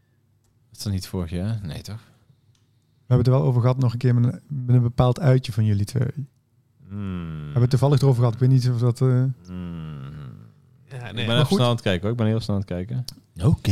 Is dat niet vorig jaar? Nee, toch? We hebben het er wel over gehad nog een keer met een, met een bepaald uitje van jullie twee. We Hmm. hebben het toevallig erover gehad. Ik weet niet of dat... Uh, Hmm. Ja, Ik nee. ben even snel aan het kijken hoor. Ik ben heel snel aan het kijken. Oké.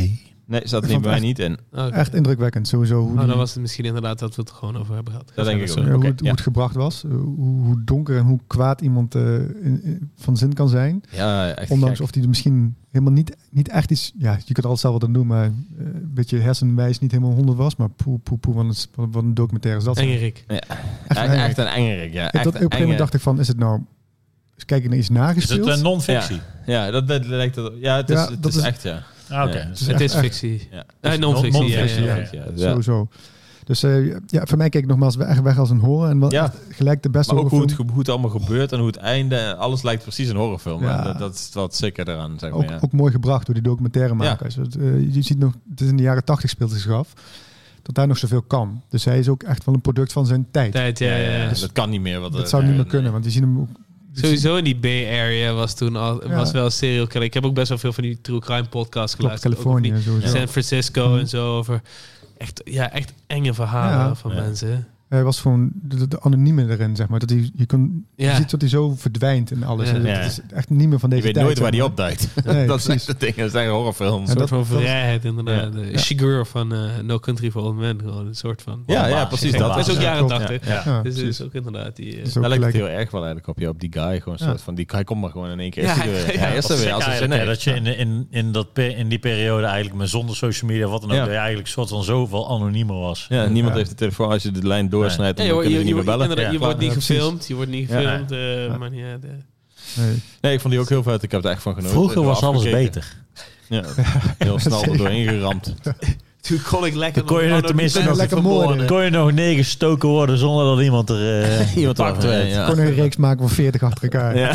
Nee, zat Ik niet vond bij mij het niet in. Okay. Echt indrukwekkend, sowieso. Hoe Oh, die- dan was het misschien inderdaad dat we het er gewoon over hebben gehad. Dat denk ik ook. Ja, Oké, hoe, het, hoe ja. het gebracht was. Uh, hoe, hoe donker en hoe kwaad iemand uh, in, in, van zin kan zijn. Ja, echt Ondanks gek. of die er misschien helemaal niet, niet echt iets... Ja, je kunt er altijd zelf wat aan doen, maar uh, een beetje hersenwijs niet helemaal honderd was. Maar poe, poe, poe, wat een, wat een documentaire is dat. Engerik. Ja. Echt Echt, een echt een engerik, ja. En Echt tot, op een gegeven moment dacht ik van, is het nou... Eens kijken naar iets Is nagespeeld? het een non-fictie? Ja, dat, dat lijkt het. Ja, het is, Ja, het dat is, is- echt, ja. Ah, Oké. Ja. Dus Het echt- is echt- fictie. Ja. Eh, non-fictie, ja, non-fictie, ja, ja. ja. Ja. Sowieso. Dus uh, ja, voor mij keek ik nogmaals weg, weg als een horror. En wel Ja. echt gelijk de beste Maar ook hoe het, horrorfilm. ge- hoe het allemaal gebeurt en hoe het einde, alles lijkt precies een horrorfilm. Ja. En dat, dat is wat zeker eraan, zeg maar. Ook, Ja. ook mooi gebracht door die documentairemakers. Het, uh, je ziet nog, het is in de jaren tachtig speelt hij zich af. Dat hij nog zoveel kan. Dus hij is ook echt wel een product van zijn tijd. Tijd, ja, ja, ja. Dus dat kan niet meer. Wat, Dat eh, zou niet meer nee. kunnen, want je ziet hem ook... Sowieso in die Bay-area was toen al Ja. was wel serial killer. Ik heb ook best wel veel van die true crime podcasts Klopt, geluisterd. ook over Californië die sowieso. San Francisco Mhm. en zo over echt, ja, echt enge verhalen Ja. van Ja. mensen. Hij was gewoon de, de anonieme erin, zeg maar. Dat hij, je, kon, Ja. je ziet dat hij zo verdwijnt in alles. Ja. En dat Ja. is echt niet meer van Je deze weet tijd. nooit waar zeg die maar. opduikt. Nee, dat is precies. echt het ding. Dat zijn horrorfilms. Een En soort dat- van dat- vrijheid, inderdaad. Ja. De Ja. Shigur van uh, No Country for Old Men. Gewoon een soort van... Ja, ja, Baas. precies. Geen Dat Dat is ook baas. jaren klopt. tachtig. Ja. Ja, Dus het precies. is ook inderdaad die... uh, Dat is ook Daar lijkt het gelijk- heel erg wel eigenlijk op. Ja, op die guy. Gewoon een Ja. soort van, die, hij komt maar gewoon in één keer. Ja, Is hij er weer. ja, Hij is er Wat weer sick als een eigenlijk, zin hè, heeft. dat je in, in, in, dat pe- in die periode eigenlijk met zonder social media wat dan ook, Ja. dat je eigenlijk soort van zoveel anoniemer was. Ja, niemand Ja. heeft de telefoon. Als je de lijn doorsnijdt, Ja, dan je, kun je, je je, niet meer je, bellen. inderdaad, je Ja, wordt niet ja, precies. gefilmd. Je wordt niet Ja. gefilmd. eh, Ja. maar ja, de, Nee. Nee, ik vond die ook heel vet. Ik heb er echt van genoten. Vroeger Ik heb was er alles afgekeken. beter. Ja, heel snel er Zeker. doorheen geramd. toen kon ik lekker... Dan kon je nog- het tenminste nog nog lekker vermoorden. moorden. Kon je nog negen gestoken worden zonder dat iemand er uh, Iemand gepakt er- werd. ja. Gewoon een reeks maken van veertig achter elkaar. Ja.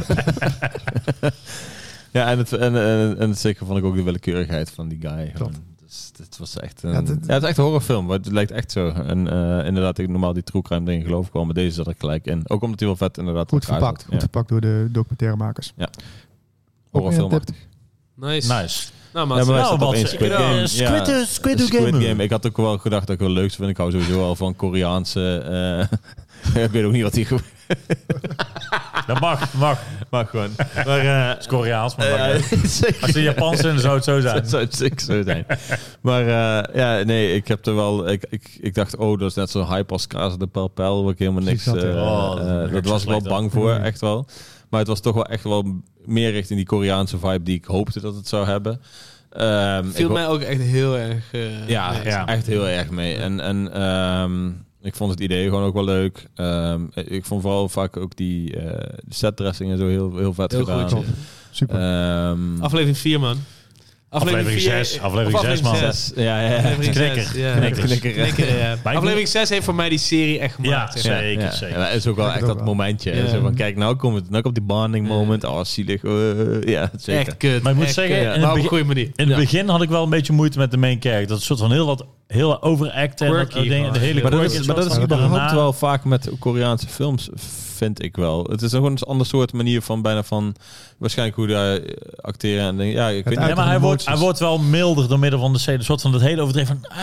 ja, en het, en, en, en het zeker vond ik ook de willekeurigheid van die guy. Gewoon. Dus het was echt een, Ja, ja, het- het is echt een horrorfilm. Maar het lijkt echt zo. En uh, inderdaad, ik normaal die true crime dingen geloof ik wel, maar deze zat er gelijk in. Ook omdat hij wel vet inderdaad Goed in elkaar verpakt. zat. Goed Ja. verpakt door de documentairemakers. Horrorfilmachtig. Nice. Nice. Nou, maar Ja, maar nou, hij staat op wat- één Squid eh, Game. Squid- Ja, Squid Squid Game. Game. Ik had ook wel gedacht dat ik wel leuk zou vinden. Ik hou sowieso al van Koreaanse... Uh, ik weet ook niet wat die... Dat mag, mag. maar gewoon... Maar, uh, Het is Koreaans, maar uh, mag ook. zeker. Als het Japans zijn, dan zou het zo zijn. Dat zou het zeker zo zijn. Maar uh, ja, nee, ik heb er wel... Ik, ik, ik dacht, oh, dat is net zo hype als Casa de Papel, waar ik helemaal niks... Precies dat, Uh, ja. Oh, dat uh, is dat zo was ik wel slecht, bang voor, echt wel. Maar het was toch wel echt wel meer richting die Koreaanse vibe die ik hoopte dat het zou hebben. Um, viel ik, mij ook echt heel erg... Uh, ja, mee. ja, echt heel erg mee. En, en um, ik vond het idee gewoon ook wel leuk. Um, ik vond vooral vaak ook die uh, setdressing en zo heel, heel vet Heel gedaan. goed, Super. Um, Aflevering vier, man. Aflevering vier- zes, aflevering of zes, man. zes. Ja, ja, ja. Aflevering Knikker. zes, ja. Knikkers. Knikker, ja. Knikker, ja. Maar ik Aflevering zes heeft voor mij die serie echt Ja, gemaakt. zeg maar. zeker, ja. zeker. Ja, dat is ook wel Ik echt ook dat wel. momentje. hè. Ja. Zo van, kijk, nou komt het, nou komt die bonding moment. Oh, zielig. Uh, ja, zeker. Echt kut. Maar ik moet echt zeggen, kut. in het maar op een begin- goede manier. In het Ja. begin had ik wel een beetje moeite met de main character. Dat is een soort van heel wat heel overacten en dat Quirky dingen, de gewoon. hele Maar dat quirky is, maar dat is soort van- überhaupt daarna- wel vaak met Koreaanse films, vind ik wel. Het is gewoon een ander soort manier van bijna van... Waarschijnlijk hoe daar eh, acteren en denk, ja, ik weet uit- niet. Ja, maar hij de wordt, emoties. hij wordt wel milder door middel van de scène. Een soort van het hele overdreven van...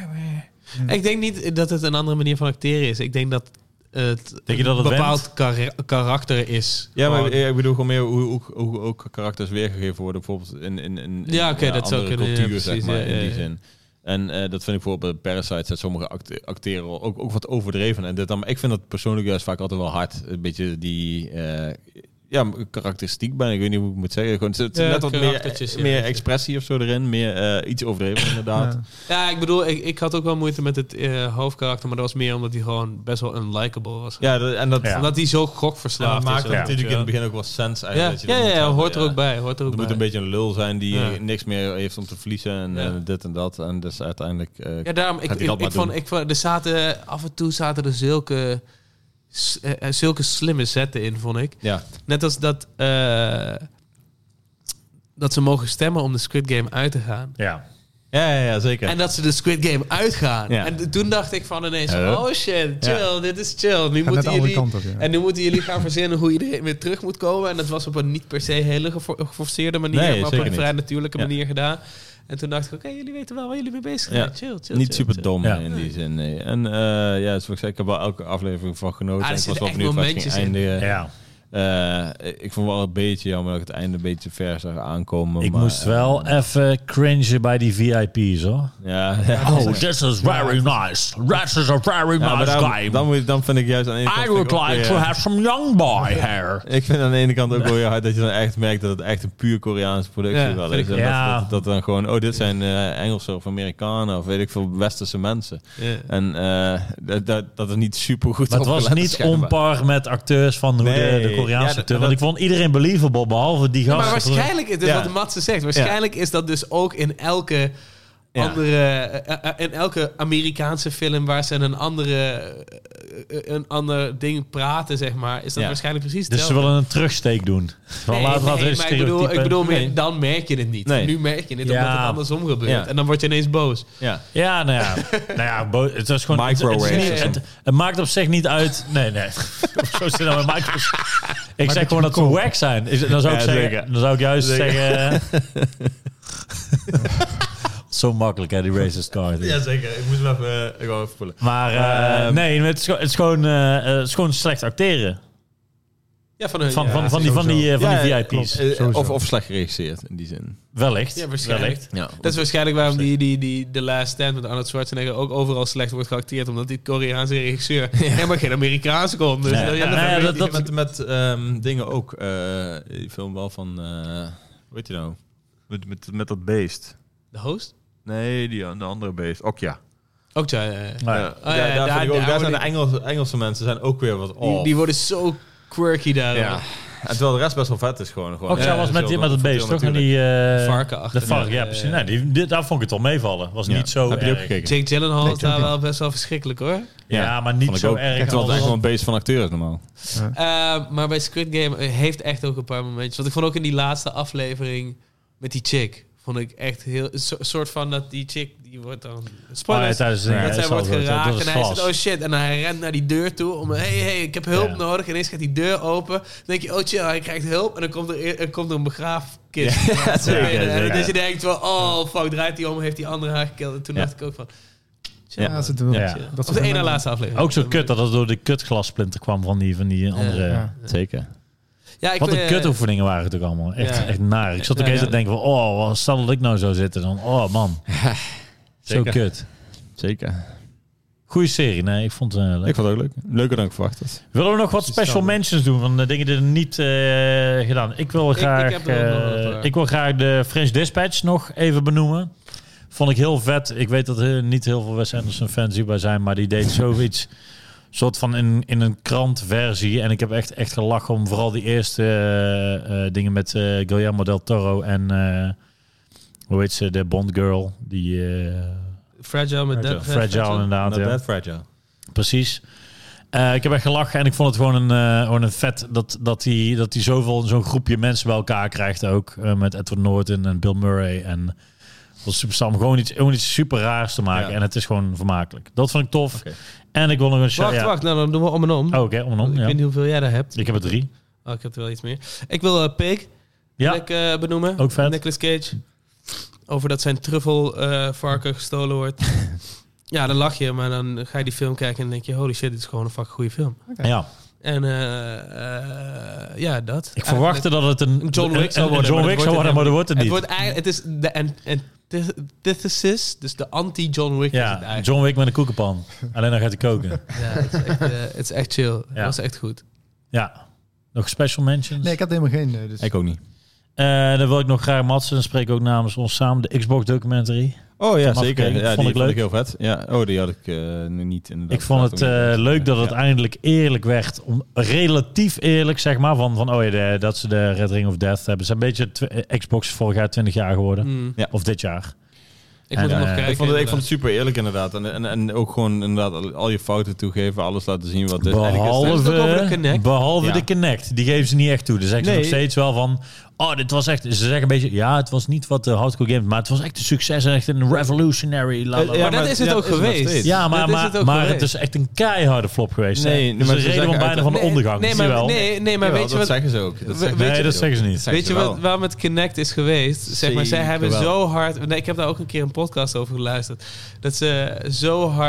ah, Ik denk niet dat het een andere manier van acteren is. Ik denk dat het Denk je dat een het bepaald kar- karakter is. Ja, maar Gewoon- ik bedoel gewoon meer hoe, hoe, hoe ook karakters weergegeven worden. Bijvoorbeeld in, in, in, in Ja, oké, een dat zou andere kunnen, ja, cultuur, zeg precies, maar, ja, in ja, die ja. zin. En uh, dat vind ik bijvoorbeeld bij Parasite, dat sommige acte- acteren ook, ook wat overdreven. En dit dan, maar ik vind dat persoonlijk juist vaak altijd wel hard. Een beetje die... Uh, ja, karakteristiek bijna. Ik weet niet hoe ik moet zeggen. Gewoon, het is Ja, net wat meer, karaktertjes, ja. meer expressie of zo erin. Meer uh, iets overdreven, inderdaad. Ja. Ja, ik bedoel, ik, ik had ook wel moeite met het uh, hoofdkarakter, maar dat was meer omdat hij gewoon best wel unlikable was. Ja, dat, en dat, Ja. Omdat hij zo ja, gokverslaafd dat maakt is. ja. natuurlijk in het begin ook wel sens Ja, eigenlijk. ja, dat je dat ja, moet ja, hebben, hoort er ja. ook bij. Hoort er ook Er bij. moet een beetje een lul zijn die Ja. niks meer heeft om te verliezen en Ja. uh, dit en dat. En dus uiteindelijk... Uh, Ja, daarom, ik, Gaat hij ik, dat maar ik, vond, doen. ik vond, er zaten, af en toe zaten er zulke, s- eh, eh, zulke slimme zetten in, vond ik. ja. Net als dat, eh, dat ze mogen stemmen om de Squid Game uit te gaan. Ja. Ja, ja, ja, zeker. En dat ze de Squid Game uitgaan. Ja. En d- toen dacht ik van ineens, van, Huh? oh shit, chill, dit is chill. Nu Gaat net moeten de andere jullie... kant op, ja. En nu moeten jullie gaan verzinnen hoe iedereen weer terug moet komen. En dat was op een niet per se hele gefo- geforceerde manier, Nee, maar op zeker een niet. vrij natuurlijke Ja. manier gedaan. En toen dacht ik, oké, jullie weten wel waar jullie mee bezig Ja. zijn. Chill, chill, Niet chill, super chill. dom Ja. in die zin, nee. En uh, ja, zoals ik zei, ik heb wel elke aflevering van genoten. Ah, er En ik was zitten wel echt benieuwd waar het ging momentjes in. eindigen. Ja. Uh, ik vond wel een beetje jammer dat ik het einde een beetje ver zag aankomen. Ik maar, moest wel uh, even cringen bij die V I P's, hoor. Ja. Oh, this is very nice. This is a very Ja, nice dan, game. dan, moet, dan vind ik juist aan de ene kant... I would like weer, to have some young boy hair. Ik vind aan de ene kant ook wel weer hard dat je dan echt merkt dat het echt een puur Koreaanse productie Ja, wel vind is. ik En Ja. dat, dat, dat dan gewoon, oh, dit zijn uh, Engelsen of Amerikanen of weet ik veel, westerse mensen. Ja. En uh, dat, dat, dat er niet super goed Maar het was niet on par met acteurs van hoe Nee. de, de Koreaanse Ja, acteur. dat- Want ik vond iedereen believable, behalve die Ja, gasten. maar waarschijnlijk is dit Ja. wat Matze zegt. Waarschijnlijk is dat dus ook in elke Ja. andere, uh, uh, in elke Amerikaanse film waar ze een andere, uh, uh, een ander ding praten, zeg maar, is dat Ja. waarschijnlijk precies Dus ze hetzelfde. willen een terugsteek doen. Van Nee, laten we nee, het maar ik bedoel, ik bedoel meer, Nee. dan merk je het niet. Nee. Nu merk je het, Ja. omdat het andersom gebeurt. Ja. En dan word je ineens boos. Ja. Ja, nou ja. nou ja, bo- het is gewoon... Het, het, is Micro niet- racism. het, het maakt op zich niet uit... Nee, nee. Zo zit nou met micro. Ik zeg gewoon dat ze wack zijn. Is, dan, zou ik Ja, zeggen, zeker. dan zou ik juist Zeker. zeggen... Zo makkelijk, hè, die racist card. zeker. Ik moest hem even, uh, ik wou even voelen. Maar uh, Ehm. nee, het is, gewoon- het, is gewoon, uh, het is gewoon slecht acteren. Ja, van, hun, Van, ja, van, van die, van die, uh, van Ja, die ja, V I P's. klopt. Uh, Sowieso. of, of slecht geregisseerd in die zin. Wellicht. Ja, waarschijnlijk. Wellicht. Ja. Dat is waarschijnlijk waarom die, die, die The Last Stand met Arnold Schwarzenegger ook overal slecht wordt geacteerd. Omdat die Koreaanse regisseur helemaal geen Amerikaans kon. Dus Ja. dat- ja, Ja, dat- nou ja, dat, dat- met met um, dingen ook. Uh, die film wel van... Uh, hoe heet je nou? Met, met, met dat beest. De host? Nee, die, de andere beest. Okja. Ook ja, ja, ja. Maar, Ja, ja, daar, daar, daar- vind ik ook- daar daar zijn de word ik- Engelse, Engelse mensen zijn ook weer wat Die, off. die worden zo quirky daar. Ja. En terwijl de rest best wel vet is gewoon. gewoon Ook zo was met, die, met het beest, toch? En die, uh, Varken achter. de varken, ja, precies. Nee, die, die, daar vond ik het wel meevallen. Was Ja. niet zo Heb je die ook erg. gekeken? Jake Gyllenhaal Nee, is daar ik ook wel best wel verschrikkelijk hoor. Ja, Ja, maar niet Vond ik zo ook. erg. Terwijl het als- echt wel een beest van acteur is normaal. Uh, maar bij Squid Game heeft echt ook een paar momentjes. Want ik vond ook in die laatste aflevering met die chick. Vond ik echt heel... Een so- soort van dat die chick, die wordt dan... Oh, ja, Spoilers. tijdens de- dat ja, zij is wordt al zo, geraakt door het en hij glas. zegt, oh shit. En hij rent naar die deur toe om, hey, hey, ik heb hulp Ja. nodig. En ineens gaat die deur open. Dan denk je, oh chill, hij krijgt hulp. En dan komt er, er, komt er een begraafkist. zeker, Ja, zeker. Dus je denkt wel, oh fuck, draait die om, heeft die andere haar gekild. En toen Ja. dacht ik ook van, chill. Ja. Ja, zit er wel. Ja. chill. Dat Of soort de ene momenten. laatste aflevering. Ook zo kut dat het door de kutglassplinter kwam van die, van die andere... Ja. Zeker. Ja, ik Wat een eh, kutoefeningen waren het ook allemaal. Echt, Ja. echt naar. Ik zat ook Ja, eens ja. te denken van... Oh, wat- stel dat ik nou zou zitten. Dan, oh man. Zo Zeker. kut. Zeker. Goeie serie. Nee, ik vond het uh, leuk. Ik vond het ook leuk. Leuker dan ik verwacht had. Willen we nog wat special hetzelfde. mentions doen van de dingen die er niet uh, gedaan? Ik wil ik graag, heb er ook nog uh, een paar. ik wil graag de French Dispatch nog even benoemen. Vond ik heel vet. Ik weet dat er niet heel veel Wes Anderson fans hierbij zijn, maar die deed zoiets soort van in, in een krantversie. En ik heb echt, echt gelachen om vooral die eerste uh, uh, dingen met uh, Guillermo del Toro en uh, hoe heet ze, de Bond girl, die uh, Fragile met Fragile. Dead Fragile inderdaad. Not Ja. that fragile. Precies. Uh, ik heb echt gelachen en ik vond het gewoon een, uh, gewoon een vet dat, dat hij dat hij zoveel zo'n groepje mensen bij elkaar krijgt ook. Uh, met Edward Norton en Bill Murray en was super stam. Gewoon iets, gewoon iets super raars te maken. Ja. En het is gewoon vermakelijk. Dat vond ik tof. Oké. En ik wil nog een shout. Wacht, Ja. wacht. Nou, dan doen we om en om. Oh, oké, om en om. Ik Ja. weet niet hoeveel jij daar hebt. Ik heb er drie. Oh, ik heb er wel iets meer. Ik wil uh, Pig Ja, wil ik, uh, benoemen. ook vet. Nicolas Cage. Over dat zijn truffel uh, varken gestolen wordt. Ja, dan lach je, maar dan ga je die film kijken en dan denk je, holy shit, dit is gewoon een fucking goede film. ja. En uh, uh, ja, dat. Ik verwachtte dat het een John Wick zou een- worden. Een John maar Wick dat zou worden, maar dat wordt het het niet. wordt eigenlijk, het is de ant- antithesis, dus de anti-John Wick is het Ja, eigenlijk. John Wick met een koekenpan. Alleen dan gaat hij koken. Ja, het is echt, uh, het is echt chill. Het Ja. was echt goed. Ja. Nog special mentions? Nee, ik had helemaal geen. eh, Dus Ik ook niet. Uh, dan wil ik nog graag Matsen, dan spreek ik ook namens ons samen, de Xbox documentary. Oh ja, Van zeker. afgekeken. Ja, Vond die ik vond ik leuk. heel vet. Ja, oh, die had ik uh, nu niet inderdaad. Ik vond het uh, leuk dat het Ja. eindelijk eerlijk werd. Om, relatief eerlijk, zeg maar. Van, van oh ja, de, dat ze de Red Ring of Death hebben. Ze zijn een beetje tw- Xbox vorig jaar twintig jaar geworden. Mm. Ja. Of dit jaar. Ik moet En, hem nog uh, kijken. Ik vond, het, ik inderdaad. vond het super eerlijk inderdaad. En, en, en ook gewoon inderdaad al, al je fouten toegeven. Alles laten zien wat het is. Eigenlijk is het- Is het ook over de Behalve, Kinect? behalve Ja. de Kinect. Die geven ze niet echt toe. Dus zeggen ze Nee. nog steeds wel van... Oh, dit was echt... Ze zeggen een beetje... Ja, het was niet wat de hardcore games... Maar het was echt een succes. En echt een revolutionary... La, la, la. Ja, maar dat maar- is het ja, ook is het nog geweest. steeds. Ja, maar, Dat is maar, het ook maar geweest. het is echt een keiharde flop geweest. hè. Nee, Dus maar de ze reden zeggen van bijna van de Nee, ondergang. Nee, zie je maar, wel. nee, nee, maar Jawel, weet je dat wat... zeggen ze ook. Dat we- zeggen weet Nee, je- dat zeggen ze niet. zeggen Weet ze je wel. wat, waarom het Kinect is geweest? Zeg maar, zij Zeker hebben wel. zo hard... Nee, ik heb daar ook een keer een podcast over geluisterd. Dat ze zo hard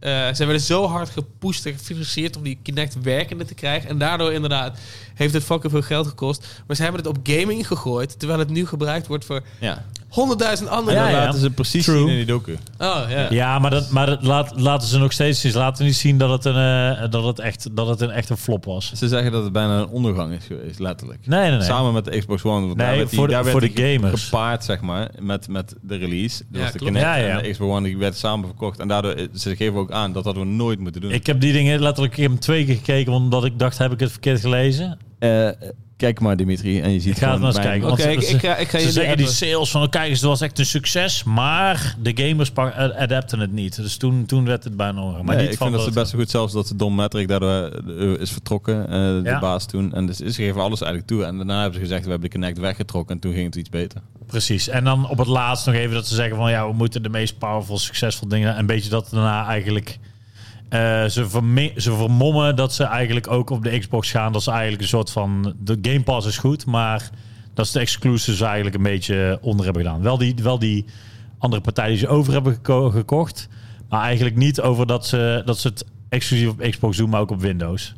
Uh, ze werden zo hard gepusht en gefinancierd om die Kinect werkende te krijgen. En daardoor inderdaad heeft het fucking veel geld gekost. Maar ze hebben het op gaming gegooid, terwijl het nu gebruikt wordt voor Ja. honderdduizend andere. Ja, Dat ja. laten ze precies True. zien in die docu. Oh, ja. Ja, maar, dat, maar dat laat, laten ze nog steeds zien. Ze laten niet zien dat het, een, uh, dat het, echt, dat het een echt een flop was. Ze zeggen dat het bijna een ondergang is geweest, letterlijk. Nee, nee, nee. Samen met de Xbox One. Want Nee, daar werd die, voor de- daar werd voor de die gamers. gepaard, zeg maar, met, met de release. Dat Ja, was de klopt. Kinect Ja, ja. en de Xbox One, die werd samen verkocht. En daardoor, ze geven ook aan, dat hadden we nooit moeten doen. Ik heb die dingen letterlijk ik heb hem twee keer gekeken, omdat ik dacht, heb ik het verkeerd gelezen? Uh, kijk maar, Dimitri, en je ziet Ik ga het maar eens mijn- kijken. Oké, Want ik, ze- ik ga, ik ga Ze je zeggen die sales van, kijk eens, dat was echt een succes, maar de gamers pak- adapten het niet. Dus toen, toen werd het bijna ongeveer. Maar Nee, niet ik van vind dat ze dat- best wel goed, zelfs dat ze Don Matrick daardoor uh, is vertrokken, uh, de Ja. baas toen. En dus ze geven alles eigenlijk toe. En daarna hebben ze gezegd, we hebben de Kinect weggetrokken en toen ging het iets beter. Precies. En dan op het laatst nog even dat ze zeggen van, ja, we moeten de meest powerful, succesvol dingen. En een beetje dat daarna eigenlijk... Uh, ze, verme- ze vermommen dat ze eigenlijk ook op de Xbox gaan. Dat ze eigenlijk een soort van... De Game Pass is goed, maar dat ze de exclusives eigenlijk een beetje onder hebben gedaan. Wel die, wel die andere partijen die ze over hebben geko- gekocht. Maar eigenlijk niet over dat ze, dat ze het exclusief op Xbox doen, maar ook op Windows.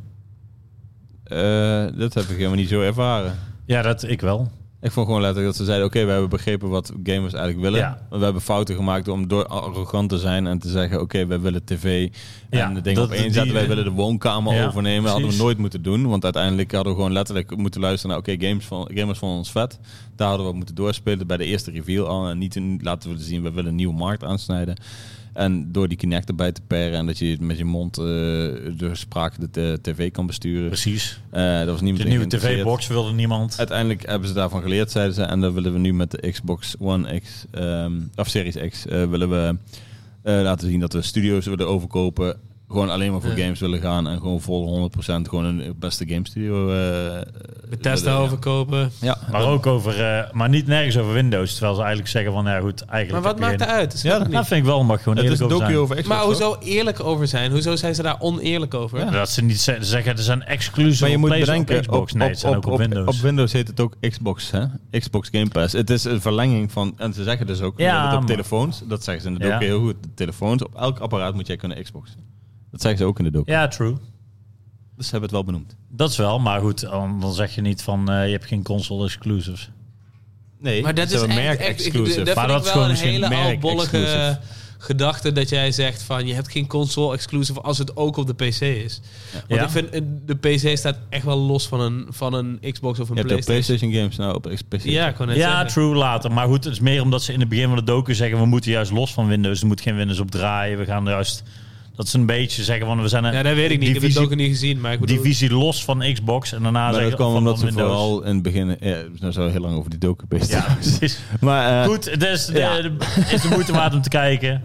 Uh, dat heb ik helemaal niet zo ervaren. Ja, dat ik wel. Ik vond gewoon letterlijk dat ze zeiden, oké, okay, we hebben begrepen wat gamers eigenlijk willen. Ja. We hebben fouten gemaakt om door arrogant te zijn en te zeggen, oké, okay, wij willen tv en Ja, de dingen dat- op één die- zetten. Wij willen de woonkamer Ja, overnemen. Dat hadden we precies. nooit moeten doen, want uiteindelijk hadden we gewoon letterlijk moeten luisteren naar, oké, okay, games van, gamers vonden ons vet. Daar hadden we moeten doorspelen bij de eerste reveal al. En niet in, laten we zien, we willen een nieuwe markt aansnijden. En door die Kinect erbij te paren en dat je met je mond uh, door spraak de t- tv kan besturen. Precies. Uh, dat was niemand De nieuwe geïnteresseerd. tv-box wilde niemand. Uiteindelijk hebben ze daarvan geleerd, zeiden ze. En dan willen we nu met de Xbox One X, um, of Series X, uh, willen we uh, laten zien dat we studio's willen overkopen. Gewoon alleen maar voor Ja. games willen gaan. En gewoon vol honderd procent gewoon een beste game studio. Uh, Bethesda willen- overkopen. Ja, Maar ook over, uh, maar niet nergens over Windows. Terwijl ze eigenlijk zeggen van, ja goed, Maar eigenlijk... wat heb je maakt geen- het uit? Dat Ja, snap ik Dat niet. vind ik wel, mag gewoon het is eerlijk een over docu zijn. over Xbox. Maar toch? hoezo eerlijk over zijn? Hoezo zijn ze daar oneerlijk over? Ja. Dat ze niet ze- zeggen, er zijn exclusive Maar je moet PlayStation op bedenken, Xbox. op, Nee, op, het zijn op, ook op, op, Windows. op Windows heet het ook Xbox, hè? Xbox Game Pass. Het is een verlenging van, en ze zeggen dus ook, Ja, dat op maar- telefoons, dat zeggen ze in de docu Ja. heel goed, de telefoons, op elk apparaat moet jij kunnen Xboxen. Dat zeggen ze ook in de docu. Ja, true. Dus ze hebben het wel benoemd. Dat is wel, maar goed, dan, dan zeg je niet van, uh, je hebt geen console exclusives. Nee, Maar dat ze is hebben echt, merk echt ik, exclusive. dat Maar vind dat ik is wel gewoon een misschien hele merk oudbollige exclusive. gedachte dat jij zegt van je hebt geen console exclusive als het ook op de P C is. Want Ja. ik vind eh, de P C staat echt wel los van een, van een Xbox of een Je hebt ook PlayStation. PlayStation games nou op P C. Ja, ik kon net Ja, zeggen. true, later. Maar goed, het is meer omdat ze in het begin van de docu zeggen, we moeten juist los van Windows. Er moet geen Windows op draaien. We gaan juist... Dat ze een beetje zeggen van, we zijn een Ja, dat weet ik niet. Ik heb het divisie, ook niet gezien, maar ik bedoel... divisie los van Xbox. En daarna Maar zeggen dat kwam van, omdat van ze Windows. vooral in het begin... Ja, nou zo heel lang over die docu bezig Ja, zijn. precies. Maar uh, Goed, het is de, ja. de- is de moeite waard om te kijken.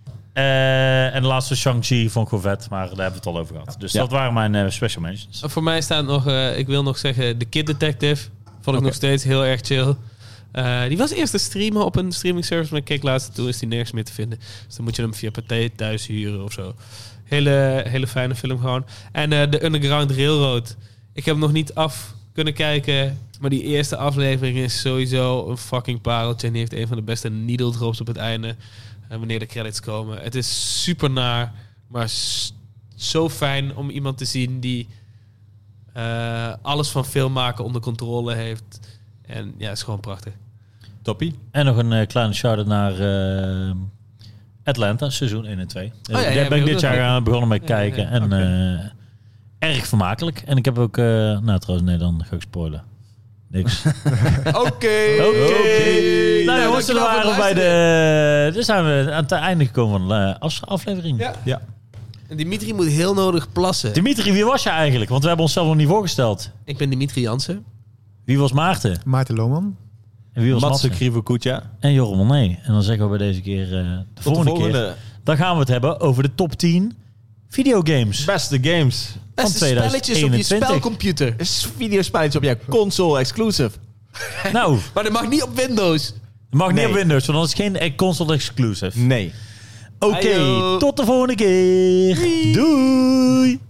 Uh, en de laatste Shang-Chi vond ik gewoon vet, maar daar hebben we het al over gehad. Dus Ja. dat waren mijn uh, special mentions. Voor mij staat nog, uh, ik wil nog zeggen, The Kid Detective. Vond ik Oké. nog steeds heel erg chill. Uh, die was eerst te streamen op een streaming service, maar ik keek laatst toe, is die nergens meer te vinden. Dus dan moet je hem via Pathé thuis huren of zo. Hele, hele fijne film gewoon. En uh, The Underground Railroad. Ik heb hem nog niet af kunnen kijken, maar die eerste aflevering is sowieso een fucking pareltje. En die heeft een van de beste needle drops op het einde. Uh, wanneer de credits komen. Het is super naar, maar s- zo fijn om iemand te zien die uh, alles van film maken onder controle heeft. En ja, het is gewoon prachtig. toppie. En nog een uh, kleine shout-out naar uh, Atlanta, seizoen één en twee. ja, ja, Daar heb ben je ik ook dit nog jaar aan begonnen met Ja, kijken. ja, En oké. uh, erg vermakelijk. En ik heb ook... Uh, nou, trouwens, nee, dan ga ik spoilen. Niks. Oké. Oké. Nou, Nou jongens, we dankjewel voor waren het bij de... Dus zijn we aan het einde gekomen van de af- aflevering. Ja. Ja. En Dimitri moet heel nodig plassen. Dimitri, wie was je eigenlijk? Want we hebben onszelf nog niet voorgesteld. Ik ben Dimitri Jansen. Wie was Maarten? Maarten Lohman. En wie was Matze Matze? Krivokucha. En Joram Monet. En dan zeggen we bij deze keer... Uh, de Tot volgende, de volgende. keer... Dan gaan we het hebben over de top tien videogames. Beste games. Beste tweeduizend spelletjes op je eenentwintig. spelcomputer. Is videospelletje op jouw console exclusive. Nou, Maar dat mag niet op Windows. het mag niet Nee. op Windows, want dat is geen eh, console exclusive. Nee. Oké, Ajo. tot de volgende keer. Doei.